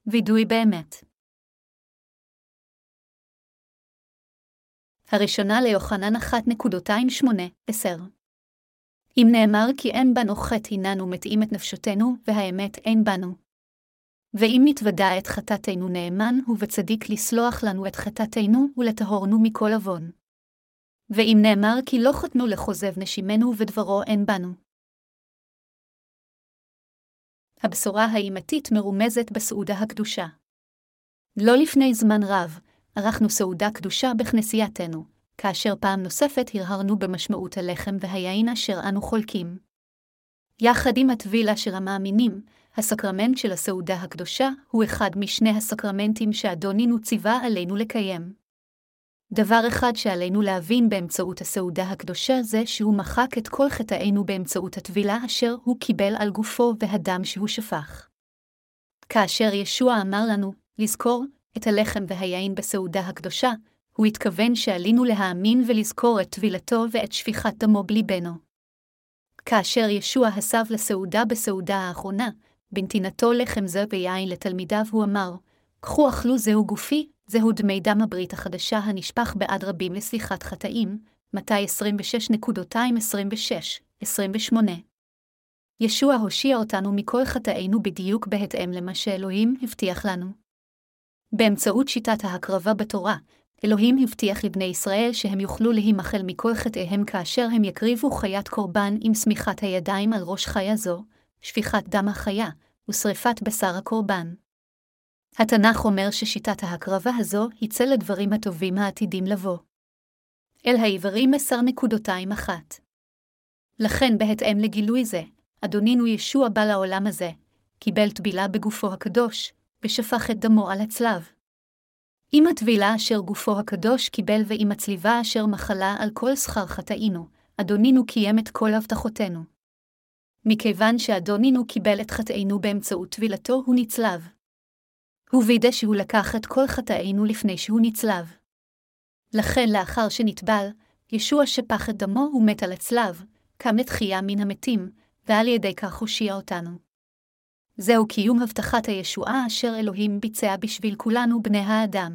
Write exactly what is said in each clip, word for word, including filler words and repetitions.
וידוי באמת. הראשונה ליוחנן אחת שמונה עשר. אם נאמר כי אין בנו חטא הננו מתאים את נפשותנו, והאמת אין בנו. ואם נתוודע את חטאתנו נאמן הוא וצדיק לסלוח לנו את חטאתנו ולטהורנו מכל עוון. ואם נאמר כי לא חטאנו לכוזב נשימנו ודברו אין בנו. הבשורה האימתית מרומזת בסעודה הקדושה. לא לפני זמן רב, ערכנו סעודה קדושה בכנסייתנו, כאשר פעם נוספת הרהרנו במשמעות הלחם והיין אשר אנו חולקים. יחד עם הטבילה של המאמינים, הסקרמנט של הסעודה הקדושה הוא אחד משני הסקרמנטים שאדונינו ציווה עלינו לקיים. דבר אחד שעלינו להבין באמצעות הסעודה הקדושה זה שהוא מחק את כל חטאינו באמצעות הטבילה אשר הוא קיבל על גופו והדם שהוא שפך. כאשר ישוע אמר לנו לזכור את הלחם והיין בסעודה הקדושה, הוא התכוון שעלינו להאמין ולזכור את טבילתו ואת שפיכת דמו בליבנו. כאשר ישוע הסב לסעודה בסעודה האחרונה, בנתינתו לחם זה ויין לתלמידיו הוא אמר, קחו אכלו זהו גופי, זהו דמי דם הברית החדשה הנשפך בעד רבים לסליחת חטאים, מתי עשרים ושש עשרים ושש עשרים ושמונה. ישוע הושיע אותנו מכל חטאינו בדיוק בהתאם למה שאלוהים הבטיח לנו. באמצעות שיטת ההקרבה בתורה, אלוהים הבטיח לבני ישראל שהם יוכלו להימחל מכל חטאיהם כאשר הם יקריבו חיית קורבן עם סמיכת הידיים על ראש חיה זו, שפיכת דם החיה ושריפת בשר הקורבן. התנ"ך אומר ששיטת ההקרבה הזו היא צל הדברים הטובים העתידים לבוא. אל העברים עשר נקודותיים אחת. לכן בהתאם לגילוי זה, אדונינו ישוע בא לעולם הזה, קיבל טבילה בגופו הקדוש, ושפך את דמו על הצלב. עם הטבילה אשר גופו הקדוש קיבל ועם הצליבה אשר מחלה על כל שכר חטאינו, אדונינו קיים את כל הבטחותינו. מכיוון שאדונינו קיבל את חטאינו באמצעות טבילתו הוא נצלב. הוא וידא שהוא לקח את כל חטאינו לפני שהוא נצלב. לכן לאחר שנטבל, ישוע שפך את דמו ומת על הצלב, קם לתחייה מן המתים, ועל ידי כך הושיע אותנו. זהו קיום הבטחת הישועה אשר אלוהים ביצע בשביל כולנו בני האדם.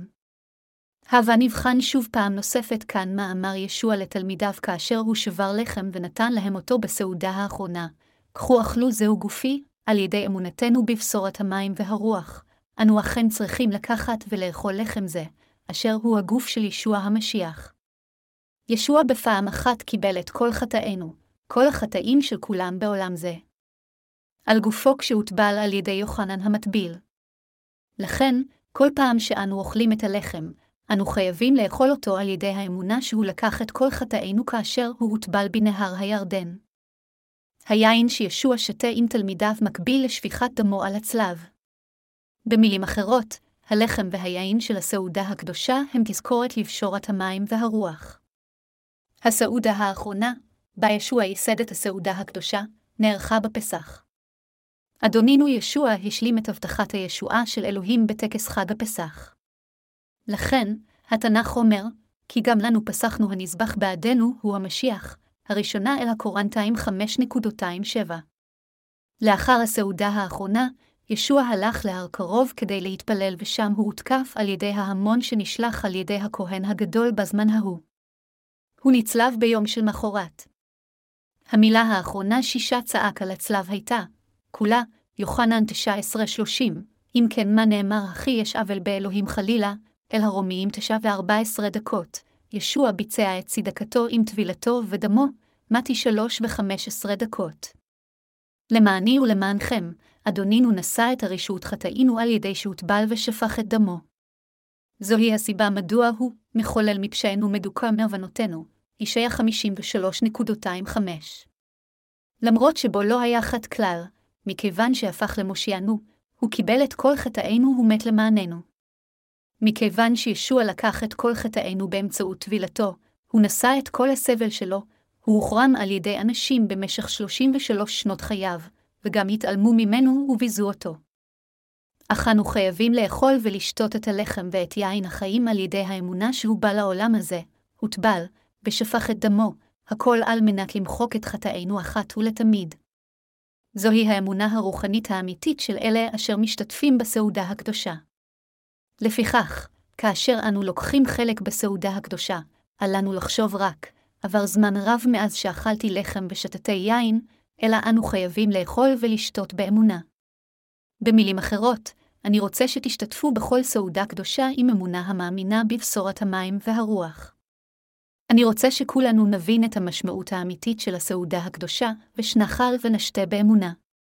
הבה נבחן שוב פעם נוספת כאן מה אמר ישוע לתלמידיו כאשר הוא שבר לחם ונתן להם אותו בסעודה האחרונה. קחו אכלו זהו גופי, על ידי אמונתנו בבשורת המים והרוח. אנו אכן צריכים לקחת ולאכול לחם זה, אשר הוא הגוף של ישוע המשיח. ישוע בפעם אחת קיבל את כל חטאינו, כל החטאים של כולם בעולם זה. על גופו כשהוטבל על ידי יוחנן המטביל. לכן, כל פעם שאנו אוכלים את הלחם, אנו חייבים לאכול אותו על ידי האמונה שהוא לקח את כל חטאינו כאשר הוא הוטבל בנהר הירדן. היין שישוע שתה עם תלמידיו מקביל לשפיכת דמו על הצלב. במילים אחרות, הלחם והיין של הסעודה הקדושה הם תזכורת לבשורת המים והרוח. הסעודה האחרונה, בה ישוע ייסד את הסעודה הקדושה, נערכה בפסח. אדונינו ישוע השלים את הבטחת הישועה של אלוהים בטקס חג הפסח. לכן, התנ"ך אומר, כי גם לנו פסחנו הנזבח בעדנו הוא המשיח, הראשונה אל הקורינתיים חמש שבע. לאחר הסעודה האחרונה, ישוע הלך להר קרוב כדי להתפלל ושם הוא הותקף על ידי ההמון שנשלח על ידי הכהן הגדול בזמן ההוא. הוא נצלב ביום של מחרת. המילה האחרונה שישה צעק על הצלב הייתה, כולה, יוחנן תשע עשרה שלושים, אם כן מה נאמר הכי יש אבל באלוהים חלילה, אל הרומיים תשע וארבע עשרה דקות, ישוע ביצע את צדקתו עם טבילתו ודמו, מתי שלוש וחמש עשרה דקות. למעני ולמענכם, אדונינו נשא את הרשות חטאינו על ידי שהוטבל ושפך את דמו. זוהי הסיבה מדוע הוא מחולל מפשענו מדוכא מעוונותינו, ישעיה חמישים ושלוש חמש. למרות שבו לא היה חטא כלל, מכיוון שהפך למושיענו, הוא קיבל את כל חטאינו ומת למעננו. מכיוון שישוע לקח את כל חטאינו באמצעות טבילתו, הוא נשא את כל הסבל שלו, הוא הוחרם על ידי אנשים במשך שלושים ושלוש שנות חייו, וגם התעלמו ממנו וביזו אותו. אך אנו חייבים לאכול ולשתות את הלחם ואת יין החיים על ידי האמונה שהוא בא לעולם הזה, הוטבל, ושפך את דמו, הכל על מנת למחוק את חטאינו אחת ולתמיד. זוהי האמונה הרוחנית האמיתית של אלה אשר משתתפים בסעודה הקדושה. לפיכך, כאשר אנו לוקחים חלק בסעודה הקדושה, אל לנו לחשוב רק, עבר זמן רב מאז שאכלתי לחם ושתתי יין, אלא אנו חייבים לאכול ולשתות באמונה. במילים אחרות, אני רוצה שתשתתפו בכל סעודה קדושה עם אמונה המאמינה בבשורת המים והרוח. אני רוצה שכולנו נבין את המשמעות האמיתית של הסעודה הקדושה, ושנחל ונשתה באמונה.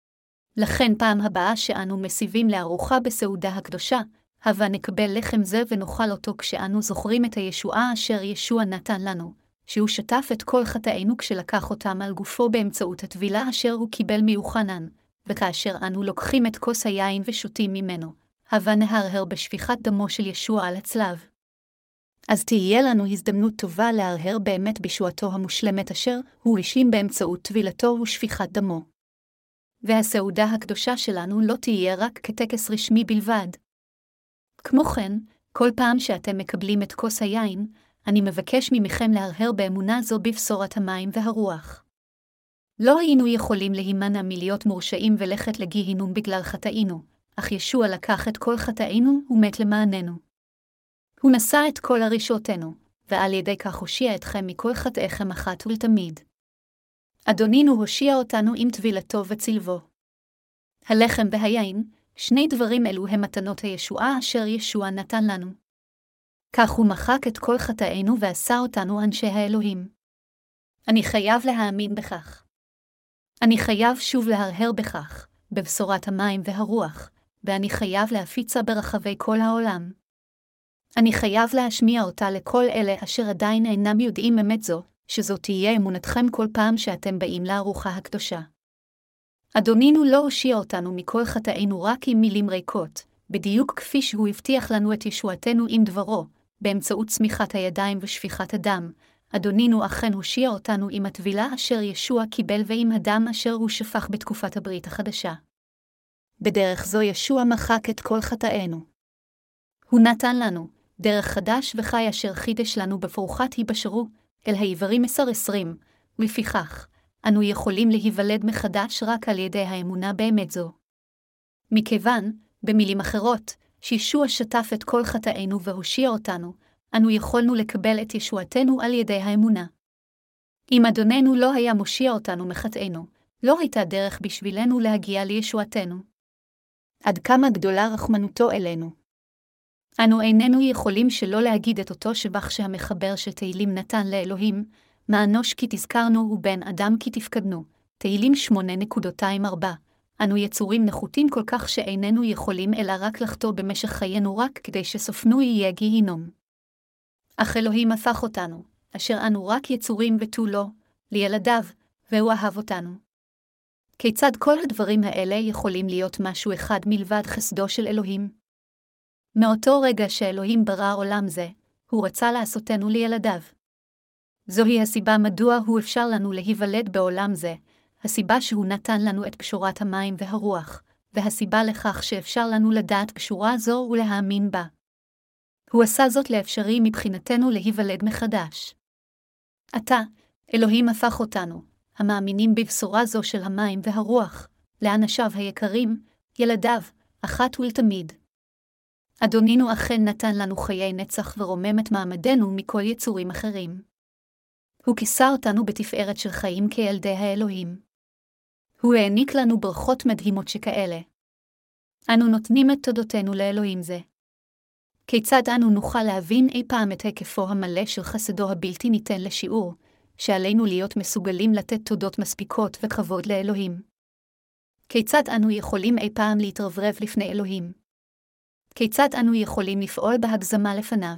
לכן פעם הבאה שאנו מסיבים לארוחה בסעודה הקדושה, הבה נקבל לחם זה ונאכל אותו כשאנו זוכרים את הישועה אשר ישוע נתן לנו, שהוא שטף את כל חטאינו כשלקח אותם על גופו באמצעות הטבילה אשר הוא קיבל מיוחנן, וכאשר אנו לוקחים את כוס היין ושותים ממנו, הבה נהרהר בשפיכת דמו של ישוע על הצלב. אז תהיה לנו הזדמנות טובה להרהר באמת בישועתו המושלמת אשר הוא השלים באמצעות טבילתו ושפיכת דמו. והסעודה הקדושה שלנו לא תהיה רק כטקס רשמי בלבד. כמו כן, כל פעם שאתם מקבלים את כוס היין, אני מבקש ממכם להרהר באמונה זו בבשורת המים והרוח. לא היינו יכולים להימנע מלהיות מורשעים ולכת לגיהינום בגלל חטאינו, אך ישוע לקח את כל חטאינו ומת למעננו. הוא נשא את כל הרשעותינו, ועל ידי כך הושיע אתכם מכל חטאיכם אחת ולתמיד. אדונינו הושיע אותנו עם טבילתו וצלבו. הלחם והיין, שני דברים אלו הם מתנות הישועה אשר ישוע נתן לנו. כך הוא מחק את כל חטאינו ועשה אותנו אנשי האלוהים. אני חייב להאמין בכך. אני חייב שוב להרהר בכך, בבשורת המים והרוח, ואני חייב להפיצה ברחבי כל העולם. אני חייב להשמיע אותה לכל אלה אשר עדיין אינם יודעים אמת זו, שזו תהיה אמונתכם כל פעם שאתם באים לארוחה הקדושה. אדונינו לא הושיע אותנו מכל חטאינו רק עם מילים ריקות, בדיוק כפי שהוא הבטיח לנו את ישועתנו עם דברו, באמצעות צמיחת הידיים ושפיכת הדם. אדונינו אכן הושיע אותנו עם הטבילה אשר ישוע קיבל ועם הדם אשר הוא שפך בתקופת הברית החדשה. בדרך זו ישוע מחק את כל חטאינו. הוא נתן לנו דרך חדש וחי אשר חידש לנו בפרוחת היבשרו, אל העברים עשר עשרים, ולפיכך, אנו יכולים להיוולד מחדש רק על ידי האמונה באמת זו. מכיוון, במילים אחרות, שישוע שטף את כל חטאינו והושיע אותנו, אנו יכולנו לקבל את ישועתנו על ידי האמונה. אם אדוננו לא היה מושיע אותנו מחטאינו, לא הייתה דרך בשבילנו להגיע לישועתנו. עד כמה גדולה רחמנותו אלינו. אנו איננו יכולים שלא להגיד את אותו שבח שהמחבר של תהילים נתן לאלוהים, מאנוש כי תזכרנו ובן אדם כי תפקדנו, תהילים שמונה ארבע. אנו יצורים נחותים כל כך שאיננו יכולים אלא רק לחטוא במשך חיינו רק כדי שסופנו יהיה גיהינום. אך אלוהים הפך אותנו, אשר אנו רק יצורים ותו לא, לילדיו, והוא אהב אותנו. כיצד כל הדברים האלה יכולים להיות משהו אחד מלבד חסדו של אלוהים? מאותו רגע שאלוהים ברא עולם זה, הוא רצה לעשותנו לילדיו. זוהי הסיבה מדוע הוא אפשר לנו להיוולד בעולם זה, הסיבה שהוא נתן לנו את פשורת המים והרוח, והסיבה לכך שאפשר לנו לדעת פשורה זו ולהאמין בה. הוא עשה זאת לאפשרי מבחינתנו להיוולד מחדש. עתה, אלוהים הפך אותנו, המאמינים בבשורה זו של המים והרוח, לאנשיו היקרים, ילדיו, אחת ולתמיד. אדונינו אכן נתן לנו חיי נצח ורומם את מעמדנו מכל יצורים אחרים. הוא כיסה אותנו בתפארת של חיים כילדי האלוהים. הוא העניק לנו ברכות מדהימות שכאלה. אנו נותנים את תודותינו לאלוהים זה. כיצד אנו נוכל להבין אי פעם את היקפו המלא של חסדו הבלתי ניתן לשיעור, שעלינו להיות מסוגלים לתת תודות מספיקות וכבוד לאלוהים? כיצד אנו יכולים אי פעם להתרברב לפני אלוהים? כיצד אנו יכולים לפעול בהגזמה לפניו?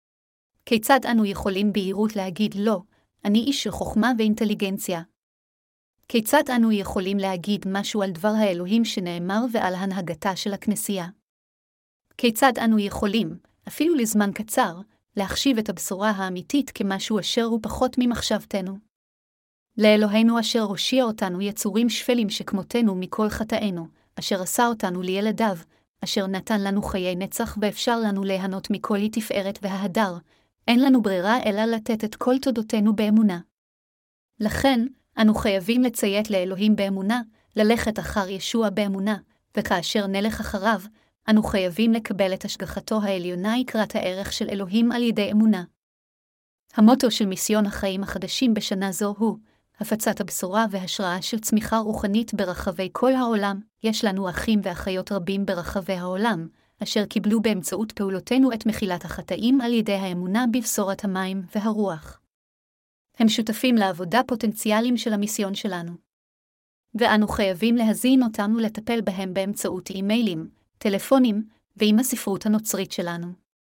כיצד אנו יכולים בהירות להגיד לא, אני איש של חוכמה ואינטליגנציה? כיצד אנו יכולים להגיד משהו על דבר האלוהים שנאמר ועל הנהגתה של הכנסייה? כיצד אנו יכולים, אפילו לזמן קצר, להחשיב את הבשורה האמיתית כמשהו אשר הוא פחות ממחשבתנו? לאלוהינו אשר הושיע אותנו יצורים שפלים שכמותנו מכל חטאינו, אשר עשה אותנו לילדיו, אשר נתן לנו חיי נצח ואפשר לנו ליהנות מכל התפארת וההדר, אין לנו ברירה אלא לתת את כל תודותינו באמונה. לכן, אנו חייבים לציית לאלוהים באמונה, ללכת אחר ישוע באמונה, וכאשר נלך אחריו, אנו חייבים לקבל את השגחתו העליונה יקרת הערך של אלוהים על ידי אמונה. המוטו של מיסיון החיים החדשים בשנה זו הוא, הפצת הבשורה והשראה של צמיחה רוחנית ברחבי כל העולם. יש לנו אחים ואחיות רבים ברחבי העולם, אשר קיבלו באמצעות פעולותינו את מחילת החטאים על ידי האמונה בבשורת המים והרוח. הם שותפים לעבודה פוטנציאליים של המיסיון שלנו. ואנו חייבים להזין אותם ולטפל בהם באמצעות אימיילים, טלפונים, ועם הספרות הנוצרית שלנו.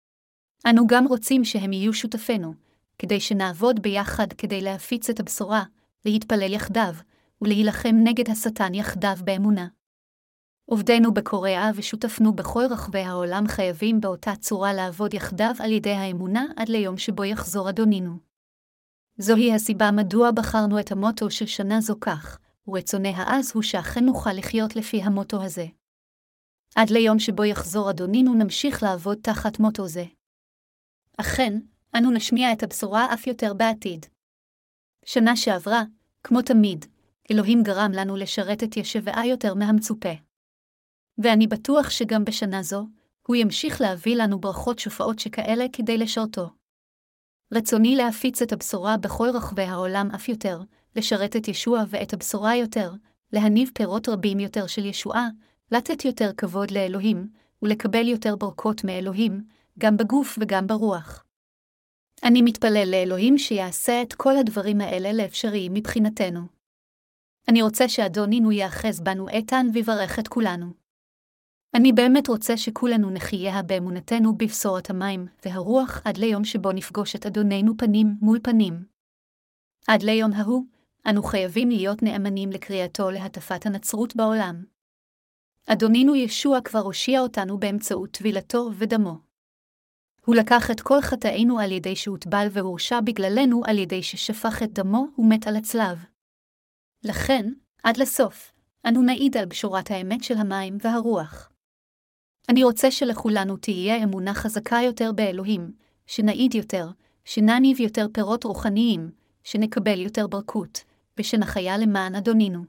אנו גם רוצים שהם יהיו שותפינו, כדי שנעבוד ביחד כדי להפיץ את הבשורה, להתפלל יחדיו, ולהילחם נגד השטן יחדיו באמונה. עובדינו בקוריאה ושותפנו בכל רחבי העולם חייבים באותה צורה לעבוד יחדיו על ידי האמונה עד ליום שבו יחזור אדונינו. זוהי הסיבה מדוע בחרנו את המוטו של שנה זו כך, ורצוני העז הוא שאכן נוכל לחיות לפי המוטו הזה. עד ליום שבו יחזור אדונינו נמשיך לעבוד תחת מוטו זה. אכן, אנו נשמיע את הבשורה אף יותר בעתיד. שנה שעברה, כמו תמיד, אלוהים גרם לנו לשרת את ישבעה יותר מהמצופה. ואני בטוח שגם בשנה זו, הוא ימשיך להביא לנו ברכות שופעות שכאלה כדי לשרתו. רצוני להפיץ את הבשורה בכל רחבי העולם אף יותר, לשרת את ישוע ואת הבשורה יותר, להניב פירות רבים יותר של ישועה, לתת יותר כבוד לאלוהים, ולקבל יותר ברכות מאלוהים, גם בגוף וגם ברוח. אני מתפלל לאלוהים שיעשה את כל הדברים האלה לאפשריים מבחינתנו. אני רוצה שאדונינו יאחז בנו איתן ויברך את כולנו. אני באמת רוצה שכולנו נחיה באמונתנו בבשורת המים והרוח עד ליום שבו נפגוש את אדוננו פנים מול פנים. עד ליום ההוא, אנו חייבים להיות נאמנים לקריאתו להטפת הנצרות בעולם. אדונינו ישוע כבר הושיע אותנו באמצעות טבילתו ודמו. הוא לקח את כל חטאינו על ידי שהוטבל והורשע בגללנו על ידי ששפך את דמו ומת על הצלב. לכן, עד לסוף, אנו נעיד על בשורת האמת של המים והרוח. אני רוצה שלכולנו תהיה אמונה חזקה יותר באלוהים, שנעיד יותר, שנניב יותר פירות רוחניים, שנקבל יותר ברכות, ושנחיה למען אדונינו.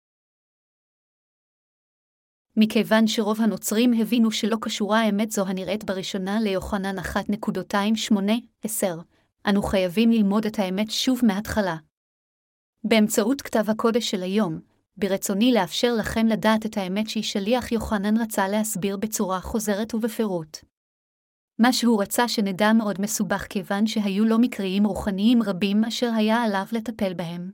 מכיוון שרוב הנוצרים הבינו שלא קשורה האמת זו הנראית בראשונה ליוחנן אחת שמונה עשר, אנו חייבים ללמוד את האמת שוב מההתחלה. באמצעות כתב הקודש של היום, ברצוני לאפשר לכם לדעת את האמת ששליח יוחנן רצה להסביר בצורה חוזרת ובפירוט. מה שהוא רצה שנדע מאוד מסובך כיוון שהיו לו מקרים רוחניים רבים אשר היה עליו לטפל בהם.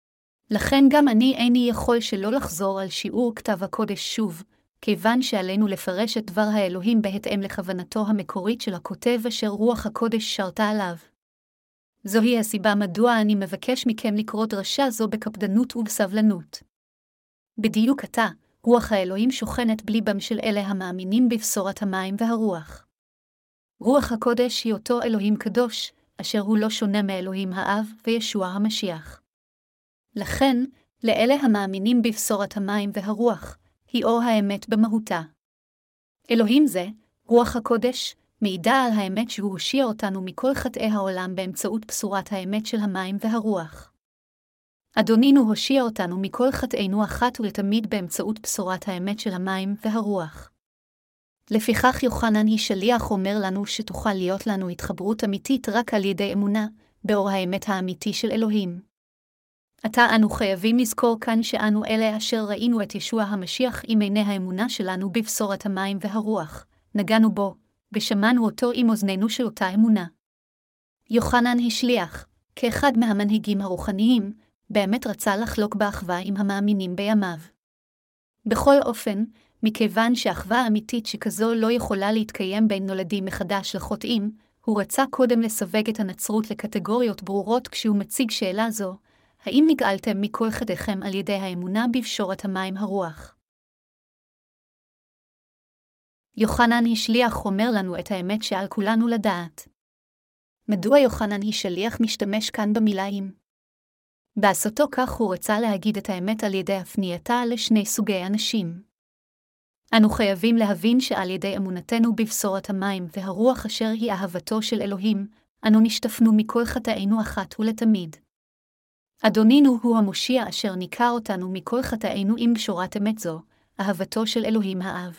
לכן גם אני איני יכול שלא לחזור על שיעור כתב הקודש שוב, כיוון שעלינו לפרש את דבר האלוהים בהתאם לכוונתו המקורית של הכותב אשר רוח הקודש שרתה עליו. זוהי הסיבה מדוע אני מבקש מכם לקרוא דרשה זו בקפדנות ובסבלנות. בדיוק עתה, רוח האלוהים שוכנת בליבם של אלה המאמינים בבשורת המים והרוח. רוח הקודש היא אותו אלוהים קדוש, אשר הוא לא שונה מאלוהים האב וישוע המשיח. לכן, לאלה המאמינים בבשורת המים והרוח, היא אור האמת במהותה. אלוהים זה, רוח הקודש, מעידה על האמת שהוא הושיע אותנו מכל חטאי העולם באמצעות בשורת האמת של המים והרוח. אדונינו הושיע אותנו מכל חטאינו אחת ולתמיד באמצעות בשורת האמת של המים והרוח. לפיכך יוחנן היא שליח אומר לנו שתוכל להיות לנו התחברות אמיתית רק על ידי אמונה, באור האמת האמיתי של אלוהים. עתה אנו חייבים לזכור כאן שאנו אלה אשר ראינו את ישוע המשיח עם עיני האמונה שלנו בבשורת המים והרוח, נגענו בו, ושמענו אותו עם אוזנינו של אותה אמונה. יוחנן השליח, כאחד מהמנהיגים הרוחניים, באמת רצה לחלוק באחווה עם המאמינים בימיו. בכל אופן, מכיוון שאחווה אמיתית שכזו לא יכולה להתקיים בין נולדים מחדש לחוטאים, הוא רצה קודם לסווג את הנצרות לקטגוריות ברורות כשהוא מציג שאלה זו, האם נגאלתם מכל חטאיכם על ידי האמונה בבשורת המים הרוח? יוחנן השליח אומר לנו את האמת שעל כולנו לדעת. מדוע יוחנן השליח משתמש כאן במילים? בעשותו כך הוא רצה להגיד את האמת על ידי הפנייתה לשני סוגי אנשים. אנו חייבים להבין שעל ידי אמונתנו בבשורת המים והרוח אשר היא אהבתו של אלוהים, אנו נשטפנו מכל חטאינו אחת ולתמיד. אדונינו הוא המושיע אשר ניקה אותנו מכל חטאינו עם בשורת אמת זו, אהבתו של אלוהים האב.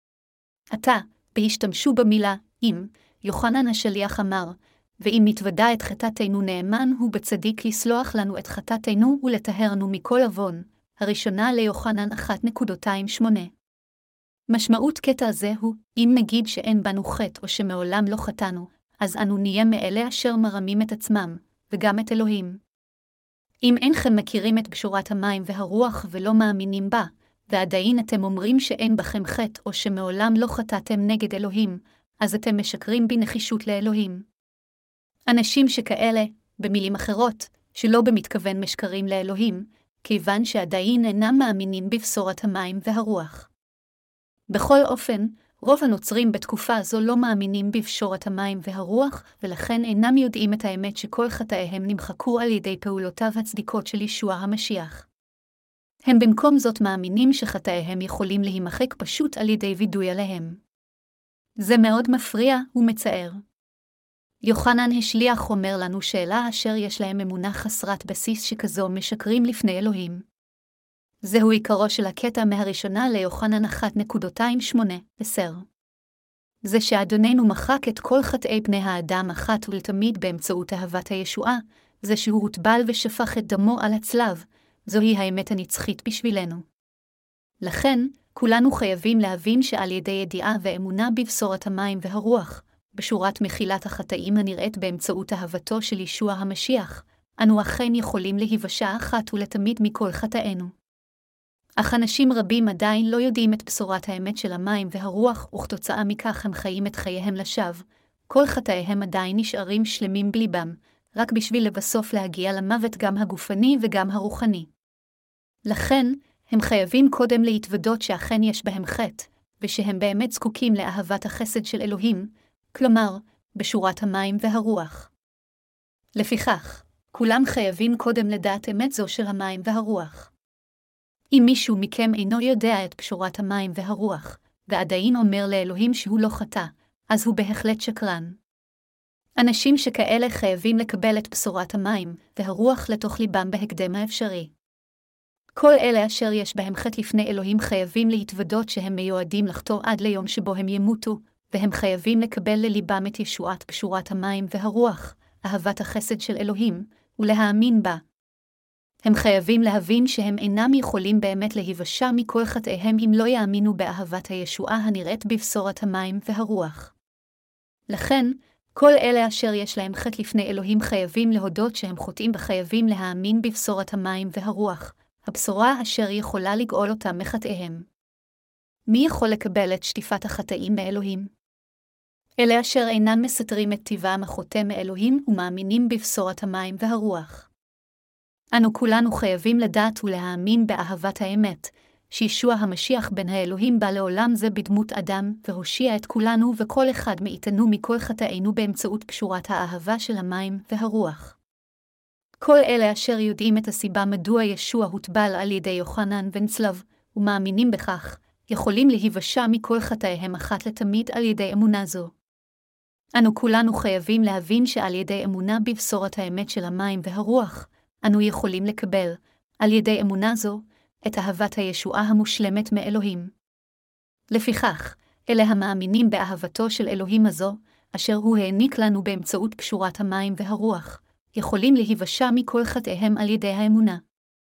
עתה, בהשתמשו במילה, אם, יוחנן השליח אמר, ואם נתוודע את חטאתנו נאמן הוא בצדיק לסלוח לנו את חטאתנו ולטהרנו מכל עוון, הראשונה ליוחנן אחת שמונה. משמעות קטע זה הוא, אם נגיד שאין בנו חטא או שמעולם לא חטאנו, אז אנו נהיה מאלה אשר מרמים את עצמם, וגם את אלוהים. אם אינכם מכירים את בשורת המים והרוח ולא מאמינים בה, ועדיין אתם אומרים שאין בכם חטא או שמעולם לא חטאתם נגד אלוהים, אז אתם משקרים בנחישות לאלוהים. אנשים שכאלה, במילים אחרות, שלא במתכוון משקרים לאלוהים, כיוון שעדיין אינם מאמינים בבשורת המים והרוח. בכל אופן, רוב הנוצרים בתקופה זו לא מאמינים בבשורת המים והרוח, ולכן אינם יודעים את האמת שכל חטאיהם נמחקו על ידי פעולותיו הצדיקות של ישוע המשיח. הם במקום זאת מאמינים שחטאיהם יכולים להימחק פשוט על ידי וידוי עליהם. זה מאוד מפריע ומצער. יוחנן השליח אומר לנו שאלה אשר יש להם אמונה חסרת בסיס שכזו משקרים לפני אלוהים. זהו עיקרו של הקטע מהראשונה ליוחנן אחת שמונה, עשר. זה שאדוננו מחק את כל חטאי בני האדם אחת ולתמיד באמצעות אהבת הישועה, זה שהוא הוטבל ושפך את דמו על הצלב, זוהי האמת הנצחית בשבילנו. לכן, כולנו חייבים להבין שעל ידי ידיעה ואמונה בבשורת המים והרוח, בשורת מחילת החטאים הנראית באמצעות אהבתו של ישוע המשיח, אנו אכן יכולים להיוושע אחת ולתמיד מכל חטאינו. אך אנשים רבים עדיין לא יודעים את בשורת האמת של המים והרוח, וכתוצאה מכך הם חיים את חייהם לשווא. כל חטאיהם עדיין נשארים שלמים בליבם, רק בשביל לבסוף להגיע למוות גם הגופני וגם הרוחני. לכן, הם חייבים קודם להתוודות שאכן יש בהם חטא, ושהם באמת זקוקים לאהבת החסד של אלוהים, כלומר, בשורת המים והרוח. לפיכך, כולם חייבים קודם לדעת אמת זו של המים והרוח. אם מישהו מכם אינו יודע את בשורת המים והרוח, ועדיין אומר לאלוהים שהוא לא חטא, אז הוא בהחלט שקרן. אנשים שכאלה חייבים לקבל את בשורת המים והרוח לתוך ליבם בהקדם האפשרי. כל אלה אשר יש בהם חטא לפני אלוהים חייבים להתוודות שהם מיועדים לחטוא עד ליום שבו הם ימותו, והם חייבים לקבל לליבם את ישועת בשורת המים והרוח, אהבת החסד של אלוהים, ולהאמין בה. הם חייבים להבין שהם אינם יכולים באמת להיוושע מכל חטאיהם אם לא יאמינו באהבת הישועה הנראית בבשורת המים והרוח. לכן, כל אלה אשר יש להם חטא לפני אלוהים חייבים להודות שהם חוטאים וחייבים להאמין בבשורת המים והרוח, הבשורה אשר יכולה לגאול אותם מחטאיהם. מי יכול לקבל את שטיפת החטאים מאלוהים? אלה אשר אינם מסתרים את טבעם החוטא מאלוהים ומאמינים בבשורת המים והרוח. אנו כולנו חייבים לדעת ולהאמין באהבת האמת, שישוע המשיח בן האלוהים בא לעולם זה בדמות אדם, והושיע את כולנו וכל אחד מאיתנו מכל חטאינו באמצעות פשורת האהבה של המים והרוח. כל אלה אשר יודעים את הסיבה מדוע ישוע הוטבל על ידי יוחנן ונצלב, ומאמינים בכך, יכולים להיוושע מכל חטאיהם אחת לתמיד על ידי אמונה זו. אנו כולנו חייבים להבין שעל ידי אמונה בבשורת האמת של המים והרוח, אנו יכולים לקבל, על ידי אמונה זו, את אהבת הישועה המושלמת מאלוהים. לפיכך, אלה המאמינים באהבתו של אלוהים הזו, אשר הוא העניק לנו באמצעות פשורת המים והרוח, יכולים להיוושע מכל חטאיהם על ידי האמונה.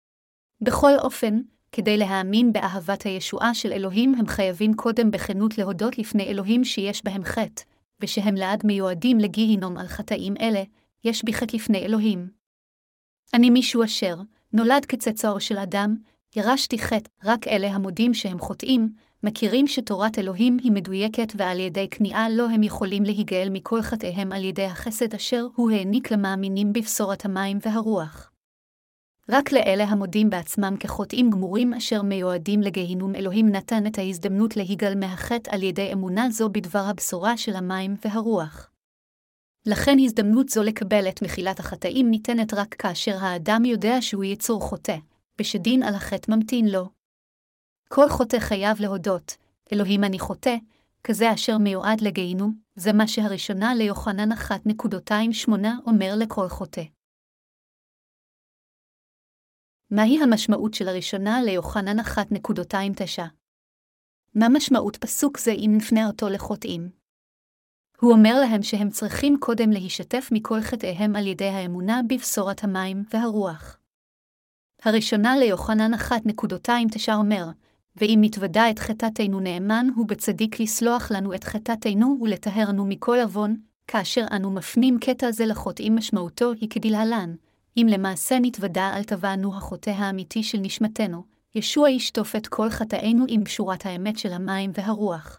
בכל אופן, כדי להאמין באהבת הישועה של אלוהים הם חייבים קודם בכנות להודות לפני אלוהים שיש בהם חטא, ושהם לעד מיועדים לגיהינום על חטאים אלה, יש בי חטא לפני אלוהים. אני מישהו אשר, נולד כצאצאו של אדם, ירשתי חטא, רק אלה המודים שהם חוטאים, מכירים שתורת אלוהים היא מדויקת ועל ידי כניעה לא הם יכולים להיגאל מכל חטאיהם על ידי החסד אשר הוא העניק למאמינים בבשורת המים והרוח. רק לאלה המודים בעצמם כחוטאים גמורים אשר מיועדים לגיהינום אלוהים נתן את ההזדמנות להיגאל מהחטא על ידי אמונה זו בדבר הבשורה של המים והרוח. לכן הזדמנות זו לקבל את מחילת החטאים ניתנת רק כאשר האדם יודע שהוא יצור חוטא, ושדין על החטא ממתין לו. כל חוטא חייב להודות, אלוהים אני חוטא, כזה אשר מיועד לגיהינום, זה מה שהראשונה ליוחנן אחת שמונה אומר לכל חוטא. מהי המשמעות של הראשונה ליוחנן אחת נקודה תשע? מה משמעות פסוק זה אם נפנה אותו לחוטאים? הוא אומר להם שהם צריכים קודם להישטף מכל חטאיהם על ידי האמונה בבשורת המים והרוח. הראשונה ליוחנן אחת נקודה תשע אומר, ואם מתוודע את חטאתנו נאמן הוא בצדיק לסלוח לנו את חטאתנו ולטהרנו מכל עוון, כאשר אנו מפנים קטע זה לחוטאים משמעותו היא כדלהלן, אם למעשה נתוודע על טבענו החוטא האמיתי של נשמתנו, ישוע ישטוף את כל חטאינו עם בשורת האמת של המים והרוח.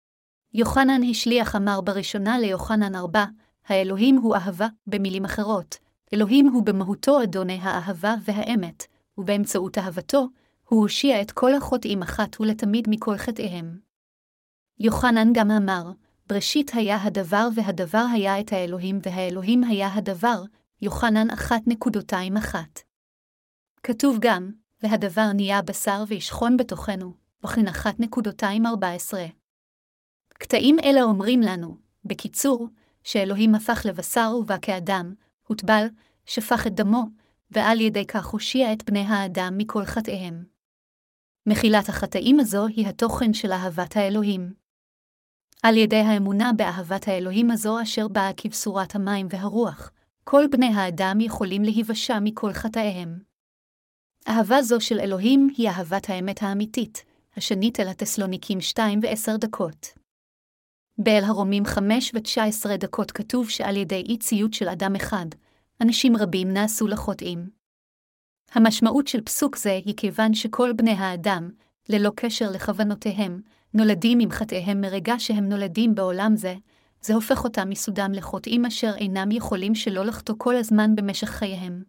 יוחנן השליח אמר בראשונה ליוחנן ארבע, האלוהים הוא אהבה, במילים אחרות, אלוהים הוא במהותו אדוני האהבה והאמת, ובאמצעות אהבתו, הוא הושיע את כל החוטאים אחת ולתמיד מכל חטאיהם. יוחנן גם אמר, בראשית היה הדבר והדבר היה את האלוהים והאלוהים היה הדבר, יוחנן אחת נקודה אחת. כתוב גם, והדבר נהיה בשר וישכון בתוכנו, וכן אחת נקודה ארבע עשרה. קטעים אלה אומרים לנו, בקיצור, שאלוהים הפך לבשר ובא כאדם, הוטבל, שפך את דמו, ועל ידי כך הושיע את בני האדם מכל חטאיהם. מחילת החטאים הזו היא התוכן של אהבת האלוהים. על ידי האמונה באהבת האלוהים הזו אשר באה כבשורת המים והרוח, כל בני האדם יכולים להיוושע מכל חטאיהם. אהבה זו של אלוהים היא אהבת האמת האמיתית, השנית אל התסלוניקים שתיים ועשר דקות. באל הרומים חמש ותשע עשרה דקות כתוב שעל ידי אי ציות של אדם אחד, אנשים רבים נעשו לחוטאים. המשמעות של פסוק זה היא כיוון שכל בני האדם, ללא קשר לכוונותיהם, נולדים עם חטאיהם מרגע שהם נולדים בעולם זה, זה הופך אותם מסודם לחוטאים אשר אינם יכולים שלא לחטוא כל הזמן במשך חייהם.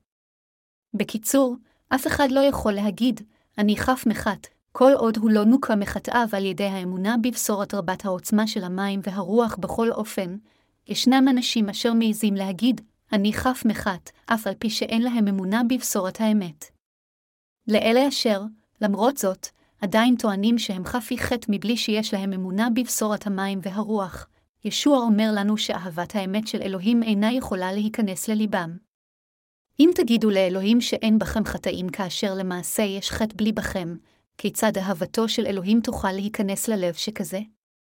בקיצור, אף אחד לא יכול להגיד, אני חף מחט, כל עוד הוא לא נוקה מחטאיו על ידי האמונה בבשורת רבת העוצמה של המים והרוח בכל אופן, ישנם אנשים אשר מעיזים להגיד, אני חף מחט, אף על פי שאין להם אמונה בבשורת האמת. לאלה אשר, למרות זאת, עדיין טוענים שהם חפי חטא מבלי שיש להם אמונה בבשורת המים והרוח, ישוע אומר לנו שאהבת האמת של אלוהים אינה יכולה להיכנס לליבם. אם תגידו לאלוהים שאין בכם חטאים כאשר למעשה יש חטא בלי בכם, כיצד אהבתו של אלוהים תוכל להיכנס ללב שכזה?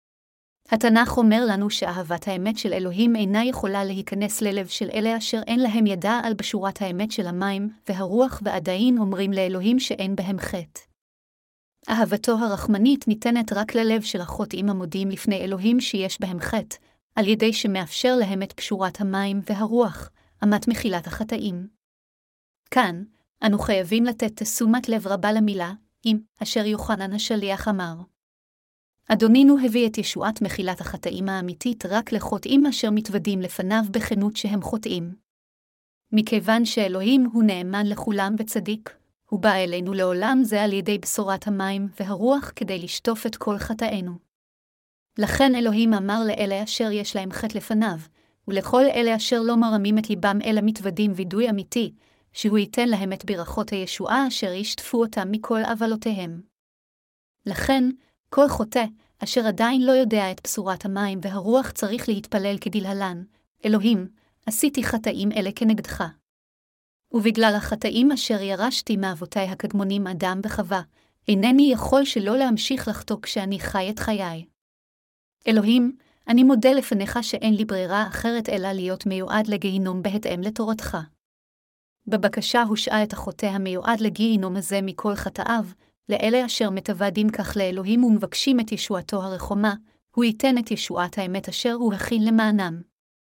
התנ"ך אומר לנו שאהבת האמת של אלוהים אינה יכולה להיכנס ללב של אלה אשר אין להם ידע על בשורת האמת של המים והרוח ועדיין אומרים לאלוהים שאין בהם חטא. אהבתו הרחמנית ניתנת רק ללב של החוטאים המודים לפני אלוהים שיש בהם חטא, על ידי שמאפשר להם את בשורת המים והרוח, אמת מחילת החטאים. כאן, אנו חייבים לתת תשומת לב רבה למילה, אם, אשר יוחנן השליח אמר. אדונינו הביא את ישועת מחילת החטאים האמיתית רק לחוטאים אשר מתוודים לפניו בכנות שהם חוטאים. מכיוון שאלוהים הוא נאמן לכולם וצדיק, הוא בא אלינו לעולם זה על ידי בשורת המים והרוח כדי לשטוף את כל חטאינו. לכן אלוהים אמר לאלה אשר יש להם חטא לפניו, ולכל אלה אשר לא מרמים את ליבם אלא מתוודים וידוי אמיתי, שהוא ייתן להם את ברכות הישועה אשר ישטפו אותם מכל עוולותיהם. לכן, כל חוטא, אשר עדיין לא יודע את בשורת המים והרוח צריך להתפלל כדלהלן, אלוהים, עשיתי חטאים אלה כנגדך. ובגלל החטאים אשר ירשתי מאבותי הקדמונים אדם וחווה, אינני יכול שלא להמשיך לחטוא כשאני חי את חיי. אלוהים, אני מודה לפניך שאין לי ברירה אחרת אלא להיות מיועד לגיהינום בהתאם לתורתך. בבקשה הושעה את החוטא המיועד לגיהינום הזה מכל חטאיו, לאלה אשר מתוודים כך לאלוהים ומבקשים את ישועתו הרחומה, הוא ייתן את ישועת האמת אשר הוא הכין למענם.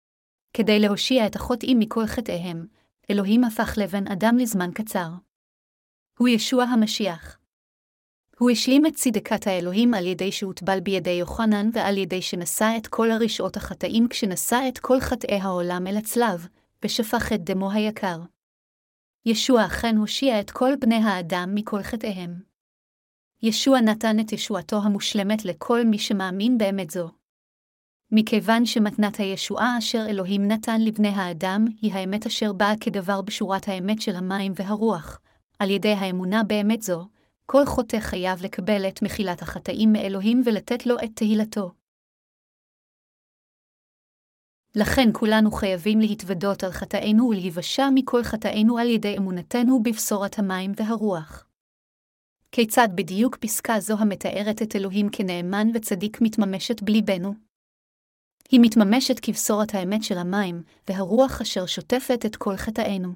כדי להושיע את החוטאים מכל חטאיהם, אלוהים הפך לבן אדם לזמן קצר. הוא ישוע המשיח. הוא השלים את צדקת האלוהים על ידי שהוטבל בידי יוחנן ועל ידי שנשא את כל הרשעות החטאים כשנשא את כל חטאי העולם אל הצלב, ושפך את דמו היקר. ישוע אכן הושיע את כל בני האדם מכל חטאיהם. ישוע נתן את ישועתו המושלמת לכל מי שמאמין באמת זו. מכיוון שמתנת הישועה אשר אלוהים נתן לבני האדם היא האמת אשר באה כדבר בשורת האמת של המים והרוח, על ידי האמונה באמת זו, כל חוטא חייב לקבל את מחילת החטאים מאלוהים ולתת לו את תהילתו. לכן כולנו חייבים להתוודות על חטאינו ולהיוושע מכל חטאינו על ידי אמונתנו בבשורת המים והרוח. כיצד בדיוק פסקה זו המתארת את אלוהים כנאמן וצדיק מתממשת בליבנו? היא מתממשת כבשורת האמת של המים והרוח אשר שוטפת את כל חטאינו.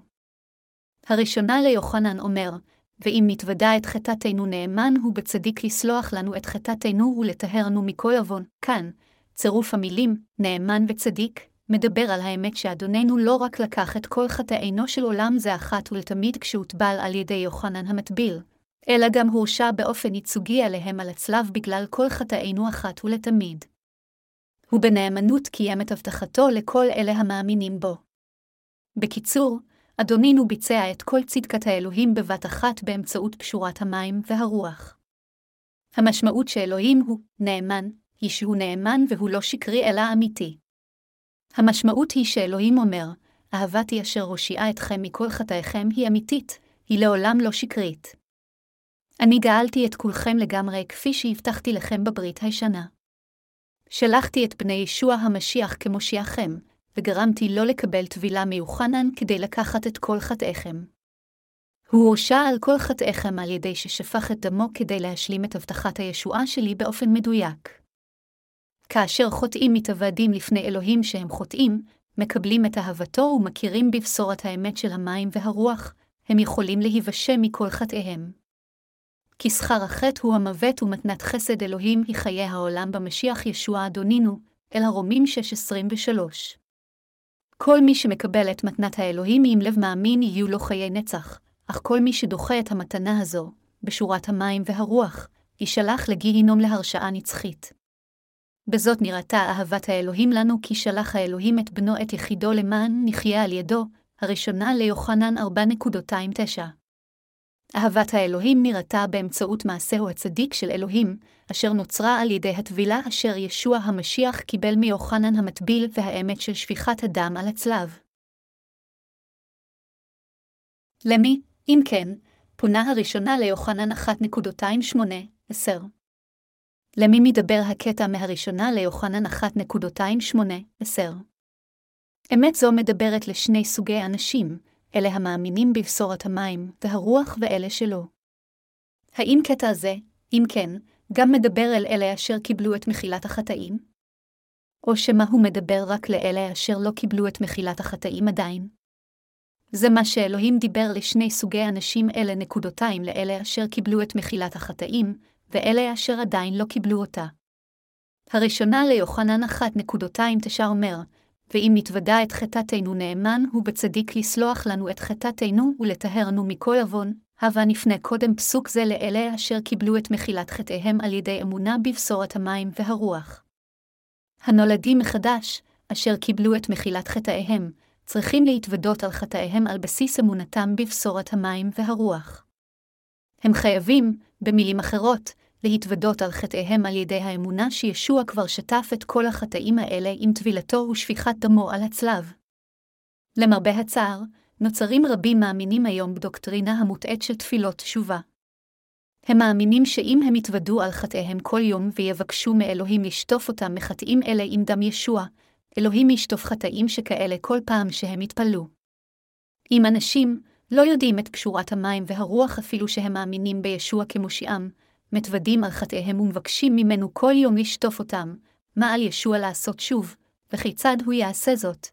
הראשונה ליוחנן אומר, ואם נתוודע את חטאתנו נאמן הוא בצדיק לסלוח לנו את חטאתנו ולטהרנו מכל עוון. כאן, צירוף המילים, נאמן וצדיק, מדבר על האמת שאדוננו לא רק לקח את כל חטאינו של עולם זה אחת ולתמיד כשהוטבל על ידי יוחנן המטביל, אלא גם הורשע באופן ייצוגי עליהם על הצלב בגלל כל חטאינו אחת ולתמיד. הוא בנאמנות קיים את הבטחתו לכל אלה המאמינים בו. בקיצור, אדוננו ביצע את כל צדקת האלוהים בבת אחת באמצעות פשורת המים והרוח. המשמעות שאלוהים הוא נאמן, היא שהוא נאמן והוא לא שקרי אלא אמיתי. המשמעות היא שאלוהים אומר, אהבתי אשר הושיעה אתכם מכל חטאיכם היא אמיתית, היא לעולם לא שקרית. אני גאלתי את כולכם לגמרי כפי שהבטחתי לכם בברית הישנה. שלחתי את בני ישוע המשיח כמושיעכם, וגרמתי לא לקבל טבילה מיוחנן כדי לקחת את כל חטאיכם. הוא הורשע על כל חטאיכם על ידי ששפך את דמו כדי להשלים את הבטחת הישועה שלי באופן מדויק. כאשר חוטאים מתוועדים לפני אלוהים שהם חוטאים, מקבלים את אהבתו ומכירים בבשורת האמת של המים והרוח, הם יכולים להיוושע מכל חטאיהם. כי שכר החטא הוא המוות ומתנת חסד אלוהים היא חיי העולם במשיח ישוע אדונינו, אל הרומים שש עשרים ושלוש. כל מי שמקבל את מתנת האלוהים עם לב מאמין יהיו לו חיי נצח, אך כל מי שדוחה את המתנה הזו, בשורת המים והרוח, יישלח לגיהינום להרשעה נצחית. בזאת נראתה אהבת האלוהים לנו כי שלח האלוהים את בנו את יחידו למען נחיה על ידו, הראשונה ליוחנן ארבע תשע. אהבת האלוהים נראתה באמצעות מעשהו הצדיק של אלוהים, אשר נוצרה על ידי הטבילה אשר ישוע המשיח קיבל מיוחנן המטביל והאמת של שפיכת הדם על הצלב. למי, אם כן, פונה הראשונה ליוחנן אחת שמונה עשר. למי מדבר הקטע מהראשונה ליוחנן אחת שמונה עשר? אמת זו מדברת לשני סוגי אנשים, אלה המאמינים בבשורת המים והרוח ואלה שלא. האם קטע זה, אם כן, גם מדבר אל אלה אשר קיבלו את מחילת החטאים? או שמה הוא מדבר רק לאלה אשר לא קיבלו את מחילת החטאים עדיין? זה מה שאלוהים דיבר לשני סוגי אנשים אלה נקודותיים לאלה אשר קיבלו את מחילת החטאים, ואלה אשר עדיין לא קיבלו אותה. הראשונה ליוחנן אחת תשע אומר, ואם נתוודע את חטאתנו נאמן הוא בצדיק לסלוח לנו את חטאתנו ולטהרנו מכל עוון, הווה נפנה קודם פסוק זה לאלה אשר קיבלו את מחילת חטאיהם על ידי אמונה בבשורת המים והרוח. הנולדים מחדש, אשר קיבלו את מחילת חטאיהם, צריכים להתוודות על חטאיהם על בסיס אמונתם בבשורת המים והרוח. הם חייבים, במילים אחרות, להתוודות על חטאיהם על ידי האמונה שישוע כבר שטף את כל החטאים האלה עם טבילתו ושפיכת דמו על הצלב. למרבה הצער, נוצרים רבים מאמינים היום בדוקטרינה המוטעית של תפילות תשובה. הם מאמינים שאם הם יתוודו על חטאיהם כל יום ויבקשו מאלוהים לשטוף אותם מחטאים אלה עם דם ישוע, אלוהים ישטוף חטאים שכאלה כל פעם שהם יתפללו. אם אנשים לא יודעים את פשורת המים והרוח אפילו שהם מאמינים בישוע כמושיעם, מתוודים על חטאיהם ומבקשים ממנו כל יום לשטוף אותם, מה על ישוע לעשות שוב, וכיצד הוא יעשה זאת?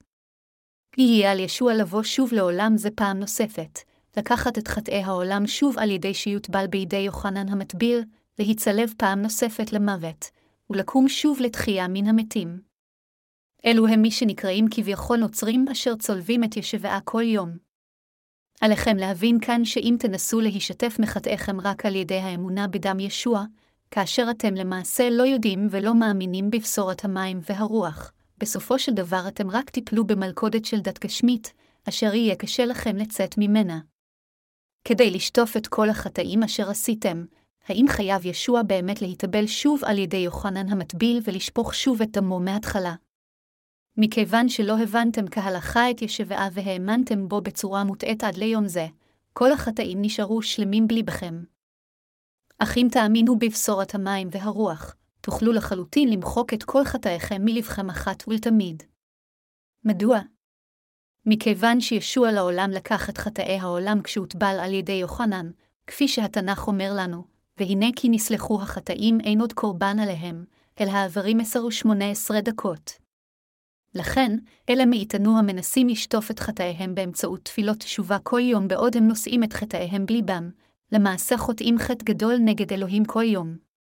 יהיה על ישוע לבוא שוב לעולם זה פעם נוספת, לקחת את חטאי העולם שוב על ידי שיוטבל בידי יוחנן המטביל, להצלב פעם נוספת למוות, ולקום שוב לתחייה מן המתים. אלו הם מי שנקראים כביכול נוצרים אשר צולבים את ישבעה כל יום. עליכם להבין כאן שאם תנסו להישתף מחטאיכם רק על ידי האמונה בדם ישוע, כאשר אתם למעשה לא יודעים ולא מאמינים בבשורת המים והרוח, בסופו של דבר אתם רק תיפלו במלכודת של דת גשמית, אשר יהיה קשה לכם לצאת ממנה. כדי לשטוף את כל החטאים אשר עשיתם, האם חייב ישוע באמת להתאבל שוב על ידי יוחנן המטביל ולשפוך שוב את דמו מההתחלה? מכיוון שלא הבנתם כהלכה את ישבעה והאמנתם בו בצורה מוטעית עד ליום זה, כל החטאים נשארו שלמים בליבכם. אך אם תאמינו בבשורת המים והרוח, תוכלו לחלוטין למחוק את כל חטאיכם מלבכם אחת ולתמיד. מדוע? מכיוון שישוע לעולם לקח את חטאי העולם כשהוטבל על ידי יוחנן, כפי שהתנ"ך אומר לנו, והנה כי נסלחו החטאים אין עוד קורבן עליהם, אל העברים עשר ושמונה עשרה דקות. לכן, אלה מאיתנו המנסים לשטוף את חטאיהם באמצעות תפילות תשובה כל יום בעוד הם נושאים את חטאיהם בליבם, למעשה חוטאים חטא גדול נגד אלוהים כל יום.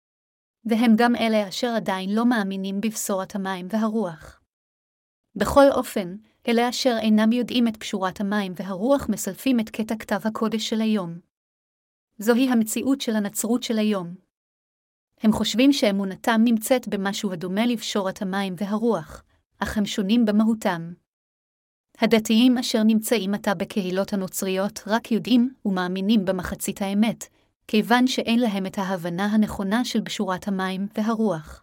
והם גם אלה אשר עדיין לא מאמינים בבשורת המים והרוח. בכל אופן, אלה אשר אינם יודעים את פשורת המים והרוח מסלפים את קטע כתב הקודש של היום. זוהי המציאות של הנצרות של היום. הם חושבים שאמונתם נמצאת במשהו הדומה לבשורת המים והרוח, אך הם שונים במהותם. הדתיים אשר נמצאים עתה בקהילות הנוצריות רק יודעים ומאמינים במחצית האמת, כיוון שאין להם את ההבנה הנכונה של בשורת המים והרוח.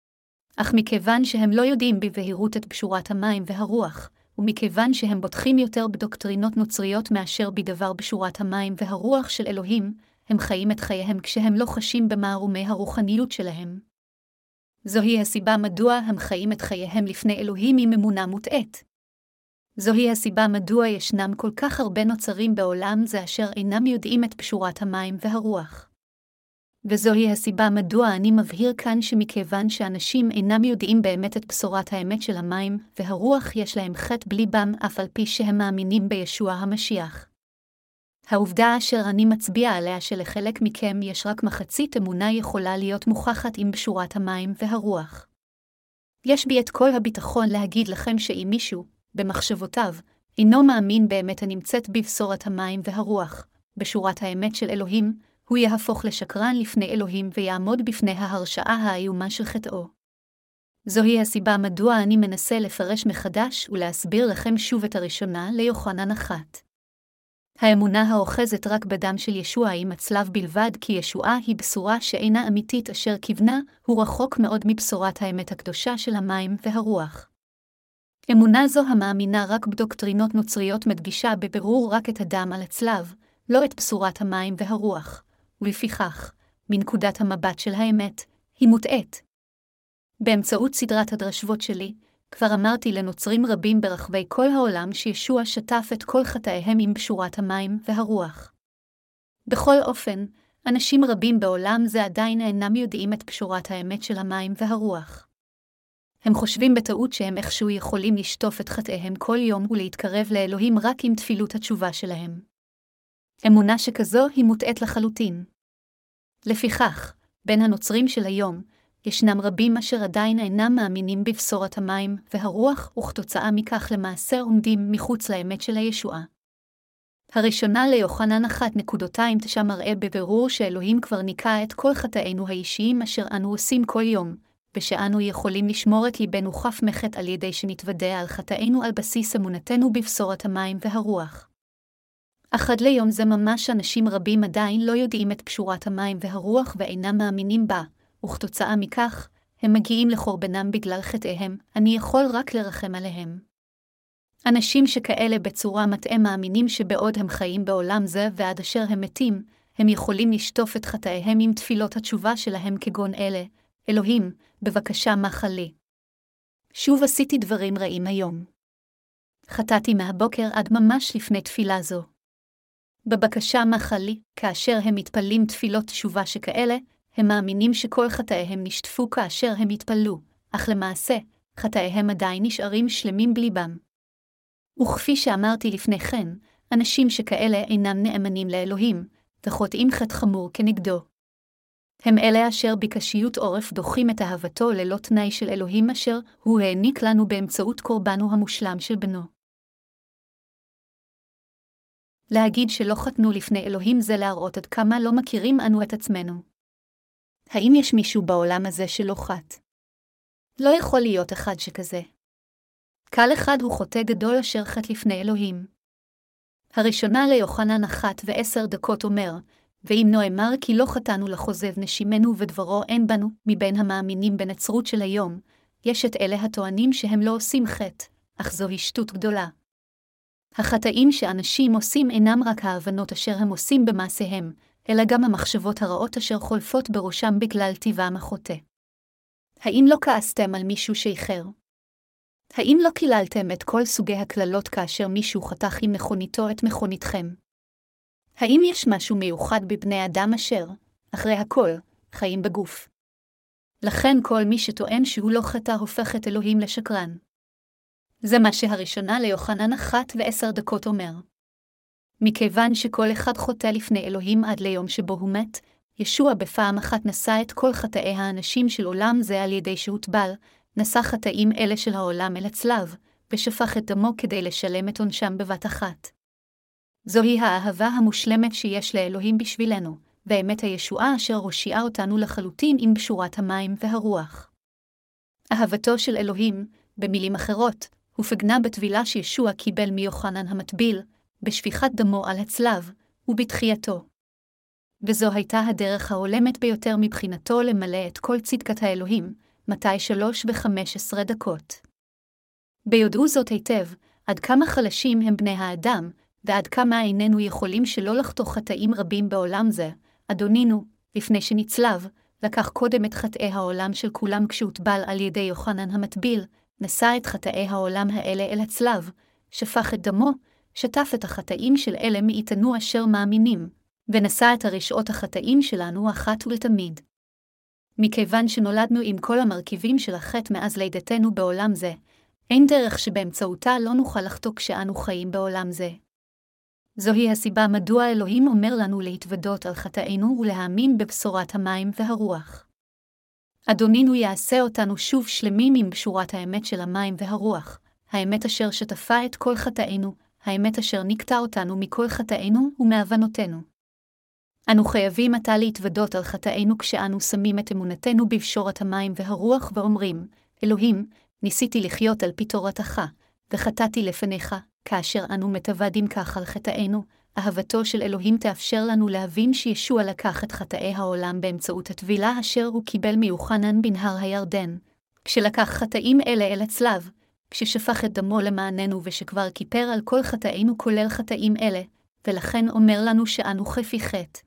אך מכיוון שהם לא יודעים בבהירות את בשורת המים והרוח, ומכיוון שהם בוטחים יותר בדוקטרינות נוצריות מאשר בדבר בשורת המים והרוח של אלוהים, הם חיים את חייהם כשהם לא חשים במערומי הרוחניות שלהם. זוהי הסיבה מדוע הם חיים את חייהם לפני אלוהים עם אמונה מוטעית. זוהי הסיבה מדוע ישנם כל כך הרבה נוצרים בעולם זה אשר אינם יודעים את בשורת המים והרוח. וזוהי הסיבה מדוע אני מבהיר כאן שמכיוון שאנשים אינם יודעים באמת את בשורת האמת של המים והרוח יש להם חטא בליבם אף על פי שהם מאמינים בישוע המשיח. העובדה אשר אני מצביע עליה שלחלק מכם יש רק מחצית אמונה יכולה להיות מוכחת עם בשורת המים והרוח. יש בי את כל הביטחון להגיד לכם שאם מישהו, במחשבותיו, אינו מאמין באמת הנמצאת בבשורת המים והרוח, בשורת האמת של אלוהים, הוא יהפוך לשקרן לפני אלוהים ויעמוד בפני ההרשעה האיומה של חטאו. זוהי הסיבה מדוע אני מנסה לפרש מחדש ולהסביר לכם שוב את הראשונה ליוחנן אחת. האמונה האוחזת רק בדם של ישוע עם הצלב בלבד כי ישועה היא בשורה שאינה אמיתית אשר כיוונה, הוא רחוק מאוד מבשורת האמת הקדושה של המים והרוח. אמונה זו המאמינה רק בדוקטרינות נוצריות מדגישה בבירור רק את הדם על הצלב, לא את בשורת המים והרוח, ולפיכך, מנקודת המבט של האמת, היא מוטעית. באמצעות סדרת הדרשות שלי, כבר אמרתי לנוצרים רבים ברחבי כל העולם שישוע שטף את כל חטאיהם עם בשורת המים והרוח. בכל אופן, אנשים רבים בעולם זה עדיין אינם יודעים את בשורת האמת של המים והרוח. הם חושבים בטעות שהם איכשהו יכולים לשטוף את חטאיהם כל יום ולהתקרב לאלוהים רק עם תפילות התשובה שלהם. אמונה שכזו היא מוטעית לחלוטין. לפיכך, בין הנוצרים של היום, ישנם רבים אשר עדיין אינם מאמינים בבשורת המים והרוח, וכתוצאה מכך למעשה עומדים מחוץ לאמת של הישועה. הראשונה ליוחנן אחת נקודותיים תשע מראה בבירור שאלוהים כבר ניקה את כל חטאינו האישיים אשר אנו עושים כל יום, ושאנו יכולים לשמור את ליבנו חף מחטא על ידי שנתוודע על חטאינו על בסיס אמונתנו בבשורת המים והרוח. אך עד ליום זה ממש אנשים רבים עדיין לא יודעים את בשורת המים והרוח ואינם מאמינים בה, וכתוצאה מכך, הם מגיעים לחורבנם בגלל חטאיהם, אני יכול רק לרחם עליהם. אנשים שכאלה בצורה מטעה מאמינים שבעוד הם חיים בעולם זה ועד אשר הם מתים, הם יכולים לשטוף את חטאיהם עם תפילות התשובה שלהם כגון אלה, אלוהים, בבקשה מחל לי. שוב עשיתי דברים רעים היום. חטאתי מהבוקר עד ממש לפני תפילה זו. בבקשה מחל לי, כאשר הם מתפללים תפילות תשובה שכאלה, הם מאמינים שכל חטאיהם נשטפו כאשר הם התפללו, אך למעשה, חטאיהם עדיין נשארים שלמים בליבם. וכפי שאמרתי לפני כן, אנשים שכאלה אינם נאמנים לאלוהים, וחוטאים חטא חמור כנגדו. הם אלה אשר בקשיות עורף דוחים את אהבתו ללא תנאי של אלוהים אשר הוא העניק לנו באמצעות קורבנו המושלם של בנו. להגיד שלא חטאנו לפני אלוהים זה להראות עד כמה לא מכירים אנו את עצמנו. האם יש מישהו בעולם הזה שלא חטא? לא יכול להיות אחד שכזה. קל אחד הוא חוטא גדול אשר חטא לפני אלוהים. הראשונה ליוחנן אחת ועשר דקות אומר, ואם נאמר כי לא חטאנו לחוזב נשימנו ודברו אין בנו, מבין המאמינים בנצרות של היום, יש את אלה הטוענים שהם לא עושים חטא, אך זוהי שטות גדולה. החטאים שאנשים עושים אינם רק ההבנות אשר הם עושים במעשיהם, אלא גם המחשבות הרעות אשר חולפות בראשם בגלל טבעם החוטא. האם לא כעסתם על מישהו שאיחר? האם לא קיללתם את כל סוגי הקללות כאשר מישהו חתך עם מכוניתו את מכוניתכם? האם יש משהו מיוחד בבני אדם אשר, אחרי הכל, חיים בגוף? לכן כל מי שטוען שהוא לא חטא הופך את אלוהים לשקרן. זה מה שהראשונה ליוחנן אחת ועשר דקות אומר. מכיוון שכל אחד חוטא לפני אלוהים עד ליום שבו הוא מת, ישוע בפעם אחת נשא את כל חטאי האנשים של עולם זה על ידי שהוטבל, נשא חטאים אלה של העולם אל הצלב, ושפך את דמו כדי לשלם את עונשם בבת אחת. זוהי האהבה המושלמת שיש לאלוהים בשבילנו, באמת הישועה אשר הושיעה אותנו לחלוטין עם בשורת המים והרוח. אהבתו של אלוהים, במילים אחרות, הופגנה בטבילה שישוע קיבל מיוחנן המטביל, בשפיכת דמו על הצלב, ובתחייתו. וזו הייתה הדרך ההולמת ביותר מבחינתו למלא את כל צדקת האלוהים, מתי שלוש וחמש עשרה דקות. ביודעו זאת היטב, עד כמה חלשים הם בני האדם, ועד כמה איננו יכולים שלא לחתוך חטאים רבים בעולם זה, אדונינו, לפני שנצלב, לקח קודם את חטאי העולם של כולם כשהוטבל על ידי יוחנן המטביל, נשא את חטאי העולם האלה אל הצלב, שפך את דמו, שטף את החטאים של אלה מאיתנו אשר מאמינים, ונשא את הרשעות החטאים שלנו אחת ולתמיד. מכיוון שנולדנו עם כל המרכיבים של החטא מאז לידתנו בעולם זה, אין דרך שבאמצעותה לא נוכל לחטוא כשאנו חיים בעולם זה. זוהי הסיבה מדוע אלוהים אומר לנו להתוודות על חטאינו ולהאמין בבשורת המים והרוח. אדונינו יעשה אותנו שוב שלמים עם בשורת האמת של המים והרוח, האמת אשר שטפה את כל חטאינו, האמת אשר נקטע אותנו מכל חטאינו ומהבנותינו. אנו חייבים עתה להתוודות על חטאינו כשאנו שמים את אמונתנו בבשורת המים והרוח ואומרים, אלוהים, ניסיתי לחיות על פי תורתך, וחטאתי לפניך, כאשר אנו מתוודים כך על חטאינו, אהבתו של אלוהים תאפשר לנו להבין שישוע לקח את חטאי העולם באמצעות הטבילה אשר הוא קיבל מיוחנן בנהר הירדן. כשלקח חטאים אלה אל הצלב, כששפך את דמו למעננו ושכבר כיפר על כל חטאינו כולל חטאים אלה, ולכן אומר לנו שאנו חפי חטא.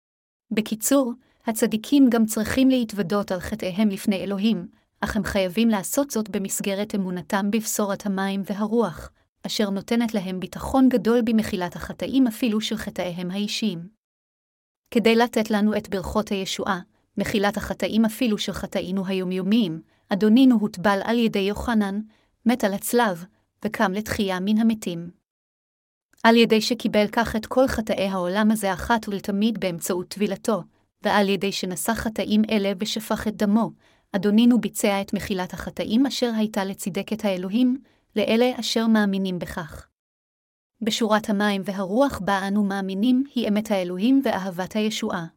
בקיצור, הצדיקים גם צריכים להתוודות על חטאיהם לפני אלוהים, אך הם חייבים לעשות זאת במסגרת אמונתם בבשורת המים והרוח, אשר נותנת להם ביטחון גדול במחילת החטאים אפילו של חטאיהם האישיים. כדי לתת לנו את ברכות הישועה, מחילת החטאים אפילו של חטאינו היומיומיים, אדונינו הוטבל על ידי יוחנן, מת על הצלב, וקם לתחייה מן המתים. על ידי שקיבל כך את כל חטאי העולם הזה אחת ולתמיד באמצעות טבילתו, ועל ידי שנשא חטאים אלה ושפך את דמו, אדונינו ביצע את מחילת החטאים אשר הייתה לצדקת האלוהים, לאלה אשר מאמינים בכך. בשורת המים והרוח בה אנו מאמינים היא אמת האלוהים ואהבת הישועה.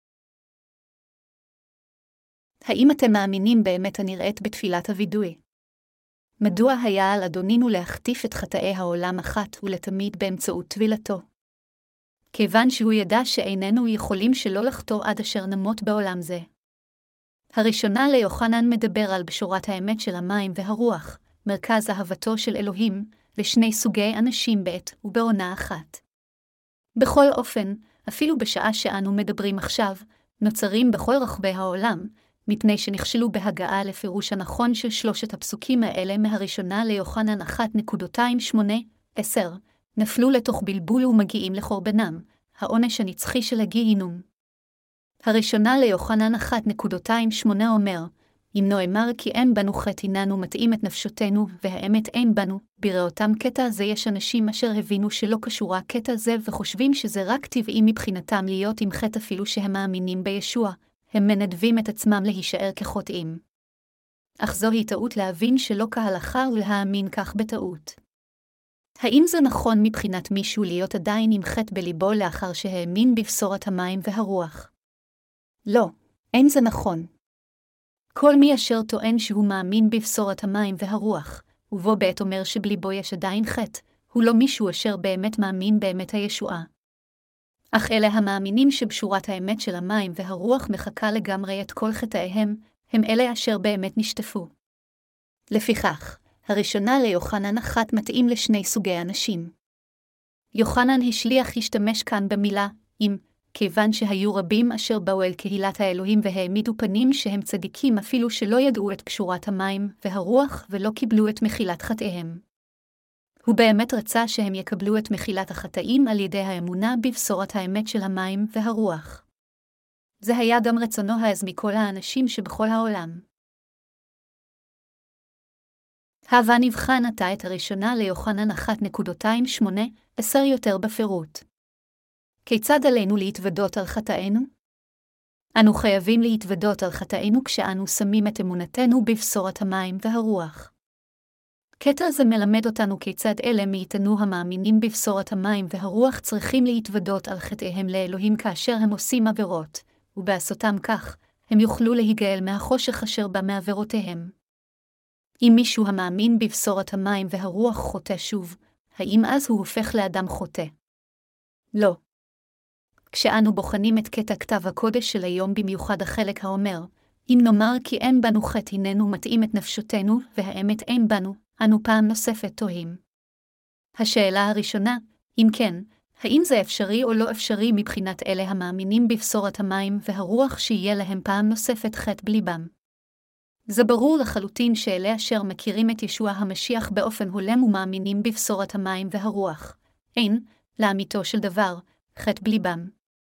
האם אתם מאמינים באמת הנראית בתפילת הוידוי? מדוע היה על אדונינו להחטיף את חטאי העולם אחת ולתמיד באמצעות טבילתו? כיוון שהוא ידע שאיננו יכולים שלא לחטוא עד אשר נמות בעולם זה. הראשונה ליוחנן מדבר על בשורת האמת של המים והרוח, מרכז אהבתו של אלוהים, לשני סוגי אנשים בעת ובעונה אחת. בכל אופן, אפילו בשעה שאנו מדברים עכשיו, נוצרים בכל רחבי העולם, מפני שנכשלו בהגעה לפירוש הנכון של שלושת הפסוקים האלה מהראשונה ליוחנן אחת שמונה עשר, נפלו לתוך בלבול ומגיעים לחורבנם, העונש הנצחי של הגיהינום. הראשונה ליוחנן אחת שמונה אומר, אם נאמר כי אין בנו חטא הננו מטעים את נפשותנו, והאמת אין בנו, בראותם קטע זה יש אנשים אשר הבינו שלא קשורה קטע זה וחושבים שזה רק טבעי מבחינתם להיות עם חטא אפילו שהם מאמינים בישוע, הם מנדבים את עצמם להישאר כחוטאים. אך זוהי טעות להבין שלא כהלכה ולהאמין כך בטעות. האם זה נכון מבחינת מישהו להיות עדיין עם חטא בליבו לאחר שהאמין בבשורת המים והרוח? לא, אין זה נכון. כל מי אשר טוען שהוא מאמין בבשורת המים והרוח, ובו בעת אומר שבליבו יש עדיין חטא, הוא לא מישהו אשר באמת מאמין באמת הישועה. אך אלה המאמינים שבשורת האמת של המים והרוח מחקה לגמרי את כל חטאיהם, הם אלה אשר באמת נשטפו. לפיכך, הראשונה ליוחנן אחת מתאים לשני סוגי אנשים. יוחנן השליח השתמש כאן במילה, אם, כיוון שהיו רבים אשר באו אל קהילת האלוהים והעמידו פנים שהם צדיקים אפילו שלא ידעו את קשורת המים והרוח ולא קיבלו את מחילת חטאיהם. הוא באמת רצה שהם יקבלו את מחילת החטאים על ידי האמונה בבשורת האמת של המים והרוח. זה היה גם רצונו העז מכל האנשים שבכל העולם. הבה נבחן עתה את הראשונה ליוחנן אחת שמונה עשר יותר בפירוט. כיצד עלינו להתוודות על חטאינו? אנו חייבים להתוודות על חטאינו כשאנו שמים את אמונתנו בבשורת המים והרוח. קטע זה מלמד אותנו כיצד אלה מאיתנו המאמינים בבשורת המים והרוח צריכים להתוודות על חטאיהם לאלוהים כאשר הם עושים עבירות, ובעשותם כך, הם יוכלו להיגאל מהחושך אשר בא מעבירותיהם. אם מישהו המאמין בבשורת המים והרוח חוטא שוב, האם אז הוא הופך לאדם חוטא? לא. כשאנו בוחנים את קטע כתב הקודש של היום במיוחד החלק האומר, אם נאמר כי אין בנו חטא הננו מטעים את נפשותנו והאמת אין בנו, אנו פעם נוספת תוהים. השאלה הראשונה, אם כן, האם זה אפשרי או לא אפשרי מבחינת אלה המאמינים בבשורת המים והרוח שיהיה להם פעם נוספת חטא בליבם? זה ברור לחלוטין שאלה אשר מכירים את ישוע המשיח באופן הולם ומאמינים בבשורת המים והרוח, אין, לאמיתו של דבר, חטא בליבם.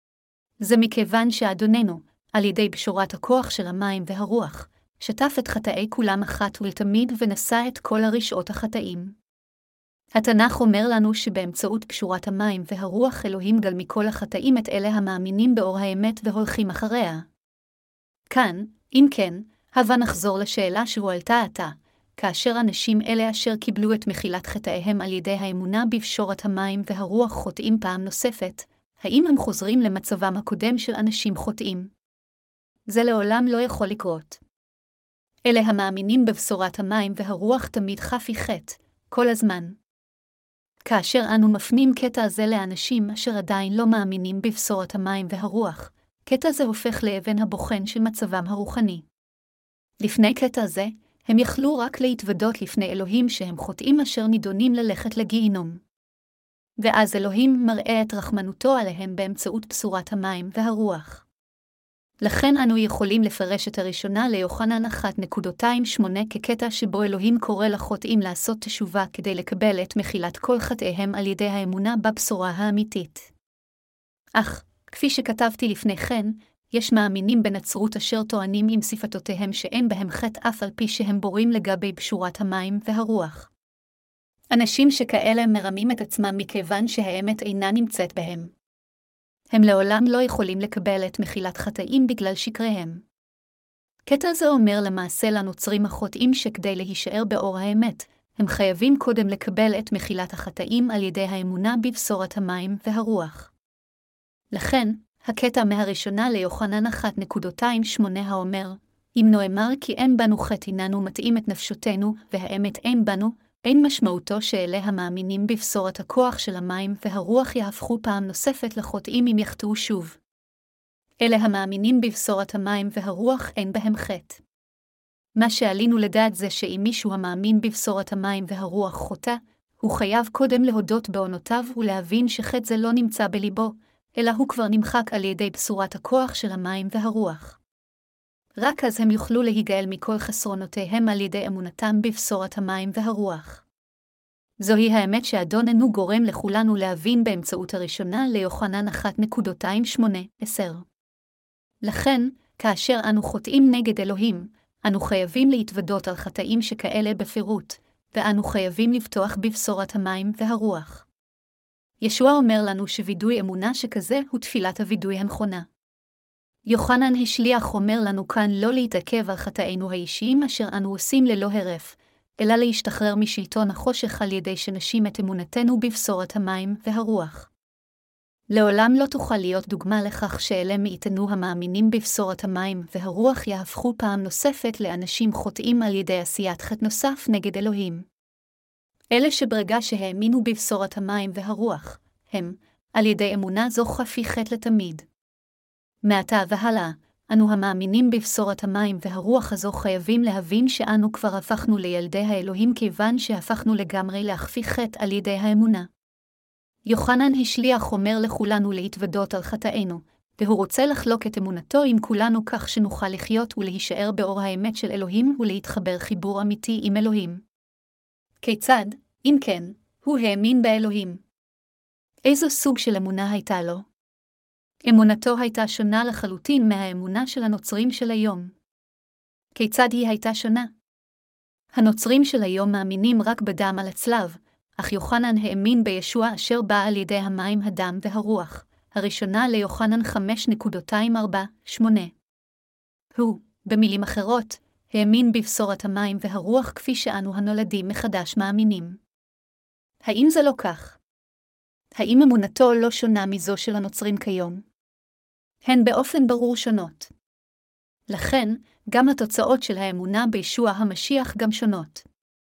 זה מכיוון שאדוננו, על ידי בשורת הכוח של המים והרוח, שטף את חטאי כולם אחת ולתמיד ונשא את כל הרשעות החטאים. התנ"ך אומר לנו שבאמצעות בשורת המים והרוח אלוהים גל מכל החטאים את אלה המאמינים באור האמת והולכים אחריה. כאן, אם כן, הבה נחזור לשאלה שהועלתה עתה, כאשר אנשים אלה אשר קיבלו את מחילת חטאיהם על ידי האמונה בבשורת המים והרוח חוטאים פעם נוספת, האם הם חוזרים למצבם הקודם של אנשים חוטאים? זה לעולם לא יכול לקרות. אלה המאמינים בבשורת המים והרוח תמיד חפי חטא, כל הזמן. כאשר אנו מפנים קטע זה לאנשים אשר עדיין לא מאמינים בבשורת המים והרוח, קטע זה הופך לאבן הבוחן של מצבם הרוחני. לפני קטע זה, הם יכלו רק להתוודות לפני אלוהים שהם חוטאים אשר נידונים ללכת לגיהינום. ואז אלוהים מראה את רחמנותו עליהם באמצעות בשורת המים והרוח. לכן אנו יכולים לפרש את הראשונה ליוחנן אחת שמונה כקטע שבו אלוהים קורא לחוטאים לעשות תשובה כדי לקבל את מחילת כל חטאיהם על ידי האמונה בבשורה האמיתית. אך, כפי שכתבתי לפני כן, יש מאמינים בנצרות אשר טוענים עם שפתותיהם שאין בהם חטא אף על פי שהם בורים לגבי בשורת המים והרוח. אנשים שכאלה מרמים את עצמם מכיוון שהאמת אינה נמצאת בהם. הם לעולם לא יכולים לקבל את מחילת חטאים בגלל שקריהם. קטע זה אומר למעשה לנוצרים החוטאים שכדי להישאר באור האמת, הם חייבים קודם לקבל את מחילת החטאים על ידי האמונה בבשורת המים והרוח. לכן, הקטע מהראשונה ליוחנן אחת שמונה האומר, אם נאמר כי אין בנו חטא הננו מטעים את נפשותנו והאמת אין בנו, אין משמעותו שאלה המאמינים בבשורת הכוח של המים והרוח יהפכו פעם נוספת לחוטאים אם יחטאו שוב. אלה המאמינים בבשורת המים והרוח אין בהם חטא. מה שעלינו לדעת זה שאם מישהו המאמין בבשורת המים והרוח חוטא, הוא חייב קודם להודות בעונותיו ולהבין שחטא זה לא נמצא בליבו, אלא הוא כבר נמחק על ידי בשורת הכוח של המים והרוח. רק אז הם יוכלו להיגאל מכל חסרונותיהם על ידי אמונתם בבשורת המים והרוח. זוהי האמת שאדוננו גורם לכולנו להבין באמצעות הראשונה ליוחנן אחת שמונה עשר. לכן, כאשר אנו חוטאים נגד אלוהים, אנו חייבים להתוודות על חטאים שכאלה בפירוט, ואנו חייבים לפתוח בבשורת המים והרוח. ישוע אומר לנו שווידוי אמונה שכזה הוא תפילת הווידוי הנכונה. יוחנן השליח אומר לנו כאן לא להתעכב על חטאינו האישיים אשר אנו עושים ללא הרף, אלא להשתחרר משלטון החושך על ידי שנשים את אמונתנו בבשורת המים והרוח. לעולם לא תוכל להיות דוגמה לכך שאלה מאיתנו המאמינים בבשורת המים והרוח יהפכו פעם נוספת לאנשים חוטאים על ידי עשיית חטא נוסף נגד אלוהים. אלה שברגע שהאמינו בבשורת המים והרוח, הם, על ידי אמונה זו חפי חטא לתמיד. מעתה והלאה, אנו המאמינים בבשורת המים והרוח הזו חייבים להבין שאנו כבר הפכנו לילדי האלוהים כיוון שהפכנו לגמרי להחפיא חטא על ידי האמונה. יוחנן השליח אומר לכולנו להתוודות על חטאינו, והוא רוצה לחלוק את אמונתו עם כולנו כך שנוכל לחיות ולהישאר באור האמת של אלוהים ולהתחבר חיבור אמיתי עם אלוהים. כיצד, אם כן, הוא האמין באלוהים? איזו סוג של אמונה הייתה לו? אמונתו הייתה שונה לחלוטין מהאמונה של הנוצרים של היום. כיצד היא הייתה שונה? הנוצרים של היום מאמינים רק בדם על הצלב, אך יוחנן האמין בישוע אשר בא על ידי המים, הדם והרוח. הראשונה ליוחנן חמש ארבע שמונה. הוא, במילים אחרות, האמין בבשורת המים והרוח כפי שאנו הנולדים מחדש מאמינים. האם זה לא כך? האם אמונתו לא שונה מזו של הנוצרים כיום? הן באופן ברור שונות. לכן, גם התוצאות של האמונה בישוע המשיח גם שונות.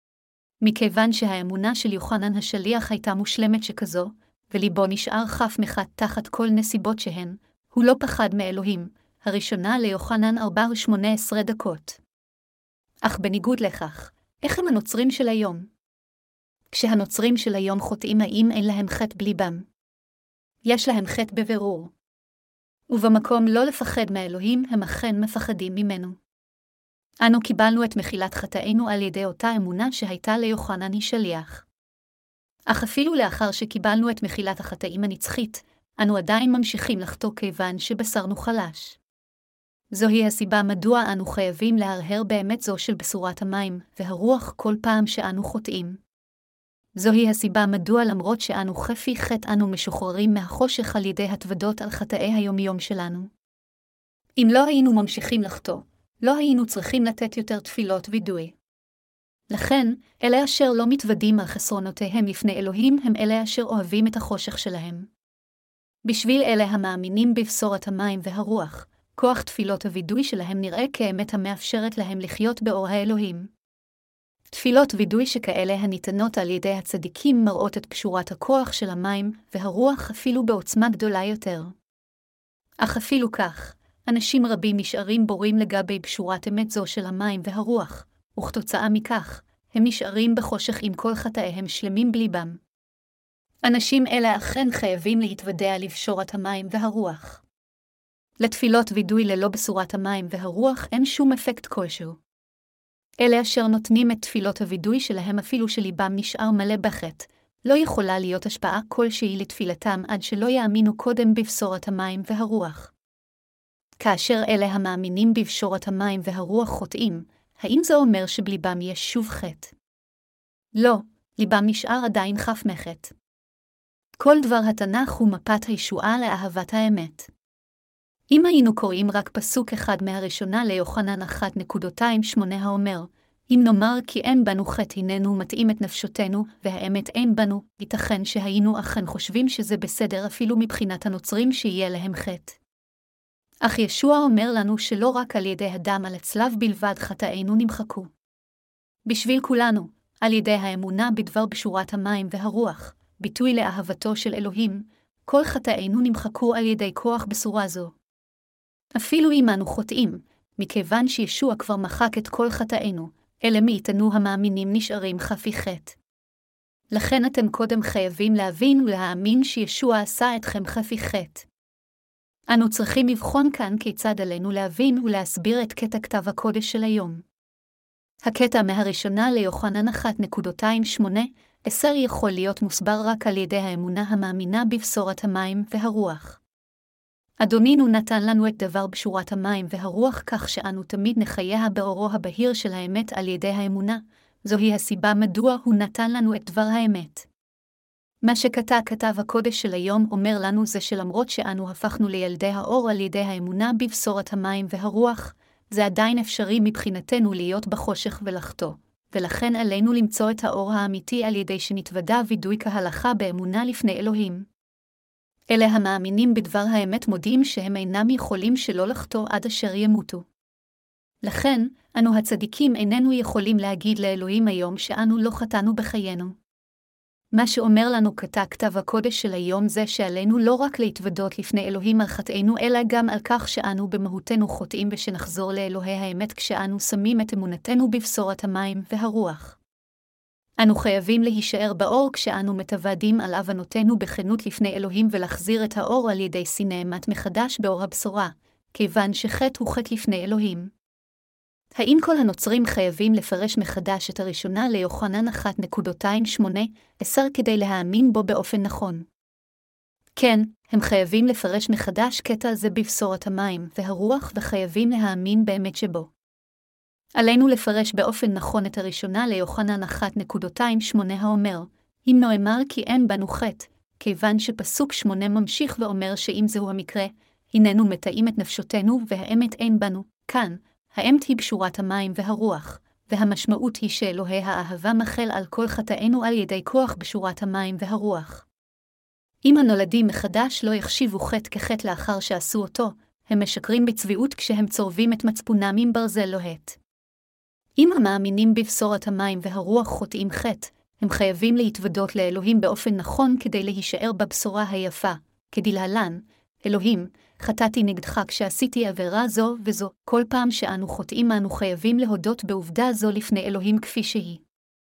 מכיוון שהאמונה של יוחנן השליח הייתה מושלמת שכזו, וליבו נשאר חף מחת תחת כל נסיבות שהן, הוא לא פחד מאלוהים, הראשונה ליוחנן ארבע שמונה עשרה דקות. אך בניגוד לכך, איך הם הנוצרים של היום? כשהנוצרים של היום חוטאים, האם אין להם חטא בליבם? יש להם חטא בבירור. ובמקום לא לפחד מאלוהים, הם אכן מפחדים ממנו. אנו קיבלנו את מחילת חטאינו על ידי אותה אמונה שהייתה ליוחנן השליח. אך אפילו לאחר שקיבלנו את מחילת החטאים הנצחית, אנו עדיין ממשיכים לחטוא כיוון שבשרנו חלש. זוהי הסיבה מדוע אנו חייבים להרהר באמת זו של בשורת המים והרוח כל פעם שאנו חוטאים. זוהי הסיבה מדוע למרות שאנו חפי חטא אנו משוחררים מהחושך על ידי התוודות על חטאי היומיום שלנו. אם לא היינו ממשיכים לחטוא, לא היינו צריכים לתת יותר תפילות וידוי. לכן, אלה אשר לא מתוודים על חסרונותיהם לפני אלוהים הם אלה אשר אוהבים את החושך שלהם. בשביל אלה המאמינים בבשורת המים והרוח, כוח תפילות הוידוי שלהם נראה כאמת המאפשרת להם לחיות באור האלוהים. תפילות וידוי שכאלה הניתנות על ידי הצדיקים מראות את פשורת הכוח של המים והרוח אפילו בעוצמה גדולה יותר. אך אפילו כך, אנשים רבים נשארים בורים לגבי פשורת אמת זו של המים והרוח, וכתוצאה מכך, הם נשארים בחושך עם כל חטאיהם שלמים בליבם. אנשים אלה אכן חייבים להתוודע לבשורת המים והרוח. לתפילות וידוי ללא בשורת המים והרוח אין שום אפקט כלשהו. אלה אשר נותנים את תפילות הוידוי שלהם אפילו שליבם נשאר מלא בחטא, לא יכולה להיות השפעה כלשהי לתפילתם עד שלא יאמינו קודם בבשורת המים והרוח. כאשר אלה המאמינים בבשורת המים והרוח חוטאים, האם זה אומר שבליבם יש שוב חטא? לא, ליבם נשאר עדיין חף מחטא. כל דבר התנ"ך הוא מפת הישועה לאהבת האמת. אם היינו קוראים רק פסוק אחד מהראשונה ליוחנן אחת שמונה האומר, אם נאמר כי אין בנו חטא הננו מתאים את נפשותנו, והאמת אין בנו, ייתכן שהיינו אכן חושבים שזה בסדר אפילו מבחינת הנוצרים שיהיה להם חטא. אך ישוע אומר לנו שלא רק על ידי הדם על הצלב בלבד חטאינו נמחקו. בשביל כולנו, על ידי האמונה בדבר בשורת המים והרוח, ביטוי לאהבתו של אלוהים, כל חטאינו נמחקו על ידי כוח בשורה זו. אפילו אם אנו חוטאים, מכיוון שישוע כבר מחק את כל חטאינו, אלה מאיתנו המאמינים נשארים חפי חטא. לכן אתם קודם חייבים להבין ולהאמין שישוע עשה אתכם חפי חטא. אנו צריכים לבחון כאן כיצד עלינו להבין ולהסביר את קטע כתב הקודש של היום. הקטע מהראשונה ליוחנן אחת שמונה עשר יכול להיות מוסבר רק על ידי האמונה המאמינה בבשורת המים והרוח. אדונינו נתן לנו את דבר בשורת המים והרוח כך שאנו תמיד נחיה באורו הבהיר של האמת על ידי האמונה, זוהי הסיבה מדוע הוא נתן לנו את דבר האמת. מה שקטע כתב הקודש של היום אומר לנו זה שלמרות שאנו הפכנו לילדי האור על ידי האמונה בבשורת המים והרוח, זה עדיין אפשרי מבחינתנו להיות בחושך ולחטוא, ולכן עלינו למצוא את האור האמיתי על ידי שנתוודע וידוי כהלכה באמונה לפני אלוהים. אלה המאמינים בדבר האמת מודיעים שהם אינם יכולים שלא לחטוא עד אשר ימותו. לכן, אנו הצדיקים איננו יכולים להגיד לאלוהים היום שאנו לא חטאנו בחיינו. מה שאומר לנו קטע כתב הקודש של היום זה שעלינו לא רק להתוודות לפני אלוהים על חטאינו, אלא גם על כך שאנו במהותנו חוטאים ושנחזור לאלוהי האמת כשאנו שמים את אמונתנו בבשורת המים והרוח. אנו חייבים להישאר באור כשאנו מתוודים על עוונותינו בכנות לפני אלוהים ולהחזיר את האור על ידי נעמת מחדש באור הבשורה, כיוון שחטא הוא חטא לפני אלוהים. האם כל הנוצרים חייבים לפרש מחדש את הראשונה ליוחנן אחת שמונה עשר כדי להאמין בו באופן נכון? כן, הם חייבים לפרש מחדש קטע זה בבשורת המים והרוח וחייבים להאמין באמת שבו. עלינו לפרש באופן נכון את הראשונה ליוחנן אחת שמונה האומר, אם נאמר כי אין בנו חטא, כיוון שפסוק שמונה ממשיך ואומר שאם זהו המקרה, הננו מטעים את נפשותנו והאמת אין בנו, כאן, האמת היא בשורת המים והרוח, והמשמעות היא שאלוהי האהבה מחל על כל חטאינו על ידי כוח בשורת המים והרוח. אם הנולדים מחדש לא יחשיבו חטא כחטא לאחר שעשו אותו, הם משקרים בצביעות כשהם צורבים את מצפונם עם ברזל לוהט. אם המאמינים בבשורת המים והרוח חוטאים חטא, הם חייבים להתוודות לאלוהים באופן נכון כדי להישאר בבשורה היפה, כדלהלן, אלוהים, חטאתי נגדך כשעשיתי עבירה זו וזו, כל פעם שאנו חוטאים אנו חייבים להודות בעובדה זו לפני אלוהים כפי שהיא.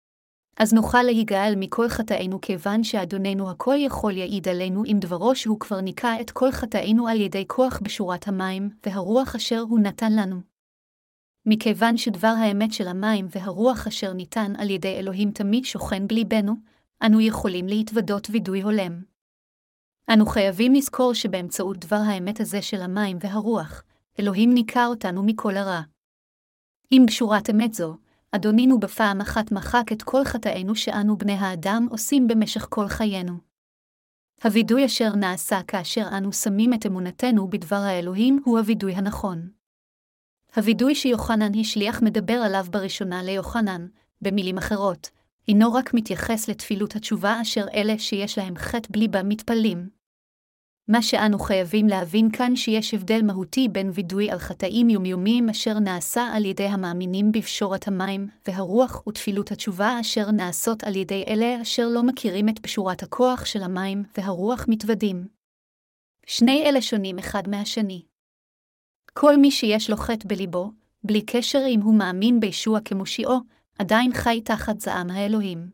אז נוכל להיגאל מכל חטאינו כיוון שאדוננו הכל יכול יעיד עלינו עם דברו שהוא כבר ניקה את כל חטאינו על ידי כוח בשורת המים והרוח אשר הוא נתן לנו. מכיוון שדבר האמת של המים והרוח אשר ניתן על ידי אלוהים תמיד שוכן בליבנו, אנו יכולים להתוודות וידוי הולם. אנו חייבים לזכור שבאמצעות דבר האמת הזה של המים והרוח, אלוהים ניקה אותנו מכל הרע. עם בשורת אמת זו, אדונינו בפעם אחת מחק את כל חטאינו שאנו בני האדם עושים במשך כל חיינו. הווידוי אשר נעשה כאשר אנו שמים את אמונתנו בדבר האלוהים הוא הווידוי הנכון. הווידוי שיוחנן השליח מדבר עליו בראשונה ליוחנן, במילים אחרות, אינו רק מתייחס לתפילות התשובה אשר אלה שיש להם חטא בליבה מתפלים. מה שאנו חייבים להבין כאן שיש הבדל מהותי בין וידוי על חטאים יומיומיים אשר נעשה על ידי המאמינים בבשורת המים והרוח ותפילות התשובה אשר נעשות על ידי אלה אשר לא מכירים את בשורת הכוח של המים והרוח מתוודים. שני אלה שונים אחד מהשני. כל מי שיש לו חטא בליבו, בלי קשר אם הוא מאמין בישוע כמושיעו, עדיין חי תחת זעם האלוהים.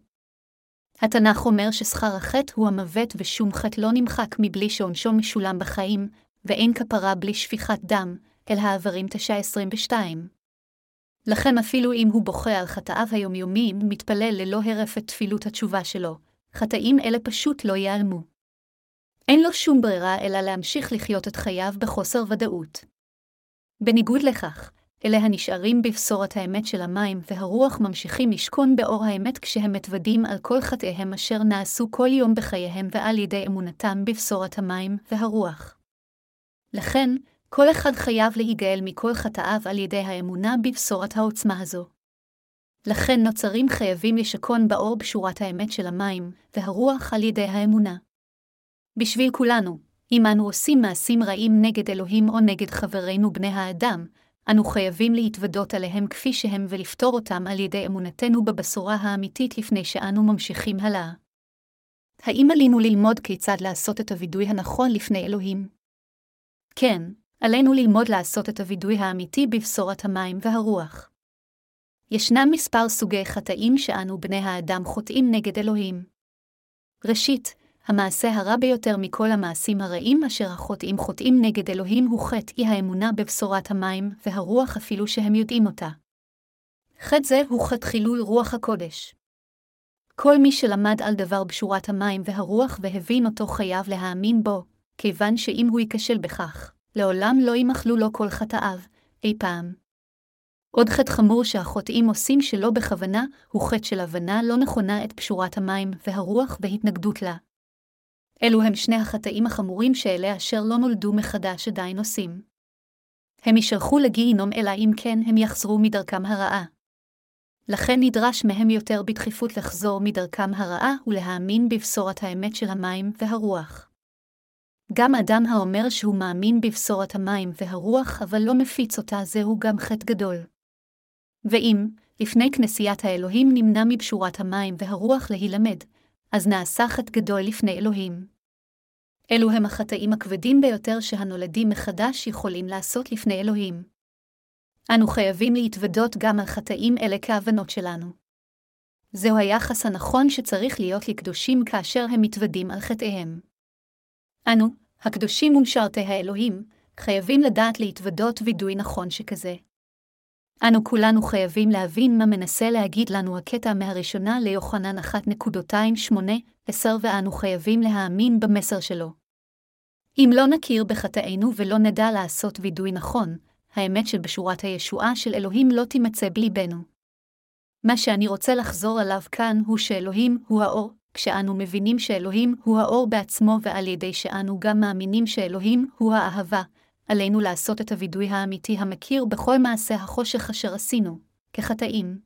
התנ"ך אומר ששכר החטא הוא המוות ושום חטא לא נמחק מבלי שעונשו משולם בחיים, ואין כפרה בלי שפיכת דם, אל העברים תשע עשרים ושתיים. לכן אפילו אם הוא בוכה על חטאיו היומיומיים, מתפלל ללא הרף את תפילות התשובה שלו, חטאים אלה פשוט לא ייעלמו. אין לו שום ברירה אלא להמשיך לחיות את חייו בחוסר ודאות. בניגוד לכך, אלה הנשארים בבשורת האמת של המים והרוח ממשיכים לשכון באור האמת כשהם מתוודים על כל חטאיהם אשר נעשו כל יום בחייהם ועל ידי אמונתם בבשורת המים והרוח. לכן, כל אחד חייב להיגאל מכל חטאיו על ידי האמונה בבשורת העוצמה הזו. לכן נוצרים חייבים לשכון באור בשורת האמת של המים והרוח על ידי האמונה. בשביל כולנו, אם אנו עושים מעשים רעים נגד אלוהים או נגד חברינו בני האדם, אנו חייבים להתוודות עליהם כפי שהם ולפתור אותם על ידי אמונתנו בבשורה האמיתית לפני שאנו ממשיכים הלאה. האם עלינו ללמוד כיצד לעשות את הווידוי הנכון לפני אלוהים? כן, עלינו ללמוד לעשות את הווידוי האמיתי בבשורת המים והרוח. ישנם מספר סוגי חטאים שאנו בני האדם חוטאים נגד אלוהים. ראשית, המעשה הרע ביותר מכל המעשים הרעים אשר החוטאים חוטאים נגד אלוהים הוא חטא אי האמונה בבשורת המים והרוח אפילו שהם יודעים אותה. חטא זה הוא חטא חילול רוח הקודש. כל מי שלמד על דבר בשורת המים והרוח והבין אותו חייב להאמין בו, כיוון שאם הוא ייכשל בכך, לעולם לא ימחלו לו כל חטאיו, אי פעם. עוד חטא חמור שהחוטאים עושים שלא בכוונה הוא חטא של הבנה לא נכונה את בשורת המים והרוח והתנגדות לה. אלו הם שני החטאים החמורים שאלה אשר לא נולדו מחדש עדיין עושים. הם יישלחו לגיהינום אלא אם כן הם יחזרו מדרכם הרעה. לכן נדרש מהם יותר בדחיפות לחזור מדרכם הרעה ולהאמין בבשורת האמת של המים והרוח. גם אדם האומר שהוא מאמין בבשורת המים והרוח אבל לא מפיץ אותה זהו גם חטא גדול. ואם, לפני כנסיית האלוהים נמנע מבשורת המים והרוח להילמד, אז נעשה חטא גדול לפני אלוהים. אלו הם החטאים הכבדים ביותר שהנולדים מחדש יכולים לעשות לפני אלוהים. אנו חייבים להתוודות גם על חטאים אלה כהבנות שלנו. זהו היחס הנכון שצריך להיות לקדושים כאשר הם מתוודים על חטאיהם. אנו, הקדושים ומשרתי האלוהים, חייבים לדעת להתוודות וידוי נכון שכזה. אנו כולנו חייבים להבין מה מנסה להגיד לנו הקטע מהראשונה ליוחנן אחת שמונה עשר ואנו חייבים להאמין במסר שלו. אם לא נכיר בחטאינו ולא נדע לעשות וידוי נכון, האמת שבשורת הישועה של אלוהים לא תימצא בליבנו. מה שאני רוצה לחזור עליו כאן הוא שאלוהים הוא האור, כשאנו מבינים שאלוהים הוא האור בעצמו ועל ידי שאנו גם מאמינים שאלוהים הוא האהבה, עלינו לעשות את הוידוי האמיתי המכיר בכל מעשה החושך אשר עשינו, כחטאים.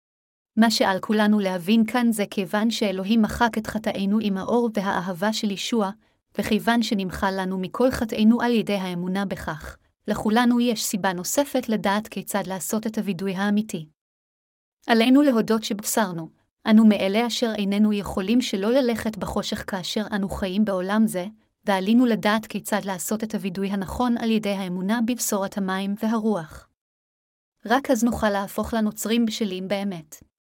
מה שעל כולנו להבין כאן זה כיוון שאלוהים מחק את חטאינו עם האור והאהבה של ישוע, וכיוון שנמחל לנו מכל חטאינו על ידי האמונה בכך, לכולנו יש סיבה נוספת לדעת כיצד לעשות את הוידוי האמיתי. עלינו להודות שבשרנו, אנו מאלה אשר איננו יכולים שלא ללכת בחושך כאשר אנו חיים בעולם זה, ועלינו לדעת כיצד לעשות את הוידוי הנכון על ידי האמונה בבשורת המים והרוח. רק אז נוכל להפוך לנוצרים בשלים באמת.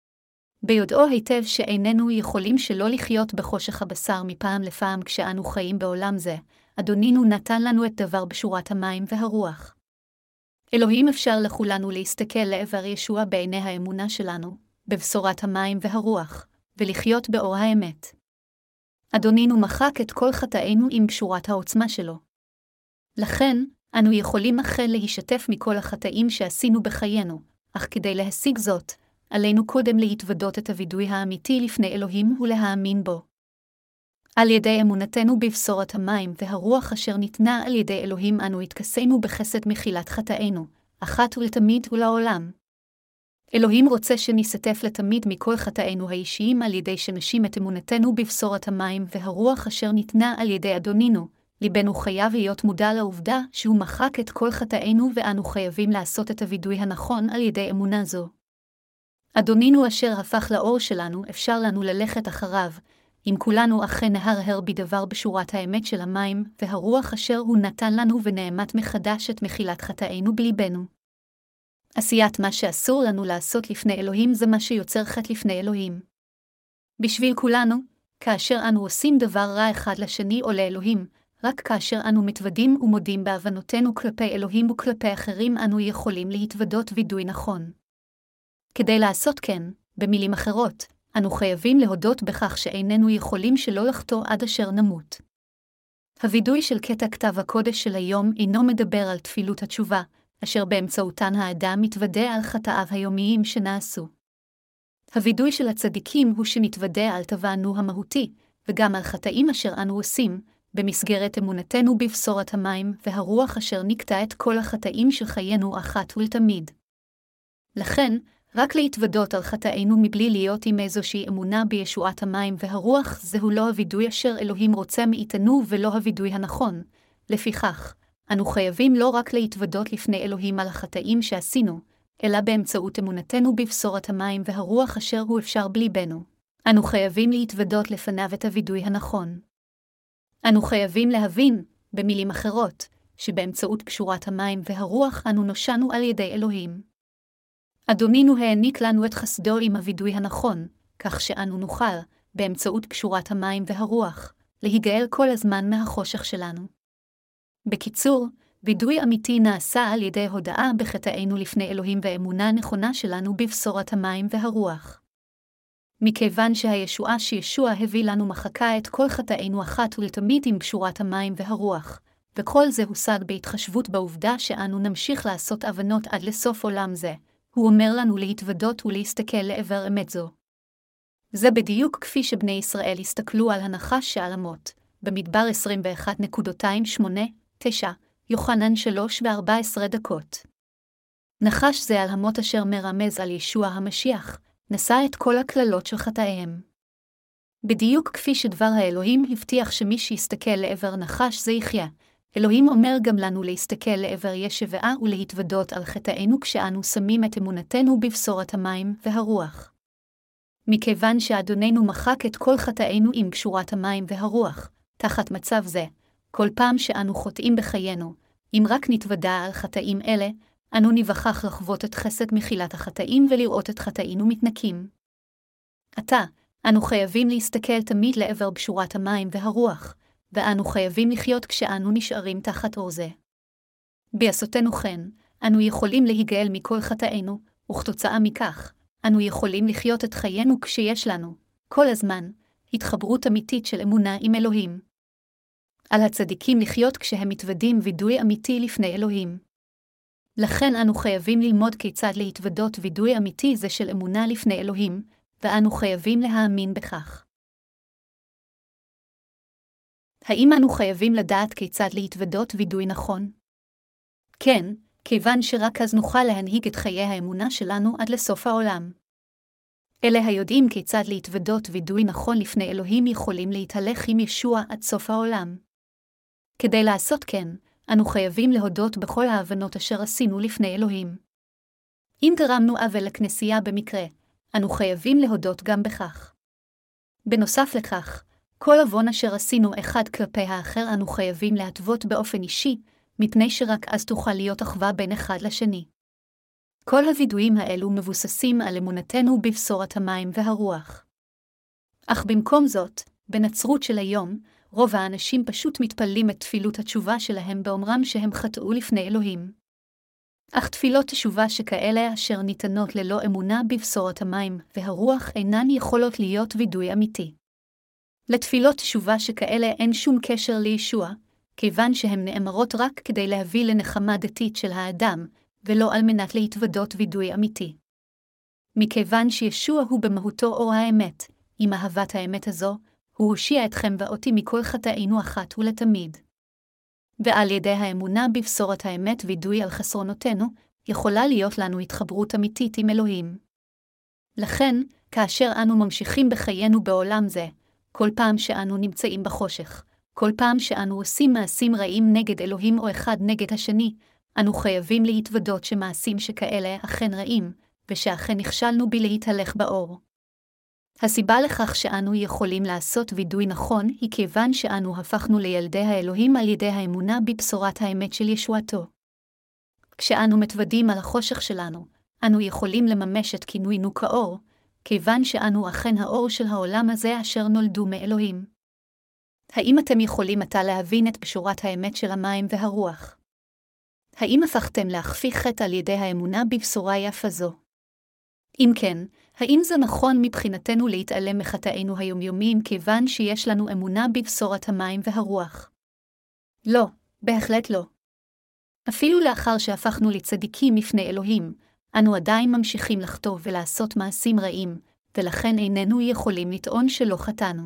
ביודעו היטב שאיננו יכולים שלא לחיות בחושך הבשר מפעם לפעם כשאנו חיים בעולם זה, אדונינו נתן לנו את דבר בשורת המים והרוח. אלוהים אפשר לכולנו להסתכל לעבר ישוע בעיני האמונה שלנו, בבשורת המים והרוח, ולחיות באור האמת. אדונינו מחק את כל חטאינו עם בשורת העוצמה שלו. לכן, אנו יכולים אכן להישתף מכל החטאים שעשינו בחיינו, אך כדי להשיג זאת, עלינו קודם להתוודות את הוידוי האמיתי לפני אלוהים ולהאמין בו. על ידי אמונתנו בבשורת המים והרוח אשר ניתנה על ידי אלוהים אנו התכסינו בחסד מחילת חטאינו, אחת ולתמיד ולעולם. אלוהים רוצה שניסתף לתמיד מכל חטאינו האישיים על ידי שנשים את אמונתנו בבשורת המים והרוח אשר ניתנה על ידי אדונינו. ליבנו חייב להיות מודע לעובדה שהוא מחק את כל חטאינו ואנו חייבים לעשות את הוידוי הנכון על ידי אמונה זו. אדונינו אשר הפך לאור שלנו אפשר לנו ללכת אחריו, אם כולנו אכן נהרהר בדבר בשורת האמת של המים והרוח אשר הוא נתן לנו ונאמת מחדש את מחילת חטאינו בליבנו. עשיית מה שאסור לנו לעשות לפני אלוהים זה מה שיוצר חטא לפני אלוהים. בשביל כולנו, כאשר אנו עושים דבר רע אחד לשני או לאלוהים, רק כאשר אנו מתוודים ומודים בהבנותינו כלפי אלוהים וכלפי אחרים אנו יכולים להתוודות וידוי נכון. כדי לעשות כן, במילים אחרות, אנו חייבים להודות בכך שאיננו יכולים שלא לחטוא עד אשר נמות. הוידוי של קטע כתב הקודש של היום אינו מדבר על תפילות התשובה, אשר באמצעותן האדם מתוודה על חטאיו היומיים שנעשו. הוידוי של הצדיקים הוא שנתוודה על טבענו המהותי, וגם על חטאים אשר אנו עושים, במסגרת אמונתנו בבשורת המים והרוח אשר נקטע את כל החטאים של חיינו אחת ולתמיד. לכן, רק להתוודות על חטאינו מבלי להיות עם איזושהי אמונה בישועת המים והרוח זהו לא הוידוי אשר אלוהים רוצה מאיתנו ולא הוידוי הנכון. לפיכך, אנו חייבים לא רק להתוודות לפני אלוהים על החטאים שעשינו, אלא באמצעות אמונתנו בבשורת המים והרוח אשר הוא אפשר בליבנו. אנו חייבים להתוודות לפניו את הוידוי הנכון. אנו חייבים להבין, במילים אחרות, שבאמצעות קשורת המים והרוח אנו נושענו על ידי אלוהים. אדונינו העניק לנו את חסדו עם הוידוי הנכון, כך שאנו נוכל, באמצעות קשורת המים והרוח, להיגאל כל הזמן מהחושך שלנו. בקיצור, וידוי אמיתי נעשה על ידי הודאה בחטאינו לפני אלוהים ואמונה נכונה שלנו בבשורת המים והרוח. מכיוון שהישועה שישוע הביא לנו מחקה את כל חטאינו אחת ולתמיד עם קשורת המים והרוח, וכל זה הושג בהתחשבות בעובדה שאנו נמשיך לעשות הבנות עד לסוף עולם זה, הוא אומר לנו להתוודות ולהסתכל לעבר אמת זו. זה בדיוק כפי שבני ישראל הסתכלו על הנחש שעל המות, במדבר עשרים ואחת שמונה תשע, יוחנן שלוש וארבע עשרה דקות. נחש זה על המות אשר מרמז על ישוע המשיח, נשא את כל הכללות של חטאיהם. בדיוק כפי שדבר האלוהים הבטיח שמי שיסתכל לעבר נחש זה יחיה, אלוהים אומר גם לנו להסתכל לעבר ישבעה ולהתוודות על חטאינו כשאנו שמים את אמונתנו בבשורת המים והרוח. מכיוון שאדוננו מחק את כל חטאינו עם קשורת המים והרוח, תחת מצב זה, כל פעם שאנו חוטאים בחיינו, אם רק נתוודע על חטאים אלה, אנו נבחח לחוות את חסד מחילת החטאים ולראות את חטאינו מתנקים. עתה, אנו חייבים להסתכל תמיד לעבר בשורת המים והרוח, ואנו חייבים לחיות כשאנו נשארים תחת אור זה. בעשותנו כן, אנו יכולים להיגאל מכל חטאינו, וכתוצאה מכך, אנו יכולים לחיות את חיינו כשיש לנו, כל הזמן, התחברות אמיתית של אמונה עם אלוהים. על הצדיקים לחיות כשהם מתוודים וידוי אמיתי לפני אלוהים. לכן אנו חייבים ללמוד כיצד להתוודות וידוי אמיתי זה של אמונה לפני אלוהים, ואנו חייבים להאמין בכך. האם אנו חייבים לדעת כיצד להתוודות וידוי נכון? כן, כיוון שרק אז נוכל להנהיג את חיי האמונה שלנו עד לסוף העולם. אלה היודעים כיצד להתוודות וידוי נכון לפני אלוהים יכולים להתהלך עם ישוע עד סוף העולם. כדי לעשות כן, אנו חייבים להודות בכל ההבנות אשר עשינו לפני אלוהים. אם גרמנו עוול לכנסייה במקרה, אנו חייבים להודות גם בכך. בנוסף לכך, כל עוון אשר עשינו אחד כלפי האחר אנו חייבים להתוות באופן אישי, מפני שרק אז תוכל להיות אחווה בין אחד לשני. כל הווידויים האלו מבוססים על אמונתנו בבשורת המים והרוח. אך במקום זאת, בנצרות של היום, רוב האנשים פשוט מתפללים את תפילות התשובה שלהם באומרם שהם חטאו לפני אלוהים. אך תפילות תשובה שכאלה אשר ניתנות ללא אמונה בבשורת המים והרוח אינן יכולות להיות וידוי אמיתי. לתפילות תשובה שכאלה אין שום קשר לישוע, כיוון שהן נאמרות רק כדי להביא לנחמה דתית של האדם, ולא על מנת להתוודות וידוי אמיתי. מכיוון שישוע הוא במהותו אור האמת, עם אהבת האמת הזו, הוא הושיע אתכם ואותי מכל חטאינו אחת ולתמיד. ועל ידי האמונה בבשורת האמת וידוי על חסרונותינו, יכולה להיות לנו התחברות אמיתית עם אלוהים. לכן, כאשר אנו ממשיכים בחיינו בעולם זה, כל פעם שאנו נמצאים בחושך, כל פעם שאנו עושים מעשים רעים נגד אלוהים או אחד נגד השני, אנו חייבים להתוודות שמעשים שכאלה אכן רעים, ושאכן נכשלנו בלהתהלך באור. הסיבה לכך שאנו יכולים לעשות וידוי נכון היא כיוון שאנו הפכנו לילדי האלוהים על ידי האמונה בבשורת האמת של ישועתו. כשאנו מתוודים על החושך שלנו, אנו יכולים לממש את כינוינו כאור, כיוון שאנו אכן האור של העולם הזה אשר נולדו מאלוהים. האם אתם יכולים עתה להבין את בשורת האמת של המים והרוח? האם הפכתם להכפיך חטא על ידי האמונה בבשורה יפה זו? אם כן, האם זה נכון מבחינתנו להתעלם מחטאינו היומיומיים כיוון שיש לנו אמונה בבשורת המים והרוח? לא, בהחלט לא. אפילו לאחר שהפכנו לצדיקים לפני אלוהים, אנו עדיין ממשיכים לחטוא ולעשות מעשים רעים, ולכן איננו יכולים לטעון שלא חטאנו.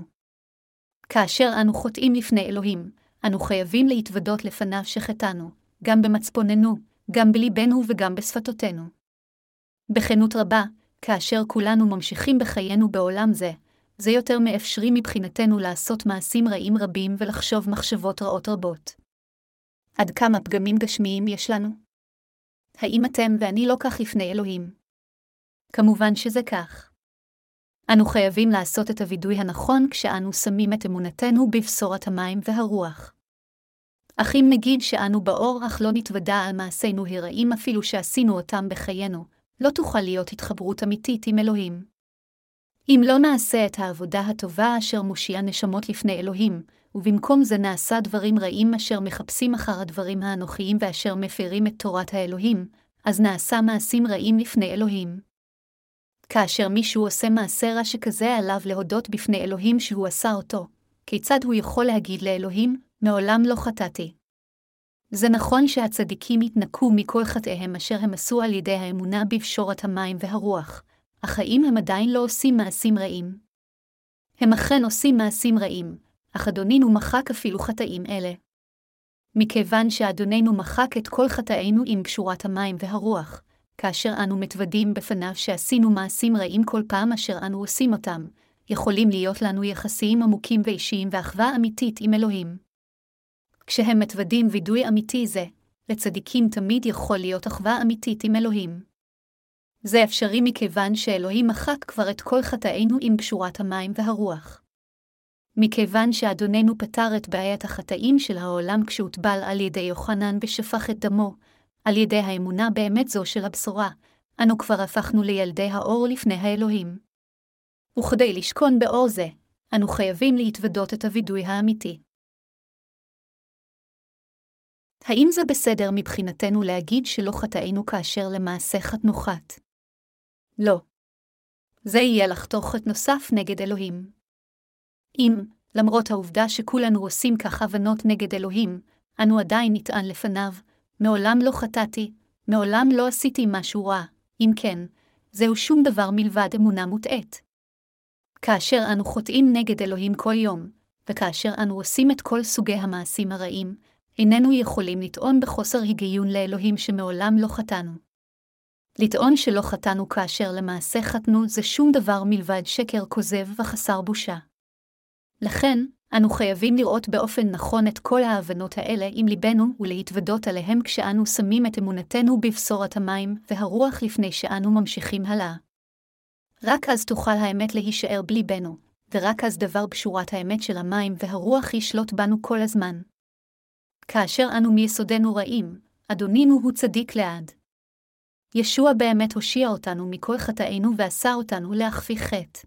כאשר אנו חוטאים לפני אלוהים, אנו חייבים להתוודות לפניו שחטאנו, גם במצפוננו, גם בליבנו וגם בשפתותינו. בכנות רבה, כאשר כולנו ממשיכים בחיינו בעולם זה, זה יותר מאפשרי מבחינתנו לעשות מעשים רעים רבים ולחשוב מחשבות רעות רבות. עד כמה פגמים גשמיים יש לנו? האם אתם ואני לא כך לפני אלוהים? כמובן שזה כך. אנו חייבים לעשות את הווידוי הנכון כשאנו שמים את אמונתנו בבשורת המים והרוח. אך אם נגיד שאנו באור אך לא נתוודע על מעשינו הרעים אפילו שעשינו אותם בחיינו, לא תוכל להיות התחברות אמיתית עם אלוהים. אם לא נעשה את העבודה הטובה אשר מושיעה נשמות לפני אלוהים, ובמקום זה נעשה דברים רעים אשר מחפשים אחר הדברים האנוכיים ואשר מפירים את תורת האלוהים, אז נעשה מעשים רעים לפני אלוהים. כאשר מישהו עושה מעשה רע שכזה עליו להודות בפני אלוהים שהוא עשה אותו, כיצד הוא יכול להגיד לאלוהים, מעולם לא חטאתי? זה נכון שהצדיקים התנקו מכל חטאיהם אשר הם עשו על ידי האמונה בבשורת המים והרוח, אך האם הם עדיין לא עושים מעשים רעים? הם אכן עושים מעשים רעים, אך אדונינו מחק אפילו חטאים אלה. מכיוון שאדוננו מחק את כל חטאינו עם בשורת המים והרוח, כאשר אנו מתוודים בפניו שעשינו מעשים רעים כל פעם אשר אנו עושים אותם, יכולים להיות לנו יחסים עמוקים ואישיים ואחווה אמיתית עם אלוהים. כשהם מתוודים וידוי אמיתי זה, לצדיקים תמיד יכול להיות אחווה אמיתית עם אלוהים. זה אפשרי מכיוון שאלוהים מחק כבר את כל חטאינו עם בשורת המים והרוח. מכיוון שאדוננו פתר את בעיית החטאים של העולם כשהוטבל על ידי יוחנן ושפך את דמו, על ידי האמונה באמת זו של הבשורה, אנו כבר הפכנו לילדי האור לפני האלוהים. וכדי לשכון באור זה, אנו חייבים להתוודות את הווידוי האמיתי. האם זה בסדר מבחינתנו להגיד שלא חטאינו כאשר למעשה חטאנו חטא? לא. זה יהיה לחתור חטא נוסף נגד אלוהים. אם, למרות העובדה שכולנו עושים כך הבנות נגד אלוהים, אנו עדיין נטען לפניו, מעולם לא חטאתי, מעולם לא עשיתי משהו רע, אם כן, זהו שום דבר מלבד אמונה מוטעית. כאשר אנו חוטאים נגד אלוהים כל יום, וכאשר אנו עושים את כל סוגי המעשים הרעים, איננו יכולים לטעון בחוסר היגיון לאלוהים שמעולם לא חטאנו. לטעון שלא חטאנו כאשר למעשה חטאנו זה שום דבר מלבד שקר כוזב וחסר בושה. לכן, אנו חייבים לראות באופן נכון את כל ההבנות האלה עם ליבנו ולהתוודות עליהם כשאנו שמים את אמונתנו בבשורת המים והרוח לפני שאנו ממשיכים הלאה. רק אז תוכל האמת להישאר בליבנו, ורק אז דבר בשורת האמת של המים והרוח ישלוט בנו כל הזמן. כאשר אנו מיסודנו רעים, אדונינו הוא צדיק לעד. ישוע באמת הושיע אותנו מכל חטאינו ועשה אותנו להחפיא חטא.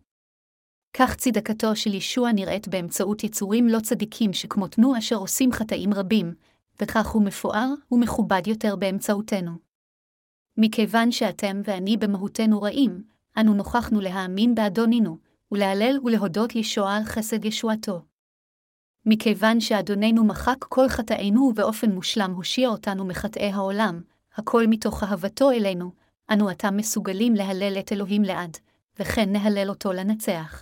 כך צדקתו של ישוע נראית באמצעות יצורים לא צדיקים שכמותנו אשר עושים חטאים רבים, וכך הוא מפואר ומכובד יותר באמצעותנו. מכיוון שאתם ואני במהותנו רעים, אנו נוכחנו להאמין באדונינו, ולהלל ולהודות ישועה על חסד ישועתו. מכיוון שאדוננו מחק כל חטאינו ובאופן מושלם הושיע אותנו מחטאי העולם, הכל מתוך אהבתו אלינו, אנו עתה מסוגלים להלל את אלוהים לעד, וכן נהלל אותו לנצח.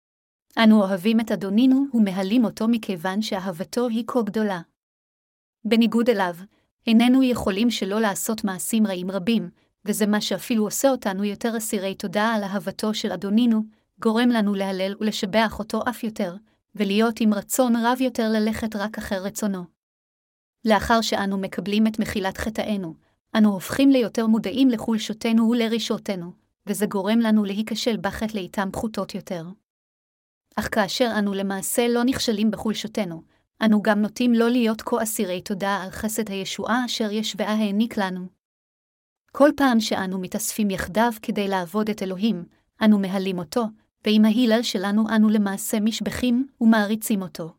אנו אוהבים את אדונינו ומהלים אותו מכיוון שאהבתו היא כה גדולה. בניגוד אליו, איננו יכולים שלא לעשות מעשים רעים רבים, וזה מה שאפילו עושה אותנו יותר אסירי תודה על אהבתו של אדונינו, גורם לנו להלל ולשבח אותו אף יותר, ולהיות עם רצון רב יותר ללכת רק אחר רצונו. לאחר שאנו מקבלים את מחילת חטאינו, אנו הופכים ליותר מודעים לחולשותנו ולרישותנו, וזה גורם לנו להיכשל בחטא לעיתים פחותות יותר. אך כאשר אנו למעשה לא נכשלים בחולשותנו, אנו גם נוטים לא להיות כה אסירי תודה על חסד הישועה אשר ישוע העניק לנו. כל פעם שאנו מתאספים יחדיו כדי לעבוד את אלוהים, אנו מהלים אותו, ועם ההילל שלנו אנו למעשה משבחים ומעריצים אותו.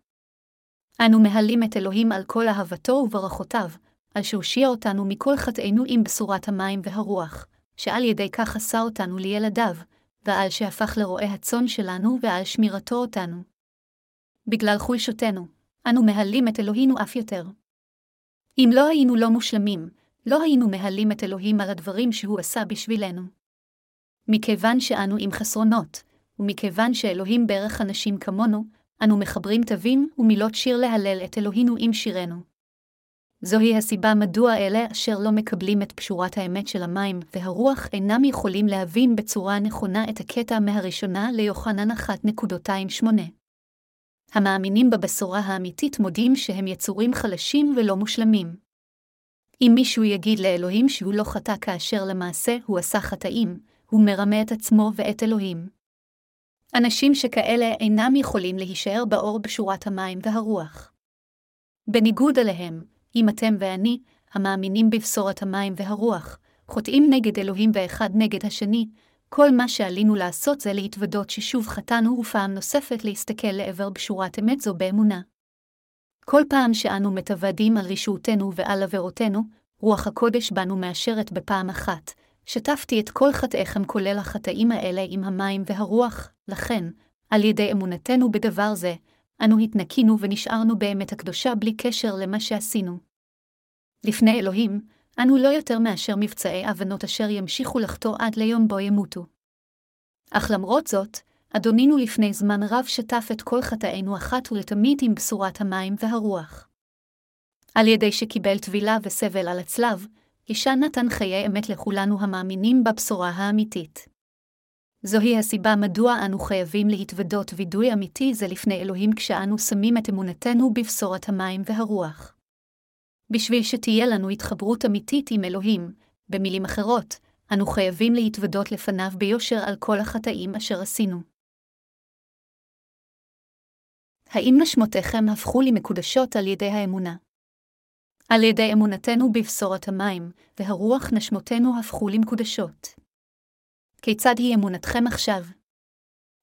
אנו מהלים את אלוהים על כל אהבתו וברכותיו, על שהושיע אותנו מכל חטאינו עם בשורת המים והרוח, שעל ידי כך עשה אותנו לילדיו, ועל שהפך לרועי הצאן שלנו ועל שמירתו אותנו. בגלל חולשותנו, אנו מהלים את אלוהינו אף יותר. אם לא היינו לא מושלמים, לא היינו מהלים את אלוהים על הדברים שהוא עשה בשבילנו. מכיוון שאנו עם חסרונות, ומכיוון שאלוהים בערך אנשים כמונו, אנו מחברים תווים ומילות שיר להלל את אלוהינו עם שירנו. זוהי הסיבה מדוע אלה אשר לא מקבלים את פשורת האמת של המים והרוח אינם יכולים להבין בצורה נכונה את הקטע מהראשונה ליוחנן אחת נקודה שמונה. המאמינים בבשורה האמיתית מודים שהם יצורים חלשים ולא מושלמים. אם מישהו יגיד לאלוהים שהוא לא חטא כאשר למעשה הוא עשה חטאים, הוא מרמה את עצמו ואת אלוהים. אנשים שכאלה אינם יכולים להישאר באור בשורת המים והרוח. בניגוד אליהם, אם אתם ואני, המאמינים בבשורת המים והרוח, חוטאים נגד אלוהים ואחד נגד השני, כל מה שעלינו לעשות זה להתוודות ששוב חטאנו ופעם נוספת להסתכל לעבר בשורת אמת זו באמונה. כל פעם שאנו מתוודים על רשעותנו ועל עבירותינו, רוח הקודש בנו מאשרת בפעם אחת, שטפתי את כל חטאיכם כולל החטאים האלה עם המים והרוח, לכן, על ידי אמונתנו בדבר זה, אנו התנקינו ונשארנו באמת הקדושה בלי קשר למה שעשינו. לפני אלוהים, אנו לא יותר מאשר מבצעי הבנות אשר ימשיכו לחטוא עד ליום בו ימותו. אך למרות זאת, אדונינו לפני זמן רב שטף את כל חטאינו אחת ולתמיד עם בשורת המים והרוח. על ידי שקיבל טבילה וסבל על הצלב, ישוע נתן חיי אמת לכולנו המאמינים בבשורה האמיתית. זוהי הסיבה מדוע אנו חייבים להתוודות וידוי אמיתי זה לפני אלוהים כשאנו שמים את אמונתנו בבשורת המים והרוח. בשביל שתהיה לנו התחברות אמיתית עם אלוהים, במילים אחרות, אנו חייבים להתוודות לפניו ביושר על כל החטאים אשר עשינו. האם נשמותיכם הפכו למקודשות על ידי האמונה? על ידי אמונתנו בבשורת המים והרוח נשמותינו הפכו למקודשות. כיצד היא אמונתכם עכשיו?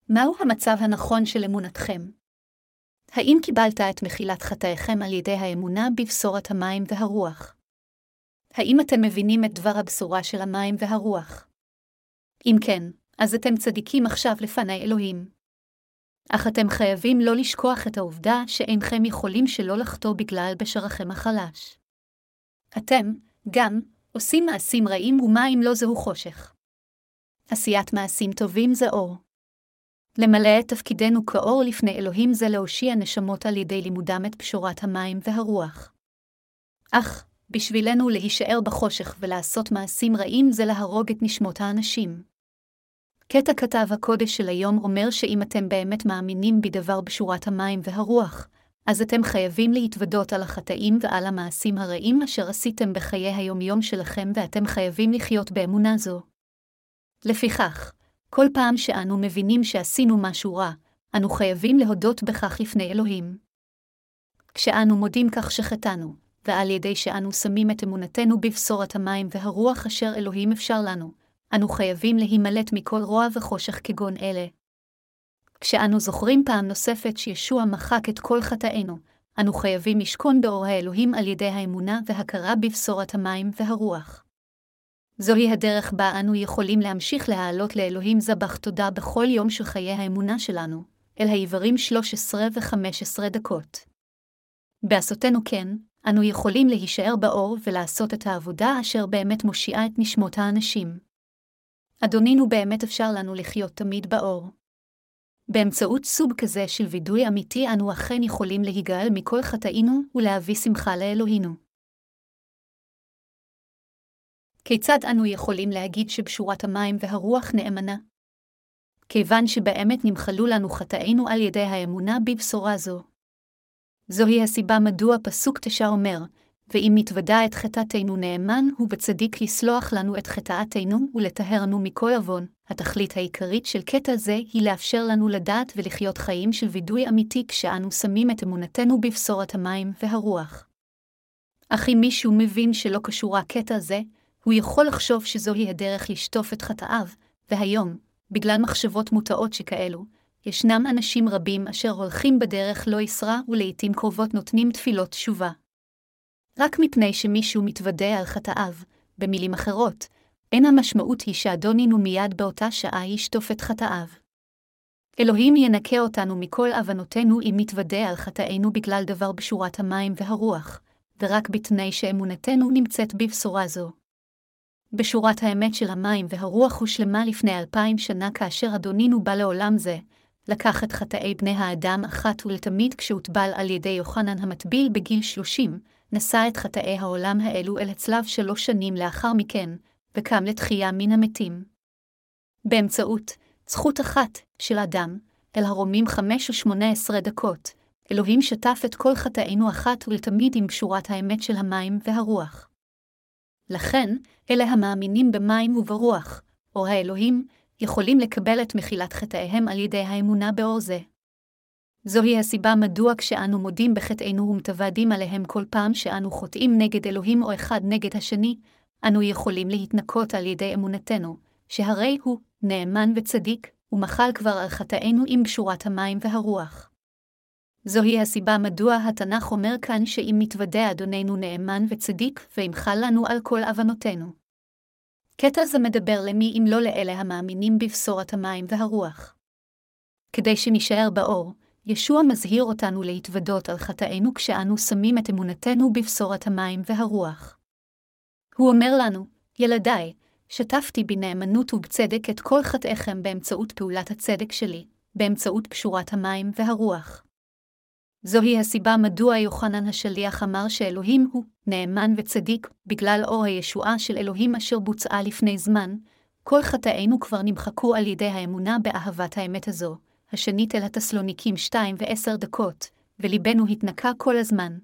מהו המצב הנכון של אמונתכם? האם קיבלת את מחילת חטאיכם על ידי האמונה בבשורת המים והרוח? האם אתם מבינים את דבר הבשורה של המים והרוח? אם כן, אז אתם צדיקים עכשיו לפני אלוהים. אך אתם חייבים לא לשכוח את העובדה שאינכם יכולים שלא לחטוא בגלל בשרכם החלש. אתם, גם, עושים מעשים רעים ומה אם לא זהו חושך. עשיית מעשים טובים זה אור. למלא את תפקידנו כאור לפני אלוהים זה להושיע נשמות על ידי לימודם את בשורת המים והרוח. אך, בשבילנו להישאר בחושך ולעשות מעשים רעים זה להרוג את נשמות האנשים. קטע כתב הקודש של היום אומר שאם אתם באמת מאמינים בדבר בשורת המים והרוח, אז אתם חייבים להתוודות על החטאים ועל המעשים הרעים אשר עשיתם בחיי היום-יום שלכם ואתם חייבים לחיות באמונה זו. לפיכך, כל פעם שאנו מבינים שעשינו משהו רע, אנו חייבים להודות בכך לפני אלוהים. כשאנו מודים כך שחטאנו, ועל ידי שאנו שמים את אמונתנו בבשורת המים והרוח אשר אלוהים אפשר לנו, אנו חייבים להימלט מכל רוע וחושך כגון אלה. כשאנו זוכרים פעם נוספת שישוע מחק את כל חטאינו, אנו חייבים לשכון באור האלוהים על ידי האמונה והכרה בבשורת המים והרוח. זוהי הדרך בה אנו יכולים להמשיך להעלות לאלוהים זבח תודה בכל יום של חיי האמונה שלנו, אל העברים שלוש עשרה ו-חמש עשרה דקות. בעשותנו כן, אנו יכולים להישאר באור ולעשות את העבודה אשר באמת מושיעה את נשמות האנשים. אדונינו באמת אפשר לנו לחיות תמיד באור. באמצעות סוג כזה של וידוי אמיתי אנו אכן יכולים להיגאל מכל חטאינו ולהביא שמחה לאלוהינו. כיצד אנו יכולים להגיד שבשורת המים והרוח נאמנה? כיוון שבאמת נמחלו לנו חטאינו על ידי האמונה בבשורה זו. זוהי הסיבה מדוע פסוק תשע אומר, ואם נתוודע את חטאתנו נאמן הוא בצדיק לסלוח לנו את חטאתנו ולטהרנו מכל עוון. התכלית העיקרית של קטע זה היא לאפשר לנו לדעת ולחיות חיים של וידוי אמיתי כשאנו שמים את אמונתנו בבשורת המים והרוח. אך אם מישהו מבין שלא קשורה קטע זה, הוא יכול לחשוב שזוהי הדרך לשטוף את חטאיו, והיום, בגלל מחשבות מוטעות שכאלו, ישנם אנשים רבים אשר הולכים בדרך לא ישרה ולעיתים קרובות נותנים תפילות תשובה. רק מפני שמישהו מתוודה על חטאיו, במילים אחרות, אין המשמעות היא שאדונינו מיד באותה שעה ישטוף את חטאיו. אלוהים ינקה אותנו מכל עוונותינו אם מתוודה על חטאינו בגלל דבר בשורת המים והרוח, ורק בתנאי שאמונתנו נמצאת בבשורה זו. בשורת האמת של המים והרוח הושלמה לפני אלפיים שנה כאשר אדונינו בא לעולם זה, לקח את חטאי בני האדם אחת ולתמיד כשהוטבל על ידי יוחנן המטביל בגיל שלושים, נשא את חטאי העולם האלו אל הצלב שלוש שנים לאחר מכן, וקם לתחייה מן המתים. באמצעות זכות אחת של אדם, אל הרומים חמש ושמונה עשרה דקות, אלוהים שטף את כל חטאינו אחת ולתמיד עם בשורת האמת של המים והרוח. לכן, אלה המאמינים במים וברוח, אור האלוהים, יכולים לקבל את מחילת חטאיהם על ידי האמונה באור זה. זוהי הסיבה מדוע כשאנו מודים בחטאינו ומתוודים עליהם כל פעם שאנו חוטאים נגד אלוהים או אחד נגד השני, אנו יכולים להתנקות על ידי אמונתנו, שהרי הוא נאמן וצדיק, ומחל כבר על חטאינו עם בשורת המים והרוח. זוהי הסיבה מדוע התנ"ך אומר כאן שאם מתוודה אדוננו נאמן וצדיק, וימחל לנו על כל עוונותינו. קטע זה מדבר למי אם לא לאלה המאמינים בבשורת המים והרוח. כדי שנשאר באור, ישוע מזהיר אותנו להתוודות על חטאינו כשאנו שמים את אמונתנו בבשורת המים והרוח. הוא אומר לנו, ילדיי, שטפתי בנאמנות ובצדק את כל חטאיכם באמצעות פעולת הצדק שלי, באמצעות בשורת המים והרוח. זוהי הסיבה מדוע יוחנן השליח אמר שאלוהים הוא נאמן וצדיק, בגלל אור הישועה של אלוהים אשר בוצעה לפני זמן, כל חטאינו כבר נמחקו על ידי האמונה באהבת האמת הזו, השנית אל התסלוניקים שתיים ועשר דקות, וליבנו התנקה כל הזמן.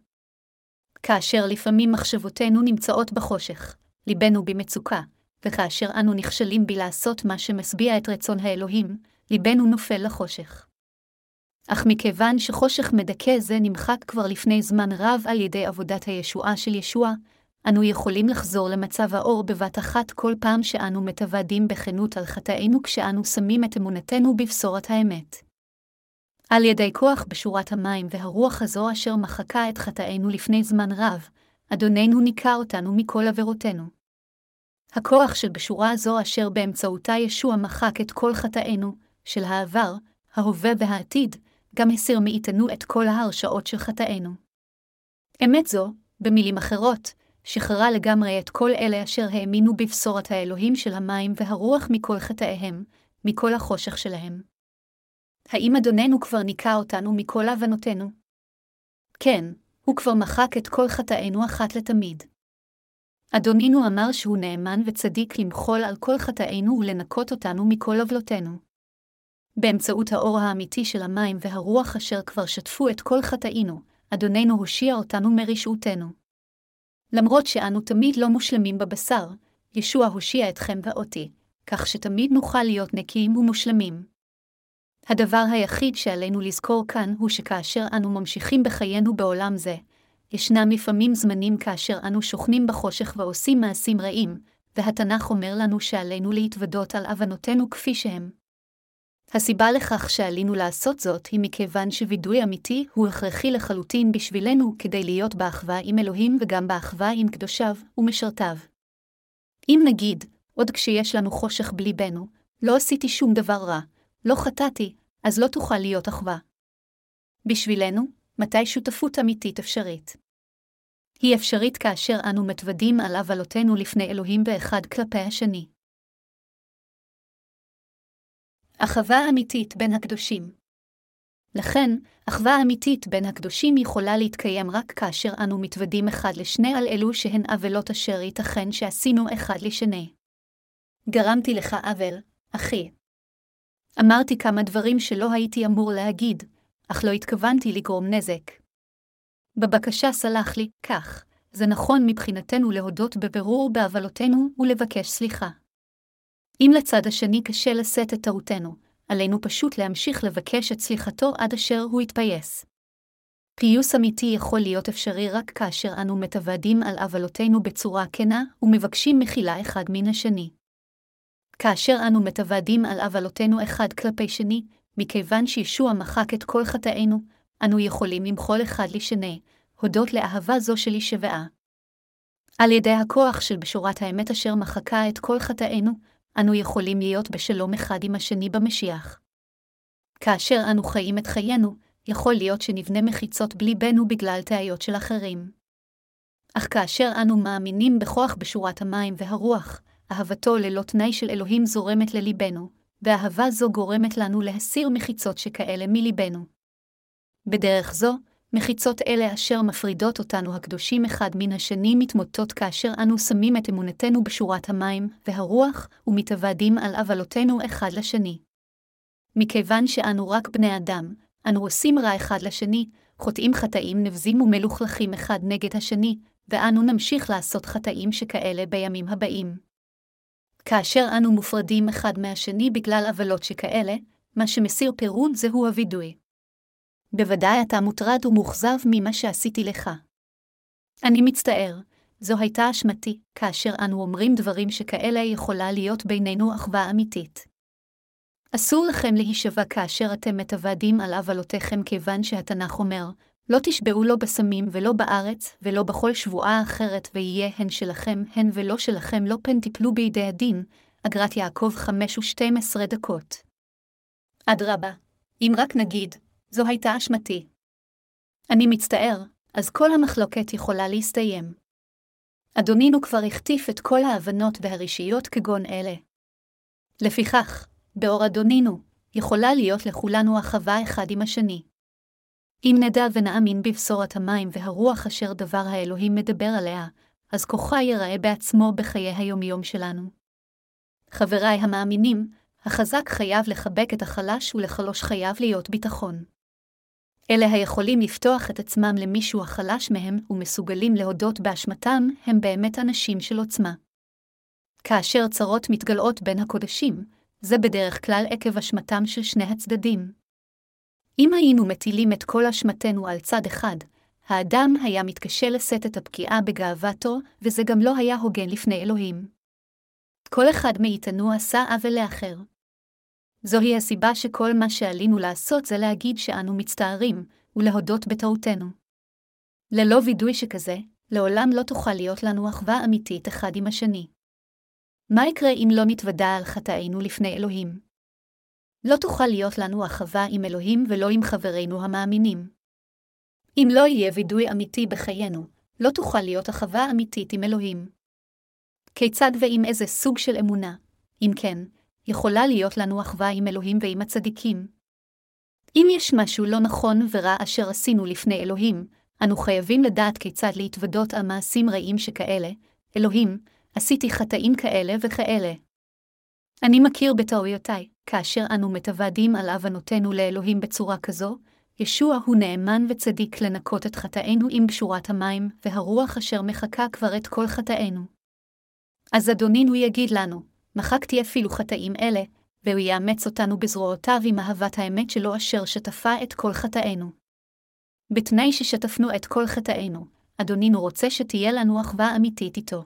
כאשר לפעמים מחשבותינו נמצאות בחושך, ליבנו במצוקה, וכאשר אנו נכשלים בלעשות מה שמשביע את רצון האלוהים, ליבנו נופל לחושך. אך מכיוון שחושך מדכא זה נמחק כבר לפני זמן רב על ידי עבודת הישועה של ישוע, אנו יכולים לחזור למצב האור בבת אחת כל פעם שאנו מתוודים בכנות על חטאינו כשאנו שמים את אמונתנו בבשורת האמת. על ידי כוח בשורת המים והרוח הזו אשר מחקה את חטאינו לפני זמן רב, אדוננו ניקה אותנו מכל עבירותינו. הכוח של בשורה זו אשר באמצעותה ישוע מחק את כל חטאינו, של העבר, ההווה והעתיד, גם הסיר מאיתנו את כל ההרשעות של חטאינו. אמת זו, במילים אחרות, שחררה לגמרי את כל אלה אשר האמינו בבשורת האלוהים של המים והרוח מכל חטאיהם, מכל החושך שלהם. האם אדוננו כבר ניקה אותנו מכל הבנותינו? כן, הוא כבר מחק את כל חטאינו אחת לתמיד. אדוננו אמר שהוא נאמן וצדיק למחול על כל חטאינו ולנקות אותנו מכל עוולותינו. באמצעות האור האמיתי של המים והרוח אשר כבר שטפו את כל חטאינו, אדוננו הושיע אותנו מרשעותנו. למרות שאנו תמיד לא מושלמים בבשר, ישוע הושיע אתכם ואותי, כך שתמיד נוכל להיות נקיים ומושלמים. הדבר היחיד שעלינו לזכור כאן הוא שכאשר אנו ממשיכים בחיינו בעולם זה, ישנם לפעמים זמנים כאשר אנו שוכנים בחושך ועושים מעשים רעים, והתנ"ך אומר לנו שעלינו להתוודות על הבנותינו כפי שהם. הסיבה לכך שעלינו לעשות זאת היא מכיוון שווידוי אמיתי הוא הכרחי לחלוטין בשבילנו כדי להיות באחווה עם אלוהים וגם באחווה עם קדושיו ומשרתיו. אם נגיד, עוד כשיש לנו חושך בליבנו, לא עשיתי שום דבר רע, לא חטאתי, אז לא תוכל להיות אחווה. בשבילנו, מתי שותפות אמיתית אפשרית? היא אפשרית כאשר אנו מתוודים על עוולותינו לפני אלוהים באחד כלפי השני. אחווה אמיתית בין הקדושים. לכן, אחווה אמיתית בין הקדושים יכולה להתקיים רק כאשר אנו מתוודים אחד לשני על אלו שהן עוולות אשר ייתכן שעשינו אחד לשני. גרמתי לך עוול, אחי. אמרתי כמה דברים שלא הייתי אמור להגיד, אך לא התכוונתי לגרום נזק. בבקשה סלח לי, כך, זה נכון מבחינתנו להודות בבירור בעוולותינו ולבקש סליחה. אם לצד השני קשה לשאת את טעותנו, עלינו פשוט להמשיך לבקש את סליחתו עד אשר הוא יתפייס. פיוס אמיתי יכול להיות אפשרי רק כאשר אנו מתוודים על עוולותינו בצורה כנה ומבקשים מחילה אחד מן השני. כאשר אנו מתוודים על עוולותינו אחד כלפי שני, מכיוון שישוע מחק את כל חטאינו, אנו יכולים למחול אחד לשני, הודות לאהבה זו שלי שווה. על ידי הכוח של בשורת האמת אשר מחקה את כל חטאינו, אנו יכולים להיות בשלום אחד עם השני במשיח. כאשר אנו חיים את חיינו, יכול להיות שנבנה מחיצות בליבנו בגלל טעויות של אחרים. אך כאשר אנו מאמינים בכוח בשורת המים והרוח, אהבתו ללא תנאי של אלוהים זורמת לליבנו, ואהבה זו גורמת לנו להסיר מחיצות שכאלה מליבנו. בדרך זו, מחיצות אלה אשר מפרידות אותנו הקדושים אחד מן השני מתמוטות כאשר אנו שמים את אמונתנו בשורת המים והרוח ומתוודים על עוולותינו אחד לשני. מכיוון שאנו רק בני אדם, אנו עושים רע אחד לשני, חוטאים חטאים נבזים ומלוכלכים אחד נגד השני, ואנו נמשיך לעשות חטאים שכאלה בימים הבאים. כאשר אנו מופרדים אחד מהשני בגלל עוולות שכאלה, מה שמסיר פירוד זהו הווידוי. בוודאי אתה מוטרד ומוחזב ממה שעשיתי לך. אני מצטער, זו הייתה אשמתי, כאשר אנו אומרים דברים שכאלה יכולה להיות בינינו אחווה אמיתית. אסור לכם להישבע כאשר אתם מתוודים על עוולותיכם כיוון שהתנ"ך אומר, לא תשבעו לא בסמים ולא בארץ ולא בכל שבועה אחרת ויהיה הן שלכם הן ולא שלכם לא פן תיפלו בידי הדין, אגרת יעקב חמש ושתים עשרה דקות. אדרבה, אם רק נגיד, זו הייתה אשמתי. אני מצטער, אז כל המחלוקת יכולה להסתיים. אדונינו כבר הכתיף את כל ההבנות והרשיות כגון אלה. לפיכך, באור אדונינו, יכולה להיות לכולנו אחווה אחד עם השני. אם נדע ונאמין בבשורת המים והרוח אשר דבר האלוהים מדבר עליה, אז כוחה ייראה בעצמו בחיי היומיום שלנו. חבריי המאמינים, החזק חייב לחבק את החלש ולחלוש חייב להיות ביטחון. אלה היכולים לפתוח את עצמם למישהו החלש מהם ומסוגלים להודות באשמתם, הם באמת אנשים של עוצמה. כאשר צרות מתגלעות בין הקודשים, זה בדרך כלל עקב אשמתם של שני הצדדים. אם היינו מטילים את כל אשמתנו על צד אחד, האדם היה מתקשה לשאת את הפגיעה בגאוותו, וזה גם לא היה הוגן לפני אלוהים. כל אחד מאיתנו עשה עוול לאחר. זוהי הסיבה שכל מה שעלינו לעשות זה להגיד שאנו מצטערים, ולהודות בטעותנו. ללא וידוי שכזה, לעולם לא תוכל להיות לנו אחווה אמיתית אחד עם השני. מה יקרה אם לא נתוודע על חטאינו לפני אלוהים? לא תוכל להיות לנו אחווה עם אלוהים ולא עם חברינו המאמינים. אם לא יהיה וידוי אמיתי בחיינו, לא תוכל להיות אחווה אמיתית עם אלוהים. כיצד ועם איזה סוג של אמונה, אם כן, יכולה להיות לנו אחווה עם אלוהים ועם הצדיקים? אם יש משהו לא נכון ורע אשר עשינו לפני אלוהים, אנו חייבים לדעת כיצד להתוודות על מעשים רעים שכאלה. אלוהים, עשיתי חטאים כאלה וכאלה. אני מכיר בטעויותיי, כאשר אנו מתוועדים על עוונותינו לאלוהים בצורה כזו, ישוע הוא נאמן וצדיק לנקות את חטאינו עם גשורת המים והרוח אשר מחקה כבר את כל חטאינו. אז אדונינו יגיד לנו, מחקתי אפילו חטאים אלה, והוא יאמץ אותנו בזרועותיו עם אהבת האמת שלו אשר שטפה את כל חטאינו. בתנאי ששטפנו את כל חטאינו, אדונינו רוצה שתהיה לנו אחווה אמיתית איתו.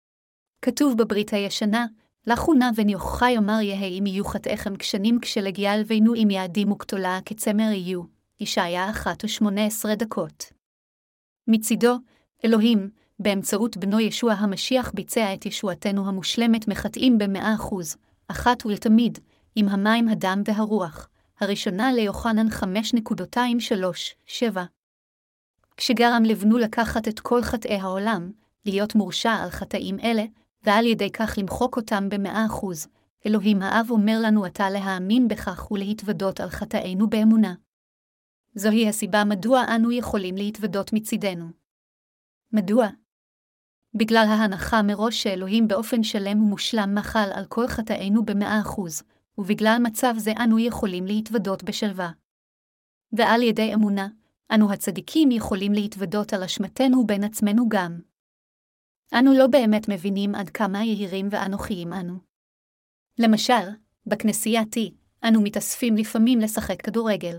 כתוב בברית הישנה, לכו נא וניוחך יאמר יהי אם יהיו חטאיכם כשנים כשלגיע אלבינו אם יעדים וקטולה כצמר יהיו, ישעיה אחת ושמונה עשרה דקות. מצידו, אלוהים, באמצעות בנו ישוע המשיח ביצע את ישועתנו המושלמת מחטאים במאה אחוז, אחת ולתמיד, עם המים, הדם והרוח, הראשונה ליוחנן חמש שלוש שבע. כשגרם לבנו לקחת את כל חטאי העולם, להיות מורשע על חטאים אלה, ועל ידי כך למחוק אותם במאה אחוז, אלוהים האב אומר לנו עתה להאמין בכך ולהתוודות על חטאינו באמונה. זוהי הסיבה מדוע אנו יכולים להתוודות מצידנו. מדוע? בגלל ההנחה מראש שאלוהים באופן שלם ומושלם מחל על כל חטאינו במאה אחוז, ובגלל מצב זה אנו יכולים להתוודות בשלווה. ועל ידי אמונה, אנו הצדיקים יכולים להתוודות על אשמתנו בין עצמנו גם. אנו לא באמת מבינים עד כמה יהירים ואנוכיים אנו. למשל, בכנסייתי, אנו מתאספים לפעמים לשחק כדורגל.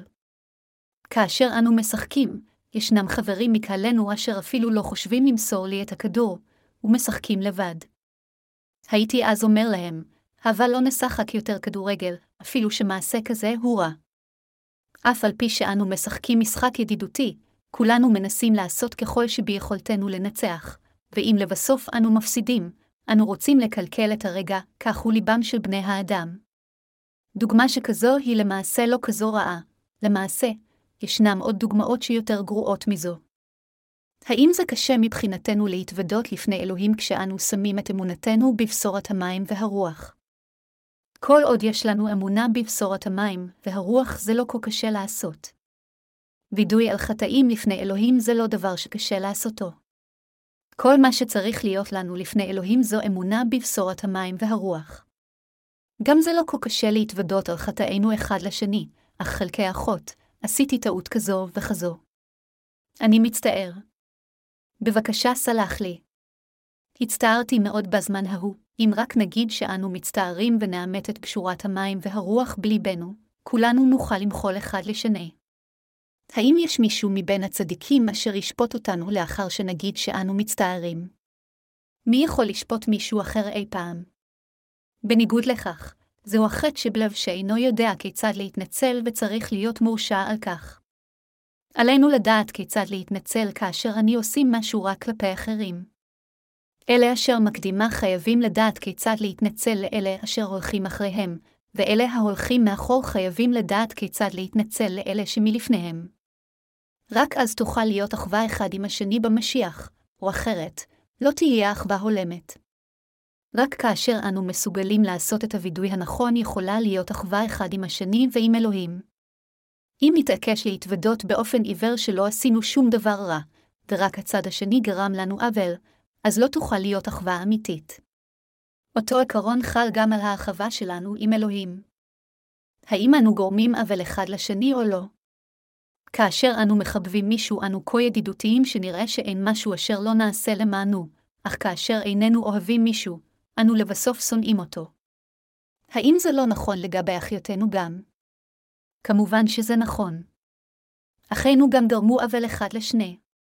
כאשר אנו משחקים, ישנם חברים מקהלנו אשר אפילו לא חושבים למסור לי את הכדור, ומשחקים לבד. הייתי אז אומר להם, אבל לא נשחק יותר כדורגל, אפילו שמעשה כזה הוא רע. אף על פי שאנו משחקים משחק ידידותי, כולנו מנסים לעשות ככל שביכולתנו לנצח, ואם לבסוף אנו מפסידים, אנו רוצים לקלקל את הרגע, כך הוא ליבם של בני האדם. דוגמה שכזו היא למעשה לא כזו רעה, למעשה, ישנם עוד דוגמאות שיותר גרועות מזו. האם זה קשה מבחינתנו להתוודות לפני אלוהים כשאנו שמים את אמונתנו בבשורת המים והרוח? כל עוד יש לנו אמונה בבשורת המים והרוח זה לא כה קשה לעשות. וידוי על חטאים לפני אלוהים זה לא דבר שקשה לעשותו. כל מה שצריך להיות לנו לפני אלוהים זו אמונה בבשורת המים והרוח. גם זה לא כה קשה להתוודות על חטאינו אחד לשני, אך חלקי אחות, עשיתי טעות כזו וכזו. אני מצטער. בבקשה סלח לי. הצטערתי מאוד בזמן ההוא, אם רק נגיד שאנו מצטערים ונאמת את גשורת המים והרוח בליבנו, כולנו נוכל למחול אחד לשני. האם יש מישהו מבין הצדיקים אשר ישפוט אותנו לאחר שנגיד שאנו מצטערים? מי יכול לשפוט מישהו אחר אי פעם? בניגוד לכך, זהו החטא שבלב שאינו יודע כיצד להתנצל וצריך להיות מורשע על כך. עלינו לדעת כיצד להתנצל כאשר אני עושים משהו רע כלפי אחרים. אלה אשר מקדימה חייבים לדעת כיצד להתנצל לאלה אשר הולכים אחריהם, ואלה ההולכים מאחור חייבים לדעת כיצד להתנצל לאלה שמלפניהם. רק אז תוכל להיות אחווה אחד עם השני במשיח, או אחרת, לא תהיה אחווה הולמת. רק כאשר אנו מסוגלים לעשות את הוידוי הנכון יכולה להיות אחווה אחד עם השני ועם אלוהים. אם נתעקש להתוודות באופן עיוור שלא עשינו שום דבר רע, ורק הצד השני גרם לנו עוול, אז לא תוכל להיות אחווה אמיתית. אותו עקרון חל גם על האחווה שלנו עם אלוהים. האם אנו גורמים עוול אחד לשני או לא? כאשר אנו מחבבים מישהו אנו כה ידידותיים שנראה שאין משהו אשר לא נעשה למענו, אך כאשר איננו אוהבים מישהו, אנו לבסוף שונאים אותו. האם זה לא נכון לגבי אחיותינו גם? כמובן שזה נכון. אחינו גם גרמו עוול אחד לשני.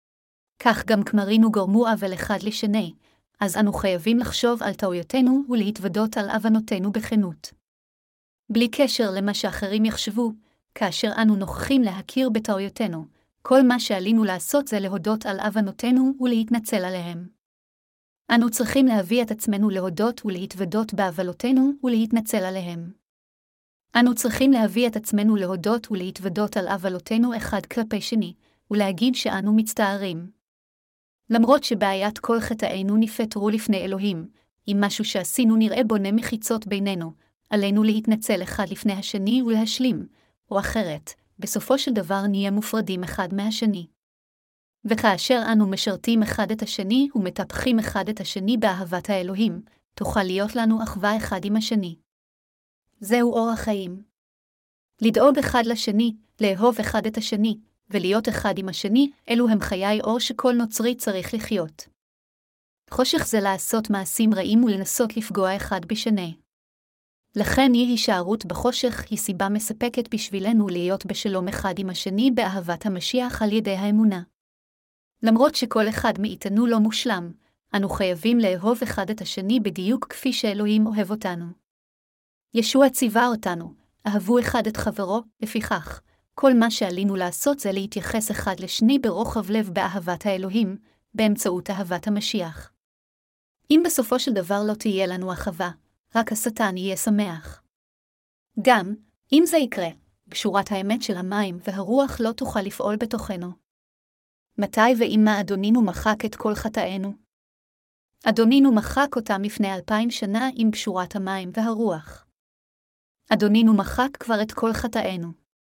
כך גם כמרינו גרמו עוול אחד לשני, אז אנו חייבים לחשוב על טעויותינו ולהתוודות על עוונותינו בכנות. בלי קשר למה שאחרים יחשבו, כאשר אנו נוכחים להכיר בטעויותינו, כל מה שעלינו לעשות זה להודות על עוונותינו ולהתנצל עליהם. אנו צריכים להביא את עצמנו להודות ולהתוודות בעוולותינו ולהתנצל עליהם. אנו צריכים להביא את עצמנו להודות ולהתוודות על עוולותינו אחד כלפי שני, ולהגיד שאנו מצטערים. למרות שבעיית כל חטאינו נפתרו לפני אלוהים, אם משהו שעשינו נראה בונה מחיצות בינינו, עלינו להתנצל אחד לפני השני ולהשלים, או אחרת, בסופו של דבר נהיה מופרדים אחד מהשני. וכאשר אנו משרתים אחד את השני ומטפחים אחד את השני באהבת האלוהים, תוכל להיות לנו אחווה אחד עם השני. זהו אור החיים. לדאוג אחד לשני, לאהוב אחד את השני, ולהיות אחד עם השני, אלו הם חיי אור שכל נוצרי צריך לחיות. חושך זה לעשות מעשים רעים ולנסות לפגוע אחד בשני. לכן אי הישארות בחושך היא סיבה מספקת בשבילנו להיות בשלום אחד עם השני באהבת המשיח על ידי האמונה. למרות שכל אחד מאיתנו לא מושלם, אנו חייבים לאהוב אחד את השני בדיוק כפי שאלוהים אוהב אותנו. ישוע ציווה אותנו, אהבו אחד את חברו, לפיכך, כל מה שעלינו לעשות זה להתייחס אחד לשני ברוחב לב באהבת האלוהים, באמצעות אהבת המשיח. אם בסופו של דבר לא תהיה לנו אחווה, רק השטן יהיה שמח. גם, אם זה יקרה, בשורת האמת של המים והרוח לא תוכל לפעול בתוכנו. מתי ואימה אדונינו מחק את כל חטאינו? אדונינו מחק אותם לפני אלפיים שנה עם בשורת המים והרוח. אדונינו מחק כבר את כל חטאינו.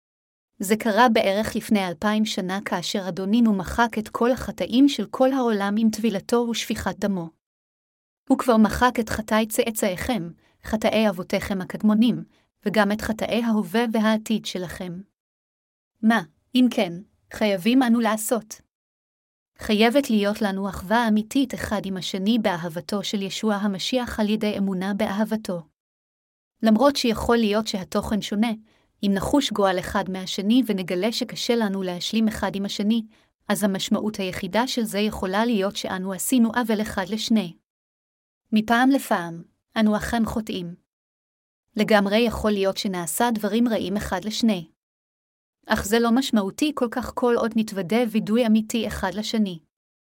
זה קרה בערך לפני אלפיים שנה כאשר אדונינו מחק את כל החטאים של כל העולם עם טבילתו ושפיכת דמו. הוא כבר מחק את חטאי צאצאיכם, חטאי אבותיכם הקדמונים, וגם את חטאי ההווה והעתיד שלכם. מה, אם כן, חייבים אנו לעשות? חייבת להיות לנו אחווה אמיתית אחד עם השני באהבתו של ישוע המשיח על ידי אמונה באהבתו. למרות שיכול להיות שהתוכן שונה, אם נחוש גועל אחד מהשני ונגלה שקשה לנו להשלים אחד עם השני, אז המשמעות היחידה של זה יכולה להיות שאנו עשינו עוול אחד לשני. מפעם לפעם, אנו אכן חוטאים. לגמרי יכול להיות שנעשה דברים רעים אחד לשני. אך זה לא משמעותי כל כך כל עוד נתוודה וידוי אמיתי אחד לשני.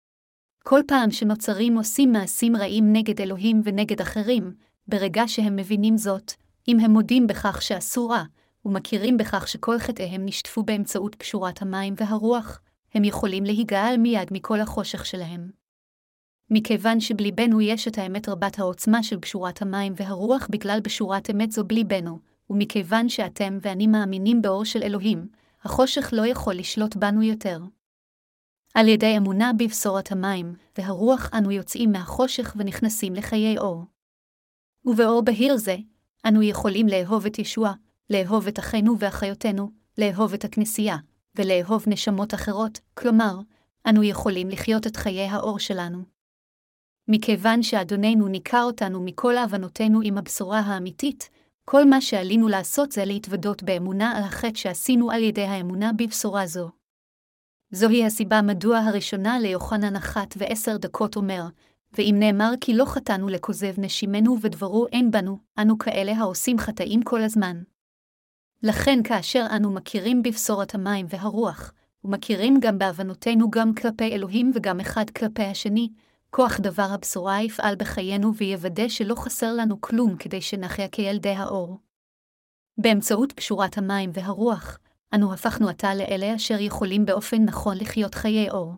כל פעם שנוצרים עושים מעשים רעים נגד אלוהים ונגד אחרים, ברגע שהם מבינים זאת, אם הם מודים בכך שאסור רע, ומכירים בכך שכל חטאיהם נשטפו באמצעות פשורת המים והרוח, הם יכולים להיגאל מיד מכל החושך שלהם. מכיוון שבליבנו יש את האמת רבת העוצמה של פשורת המים והרוח בגלל בשורת אמת זו בליבנו, ומכיוון שאתם ואני מאמינים באור של אלוהים, החושך לא יכול לשלוט בנו יותר. על ידי אמונה בבשורת המים והרוח אנו יוצאים מהחושך ונכנסים לחיי אור. ובאור בהיר זה, אנו יכולים לאהוב את ישוע, לאהוב את אחינו ואחיותינו, לאהוב את הכנסייה, ולאהוב נשמות אחרות, כלומר, אנו יכולים לחיות את חיי האור שלנו. מכיוון שאדוננו ניכר אותנו מכל הבנותינו עם הבשורה האמיתית, כל מה שעלינו לעשות זה להתוודות באמונה על החטא שעשינו על ידי האמונה בבשורה זו. זוהי הסיבה מדוע הראשונה ליוחנן אחת ועשר דקות אומר, ואם נאמר כי לא חטאנו לכוזב נשימנו ודברו אין בנו, אנו כאלה העושים חטאים כל הזמן. לכן כאשר אנו מכירים בבשורת המים והרוח, ומכירים גם בהבנותינו גם כלפי אלוהים וגם אחד כלפי השני, כוח דבר הבשורה יפעל בחיינו ויוודא שלא חסר לנו כלום כדי שנחיה כילדי האור. באמצעות פשורת המים והרוח, אנו הפכנו עתה לאלה אשר יכולים באופן נכון לחיות חיי אור.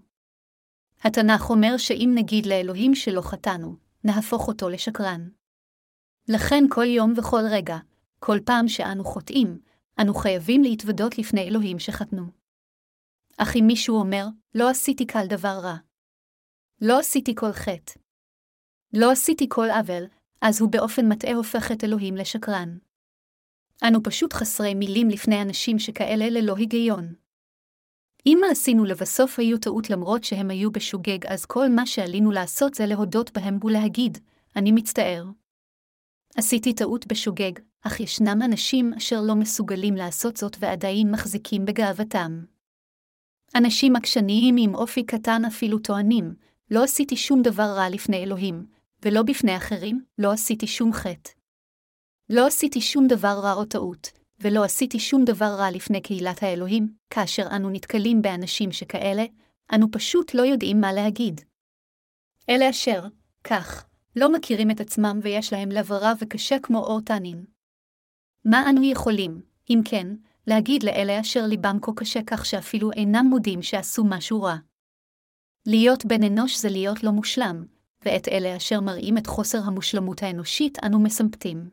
התנ"ך אומר שאם נגיד לאלוהים שלא חטאנו, נהפוך אותו לשקרן. לכן כל יום וכל רגע, כל פעם שאנו חוטאים, אנו חייבים להתוודות לפני אלוהים שחטאנו. אך אם מישהו אומר, לא עשיתי כל דבר רע, לא עשיתי כל חטא, לא עשיתי כל עוול, אז הוא באופן מטעה הופך את אלוהים לשקרן. אנו פשוט חסרי מילים לפני אנשים שכאלה ללא היגיון. אם מה עשינו לבסוף היו טעות למרות שהם היו בשוגג, אז כל מה שעלינו לעשות זה להודות בהם ולהגיד, אני מצטער. עשיתי טעות בשוגג, אך ישנם אנשים אשר לא מסוגלים לעשות זאת ועדיין מחזיקים בגאוותם. אנשים עקשניים עם אופי קטן אפילו טוענים, לא עשיתי שום דבר רע לפני אלוהים, ולא בפני אחרים, לא עשיתי שום חטא. לא עשיתי שום דבר רע או טעות, ולא עשיתי שום דבר רע לפני קהילת האלוהים. כאשר אנו נתקלים באנשים שכאלה, אנו פשוט לא יודעים מה להגיד. אלה אשר, כך, לא מכירים את עצמם ויש להם לב רע וקשה כמו אור תנין. מה אנו יכולים, אם כן, להגיד לאלה אשר ליבם כה קשה כך שאפילו אינם מודים שעשו משהו רע? להיות בן אנוש זה להיות לא מושלם, ואת אלה אשר מראים את חוסר המושלמות האנושית אנו מסמפתים.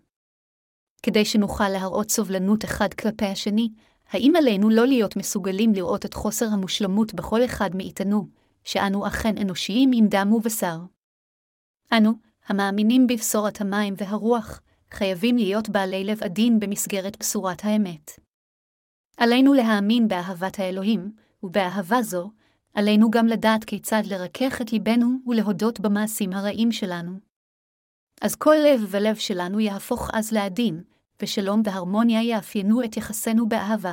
כדי שנוכל להראות סובלנות אחד כלפי השני, האם עלינו לא להיות מסוגלים לראות את חוסר המושלמות בכל אחד מאיתנו, שאנו אכן אנושיים עם דם ובשר? אנו, המאמינים בבשורת המים והרוח, חייבים להיות בעלי לב עדין במסגרת בשורת האמת. עלינו להאמין באהבת האלוהים, ובאהבה זו, עלינו גם לדעת כיצד לרכך את ליבנו ולהודות במעשים הרעים שלנו. אז כל לב ולב שלנו יהפוך אז לעדין, ושלום והרמוניה יאפיינו את יחסנו באהבה.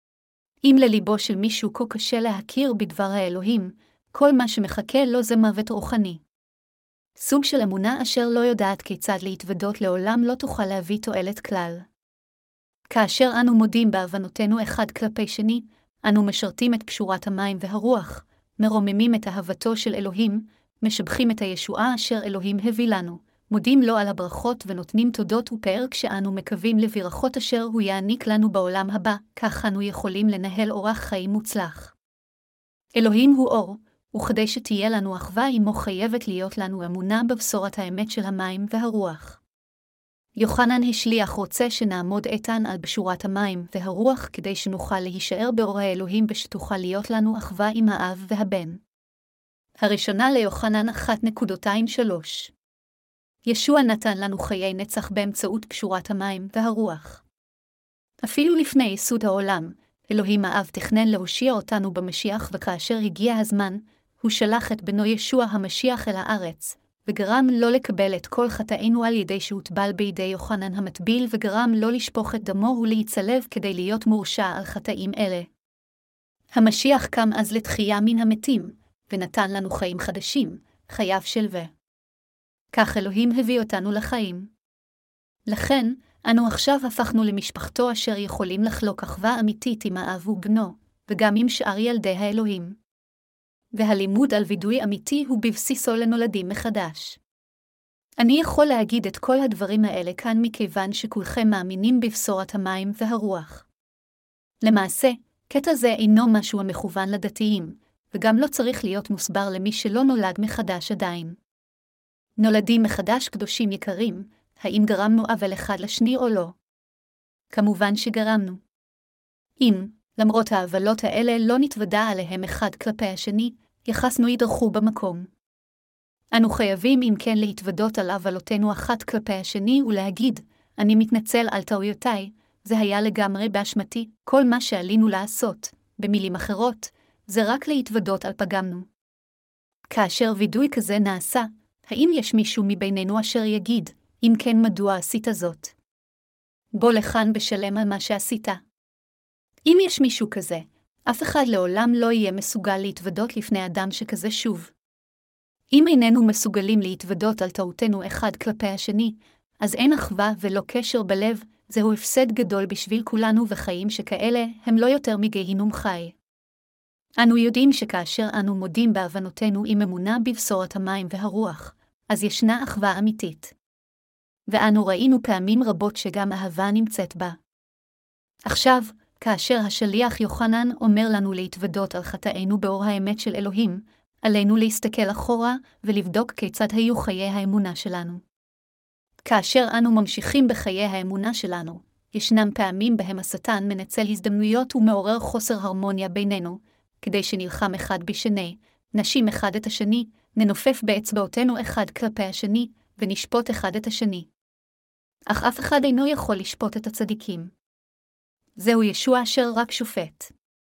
אם לליבו של מישהו כה קשה להכיר בדבר האלוהים, כל מה שמחכה לו זה מוות רוחני. סוג של אמונה אשר לא יודעת כיצד להתוודות לעולם לא תוכל להביא תועלת כלל. כאשר אנו מודים בהבנותינו אחד כלפי שני, אנו משרתים את פשורת המים והרוח, מרוממים את אהבתו של אלוהים, משבחים את הישועה אשר אלוהים הביא לנו, מודים לו על הברכות ונותנים תודות ופאר כשאנו מקווים לברכות אשר הוא יעניק לנו בעולם הבא, כך אנו יכולים לנהל אורח חיים מוצלח. אלוהים הוא אור, וכדי שתהיה לנו אחווה עמו חייבת להיות לנו אמונה בבשורת האמת של המים והרוח. יוחנן השליח רוצה שנעמוד איתן על בשורת המים והרוח כדי שנוכל להישאר באור האלוהים ושתוכל להיות לנו אחווה עם האב והבן. הראשונה ליוחנן אחת שלוש. ישוע נתן לנו חיי נצח באמצעות פשורת המים והרוח. אפילו לפני ייסוד העולם, אלוהים האב תכנן להושיע אותנו במשיח, וכאשר הגיע הזמן, הוא שלח את בנו ישוע המשיח אל הארץ, וגרם לא לקבל את כל חטאינו על ידי שהוטבל בידי יוחנן המטביל, וגרם לא לשפוך את דמו ולהיצלב כדי להיות מורשע על חטאים אלה. המשיח קם אז לתחייה מן המתים, ונתן לנו חיים חדשים, חייו שלווה. כך אלוהים הביא אותנו לחיים. לכן, אנו עכשיו הפכנו למשפחתו אשר יכולים לחלוק אחווה אמיתית עם האב ובנו, וגם עם שאר ילדי האלוהים. והלימוד על וידוי אמיתי הוא בבסיסו לנולדים מחדש. אני יכול להגיד את כל הדברים האלה כאן מכיוון שכולכם מאמינים בבשורת המים והרוח. למעשה, קטע זה אינו משהו המכוון לדתיים, וגם לא צריך להיות מוסבר למי שלא נולד מחדש עדיין. נולדים מחדש קדושים יקרים, האם גרמנו עוול אחד לשני או לא? כמובן שגרמנו. אם, למרות העוולות האלה לא נתוודע עליהם אחד כלפי השני, יחסנו ידרכו במקום. אנו חייבים אם כן להתוודות על עוולותינו אחת כלפי השני ולהגיד, אני מתנצל על טעויותיי, זה היה לגמרי באשמתי, כל מה שעלינו לעשות, במילים אחרות, זה רק להתוודות על פגמנו. כאשר וידוי כזה נעשה, האם יש מישהו מבינינו אשר יגיד, אם כן מדוע עשית זאת? בוא לכאן בשלם על מה שעשית. אם יש מישהו כזה, אף אחד לעולם לא יהיה מסוגל להתוודות לפני אדם שכזה שוב. אם איננו מסוגלים להתוודות על טעותנו אחד כלפי השני, אז אין אחווה ולא קשר בלב, זהו הפסד גדול בשביל כולנו וחיים שכאלה הם לא יותר מגיהינום חי. אנו יודעים שכאשר אנו מודים בהבנותינו עם אמונה בבשורת המים והרוח, אז ישנה אחווה אמיתית. ואנו ראינו פעמים רבות שגם אהבה נמצאת בה. עכשיו, כאשר השליח יוחנן אומר לנו להתוודות על חטאינו באור האמת של אלוהים, עלינו להסתכל אחורה ולבדוק כיצד היו חיי האמונה שלנו. כאשר אנו ממשיכים בחיי האמונה שלנו, ישנם פעמים בהם השטן מנצל הזדמנויות ומעורר חוסר הרמוניה בינינו, כדי שנלחם אחד בשני, נשים אחד את השני, ננופף באצבעותינו אחד כלפי השני, ונשפוט אחד את השני. אך אף אחד אינו יכול לשפוט את הצדיקים. זהו ישוע אשר רק שופט.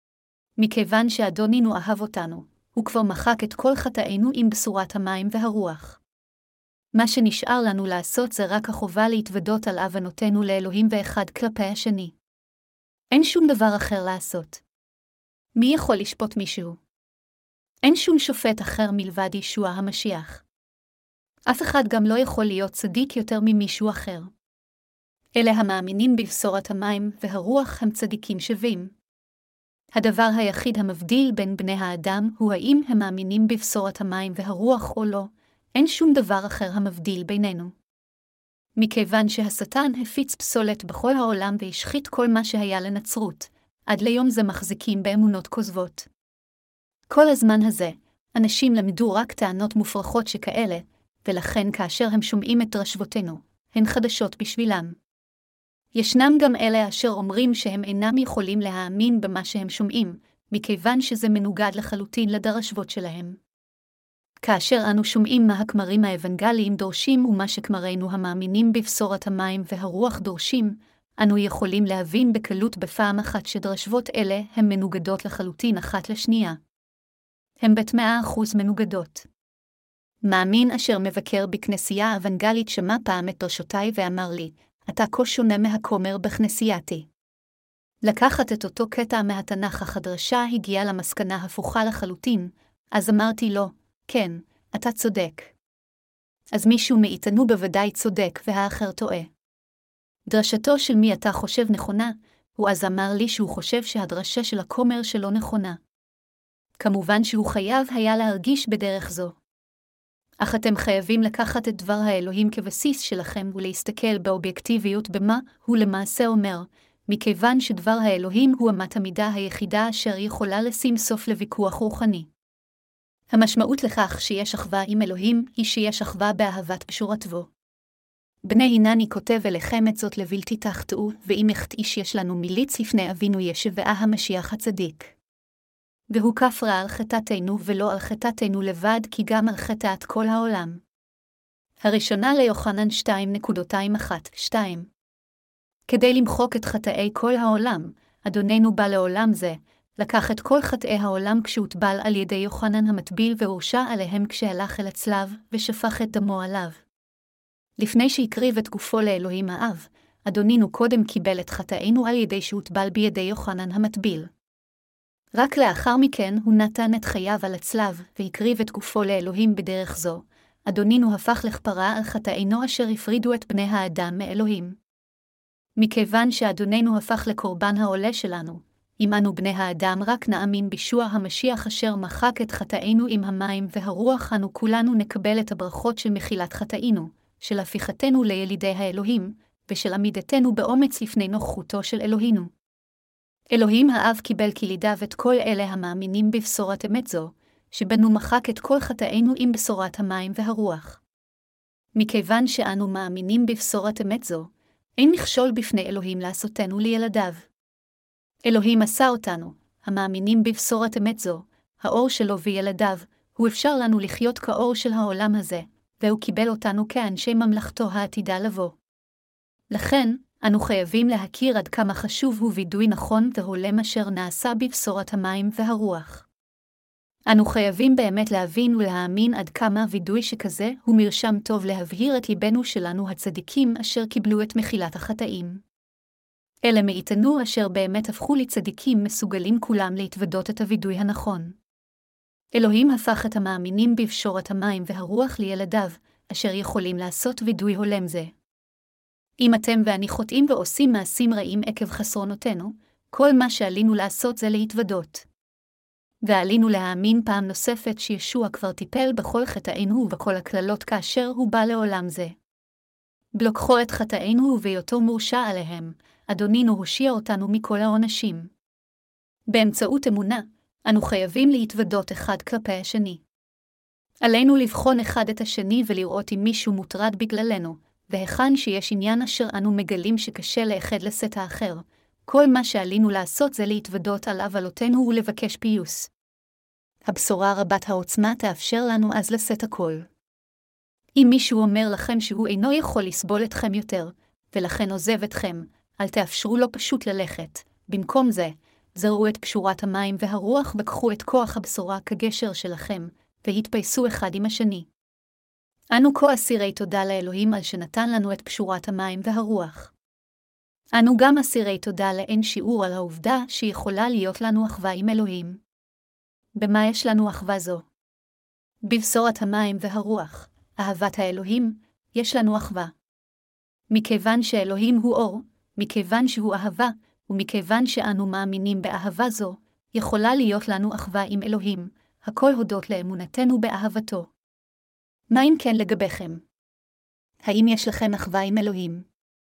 מכיוון שאדונינו אהב אותנו, הוא כבר מחק את כל חטאינו עם בשורת המים והרוח. מה שנשאר לנו לעשות זה רק החובה להתוודות על הבנותינו לאלוהים ואחד כלפי השני. אין שום דבר אחר לעשות. מי יכול לשפוט מישהו? אין שום שופט אחר מלבד ישוע המשיח. אף אחד גם לא יכול להיות צדיק יותר ממישהו אחר. אלה המאמינים בבשורת המים והרוח הם צדיקים שווים. הדבר היחיד המבדיל בין בני האדם הוא האם הם מאמינים בבשורת המים והרוח או לא, אין שום דבר אחר המבדיל בינינו. מכיוון שהשטן הפיץ פסולת בכל העולם והשחית כל מה שהיה לנצרות, עד ליום זה מחזיקים באמונות כוזבות. כל הזמן הזה, אנשים למדו רק טענות מופרכות שכאלה, ולכן כאשר הם שומעים את דרשבותינו, הן חדשות בשבילם. ישנם גם אלה אשר אומרים שהם אינם יכולים להאמין במה שהם שומעים, מכיוון שזה מנוגד לחלוטין לדרשבות שלהם. כאשר אנו שומעים מה הכמרים האבנגליים דורשים ומה שכמרינו המאמינים בבשורת המים והרוח דורשים, אנו יכולים להבין בקלות בפעם אחת שדרשבות אלה הן מנוגדות לחלוטין אחת לשנייה. הן בת מאה אחוז מנוגדות. מאמין אשר מבקר בכנסייה האבנגלית שמע פעם את דרשותיי ואמר לי, אתה כה שונה מהכומר בכנסייתי. לקחת את אותו קטע מהתנ"ך אך הדרשה הגיעה למסקנה הפוכה לחלוטין, אז אמרתי לו, כן, אתה צודק. אז מישהו מאיתנו בוודאי צודק והאחר טועה. דרשתו של מי אתה חושב נכונה, הוא אז אמר לי שהוא חושב שהדרשה של הכומר שלו נכונה. כמובן שהוא חייב היה להרגיש בדרך זו. אך אתם חייבים לקחת את דבר האלוהים כבסיס שלכם ולהסתכל באובייקטיביות במה הוא למעשה אומר, מכיוון שדבר האלוהים הוא אמת המידה היחידה אשר יכולה לשים סוף לוויכוח רוחני. המשמעות לכך שיש אחווה עם אלוהים היא שיש אחווה באהבת בשורתו. בני הנני כותב אליכם את זאת לבלתי תחטאו, ואם יחטא איש יש לנו מיליץ לפני אבינו ישבעה המשיח הצדיק. והוא כפרה על חטאתנו ולא על חטאתנו לבד כי גם על חטאת כל העולם. הראשונה ליוחנן שתיים אחת שתיים. כדי למחוק את חטאי כל העולם, אדוננו בא לעולם זה, לקח את כל חטאי העולם כשהוטבל על ידי יוחנן המטביל והורשע עליהם כשהלך אל הצלב ושפך את דמו עליו. לפני שהקריב את גופו לאלוהים האב, אדונינו קודם קיבל את חטאינו על ידי שהוטבל בידי יוחנן המטביל. רק לאחר מכן הוא נתן את חייו על הצלב והקריב את גופו לאלוהים בדרך זו, אדונינו הפך לכפרה על חטאינו אשר הפרידו את בני האדם מאלוהים. מכיוון שאדוננו הפך לקורבן העולה שלנו, אם אנו בני האדם רק נאמין בישוע המשיח אשר מחק את חטאינו עם המים והרוח, אנו כולנו נקבל את הברכות של מחילת חטאינו, של הפיכתנו לילידי האלוהים, ושל עמידתנו באומץ לפני נוכחותו של אלוהינו. אלוהים האב קיבל כלידיו את כל אלה המאמינים בבשורת אמת זו, שבנו מחק את כל חטאינו עם בשורת המים והרוח. מכיוון שאנו מאמינים בבשורת אמת זו, אין מכשול בפני אלוהים לעשותנו לילדיו. אלוהים עשה אותנו, המאמינים בבשורת אמת זו, האור שלו וילדיו, הוא אפשר לנו לחיות כאור של העולם הזה, והוא קיבל אותנו כאנשי ממלכתו העתידה לבוא. לכן, אנו חייבים להכיר עד כמה חשוב הוא וידוי נכון והולם אשר נעשה בבשורת המים והרוח. אנו חייבים באמת להבין ולהאמין עד כמה וידוי שכזה הוא מרשם טוב להבהיר את ליבנו שלנו הצדיקים אשר קיבלו את מחילת החטאים. אלה מאיתנו אשר באמת הפכו לצדיקים מסוגלים כולם להתוודות את הוידוי הנכון. אלוהים הפך את המאמינים בבשורת המים והרוח לילדיו, אשר יכולים לעשות וידוי הולם זה. אם אתם ואני חוטאים ועושים מעשים רעים עקב חסרונותינו, כל מה שעלינו לעשות זה להתוודות. ועלינו להאמין פעם נוספת שישוע כבר טיפל בכל חטאינו ובכל הכללות כאשר הוא בא לעולם זה. בלוקחו את חטאינו ובהיותו מורשע עליהם, אדונינו הושיע אותנו מכל העונשים. באמצעות אמונה, אנו חייבים להתוודות אחד כלפי השני. עלינו לבחון אחד את השני ולראות אם מישהו מוטרד בגללנו, והיכן שיש עניין אשר אנו מגלים שקשה לאחד לשאת האחר, כל מה שעלינו לעשות זה להתוודות על עוולותינו ולבקש פיוס. הבשורה רבת העוצמה תאפשר לנו אז לשאת הכל. אם מישהו אומר לכם שהוא אינו יכול לסבול אתכם יותר, ולכן עוזב אתכם, אל תאפשרו לו פשוט ללכת. במקום זה, זרו את פשורת המים והרוח וקחו את כוח הבשורה כגשר שלכם, והתפייסו אחד עם השני. אנו כה אסירי תודה לאלוהים על שנתן לנו את פשורת המים והרוח. אנו גם אסירי תודה לאין שיעור על העובדה שיכולה להיות לנו אחווה עם אלוהים. במה יש לנו אחווה זו? בבשורת המים והרוח, אהבת האלוהים, יש לנו אחווה. מכיוון שאלוהים הוא אור, מכיוון שהוא אהבה, ומכיוון שאנו מאמינים באהבה זו, יכולה להיות לנו אחווה עם אלוהים, הכל הודות לאמונתנו באהבתו. מה אם כן לגביכם? האם יש לכם אחווה עם אלוהים?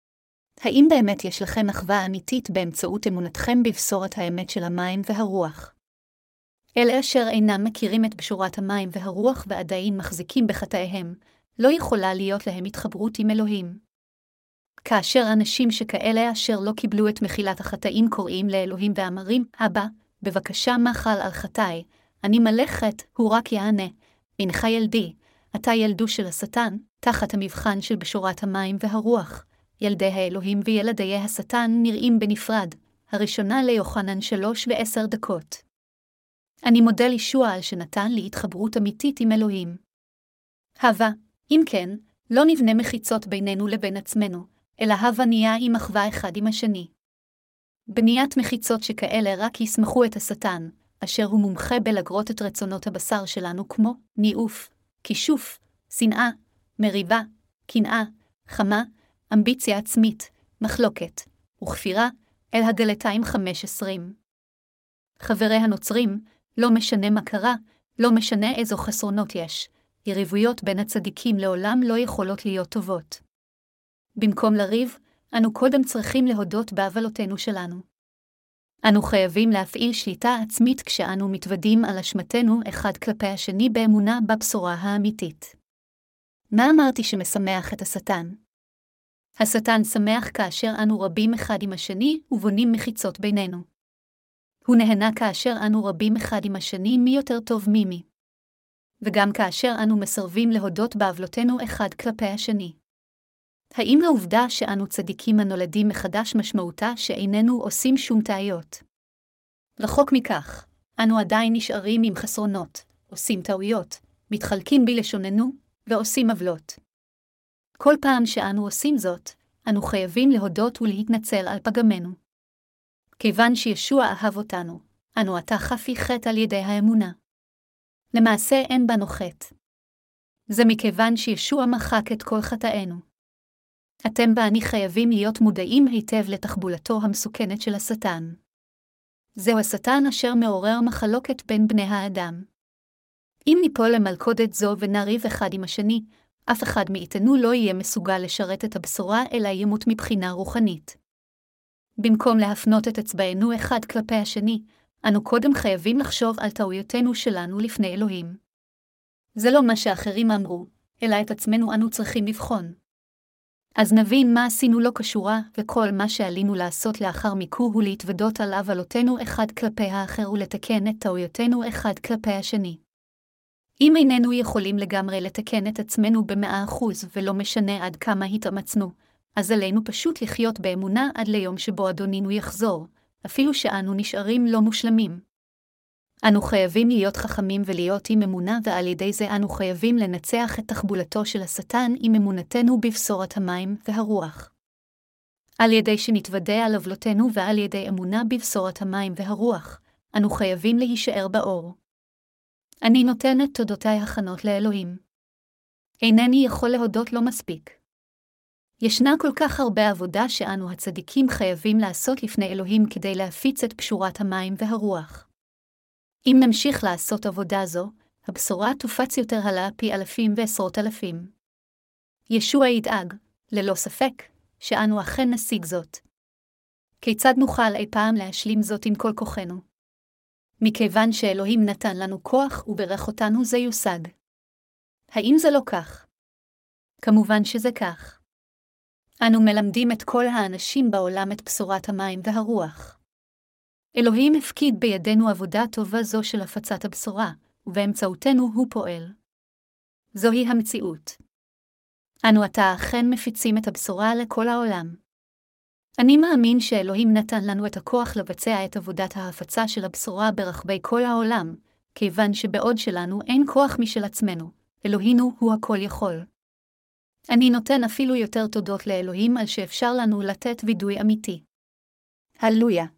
האם באמת יש לכם אחווה אמיתית באמצעות אמונתכם בבשורת האמת של המים והרוח? אלה אשר אינם מכירים את בשורת המים והרוח ועדיין מחזיקים בחטאיהם, לא יכולה להיות להם התחברות עם אלוהים. כאשר אנשים שכאלה אשר לא קיבלו את מחילת החטאים קוראים לאלוהים ואמרים, אבא, בבקשה מחל על חטאי, אני מלא חטא, הוא רק יענה, אינך ילדי, אתה ילדו של השטן, תחת המבחן של בשורת המים והרוח. ילדי האלוהים וילדי השטן נראים בנפרד, הראשונה ליוחנן שלוש ועשר דקות. אני מודה לישוע על שנתן לי התחברות אמיתית עם אלוהים. הווה, אם כן, לא נבנה מחיצות בינינו לבין עצמנו, אלא הווה נהיה עם אחווה אחד עם השני. בניית מחיצות שכאלה רק יסמכו את השטן, אשר הוא מומחה בלגרות את רצונות הבשר שלנו כמו ניאוף, כישוף, שנאה, מריבה, קנאה, חמה, אמביציה עצמית, מחלוקת, וכפירה, אל הגלתיים חמש עשרים. חברי הנוצרים, לא משנה מה קרה, לא משנה איזו חסרונות יש, יריבויות בין הצדיקים לעולם לא יכולות להיות טובות. במקום לריב, אנו קודם צריכים להודות בעוולותינו שלנו. אנו חייבים להפעיל שליטה עצמית כשאנו מתוודים על אשמתנו אחד כלפי השני באמונה בבשורה האמיתית. מה אמרתי שמשמח את השטן? השטן שמח כאשר אנו רבים אחד עם השני ובונים מחיצות בינינו. הוא נהנה כאשר אנו רבים אחד עם השני מי יותר טוב ממי. וגם כאשר אנו מסרבים להודות בעוולותינו אחד כלפי השני. האם העובדה שאנו צדיקים הנולדים מחדש משמעותה שאיננו עושים שום טעויות? רחוק מכך, אנו עדיין נשארים עם חסרונות, עושים טעויות, מתחלקים בלשוננו ועושים עוולות. כל פעם שאנו עושים זאת, אנו חייבים להודות ולהתנצל על פגמנו. כיוון שישוע אהב אותנו, אנו עתה חפי חטא על ידי האמונה. למעשה אין בנו חטא. זה מכיוון שישוע מחק את כל חטאינו. אתם ואני חייבים להיות מודעים היטב לתחבולתו המסוכנת של השטן. זהו השטן אשר מעורר מחלוקת בין בני האדם. אם ניפול למלכודת זו ונריב אחד עם השני, אף אחד מאיתנו לא יהיה מסוגל לשרת את הבשורה אלא ימות מבחינה רוחנית. במקום להפנות את אצבענו אחד כלפי השני, אנו קודם חייבים לחשוב על טעויותינו שלנו לפני אלוהים. זה לא מה שאחרים אמרו, אלא את עצמנו אנו צריכים לבחון. אז נבין מה עשינו לא קשורה, וכל מה שעלינו לעשות לאחר מכן הוא להתוודות על עוולותינו אחד כלפי האחר ולתקן את טעויותינו אחד כלפי השני. אם איננו יכולים לגמרי לתקן את עצמנו במאה אחוז ולא משנה עד כמה התאמצנו, אז עלינו פשוט לחיות באמונה עד ליום שבו אדונינו יחזור, אפילו שאנו נשארים לא מושלמים. אנו חייבים להיות חכמים ולהיות עם אמונה, ועל ידי זה אנו חייבים לנצח את תחבולתו של השטן עם אמונתנו בבשורת המים והרוח. על ידי שנתוודה על עוולותינו ועל ידי אמונה בבשורת המים והרוח, אנו חייבים להישאר באור. אני נותנת תודותיי הכנות לאלוהים. אינני יכול להודות לו מספיק. ישנה כל כך הרבה עבודה שאנו הצדיקים חייבים לעשות לפני אלוהים כדי להפיץ את בשורת המים והרוח. אם נמשיך לעשות עבודה זו, הבשורה תופץ יותר הלאה פי אלפים ועשרות אלפים. ישוע ידאג, ללא ספק, שאנו אכן נשיג זאת. כיצד נוכל אי פעם להשלים זאת עם כל כוחנו? מכיוון שאלוהים נתן לנו כוח וברך אותנו זה יושג. האם זה לא כך? כמובן שזה כך. אנו מלמדים את כל האנשים בעולם את בשורת המים והרוח. אלוהים הפקיד בידינו עבודה טובה זו של הפצת הבשורה, ובאמצעותנו הוא פועל. זוהי המציאות. אנו עתה אכן מפיצים את הבשורה לכל העולם. אני מאמין שאלוהים נתן לנו את הכוח לבצע את עבודת ההפצה של הבשורה ברחבי כל העולם, כיוון שבעוד שלנו אין כוח משל עצמנו, אלוהינו הוא הכל יכול. אני נותן אפילו יותר תודות לאלוהים על שאפשר לנו לתת וידוי אמיתי. הללויה.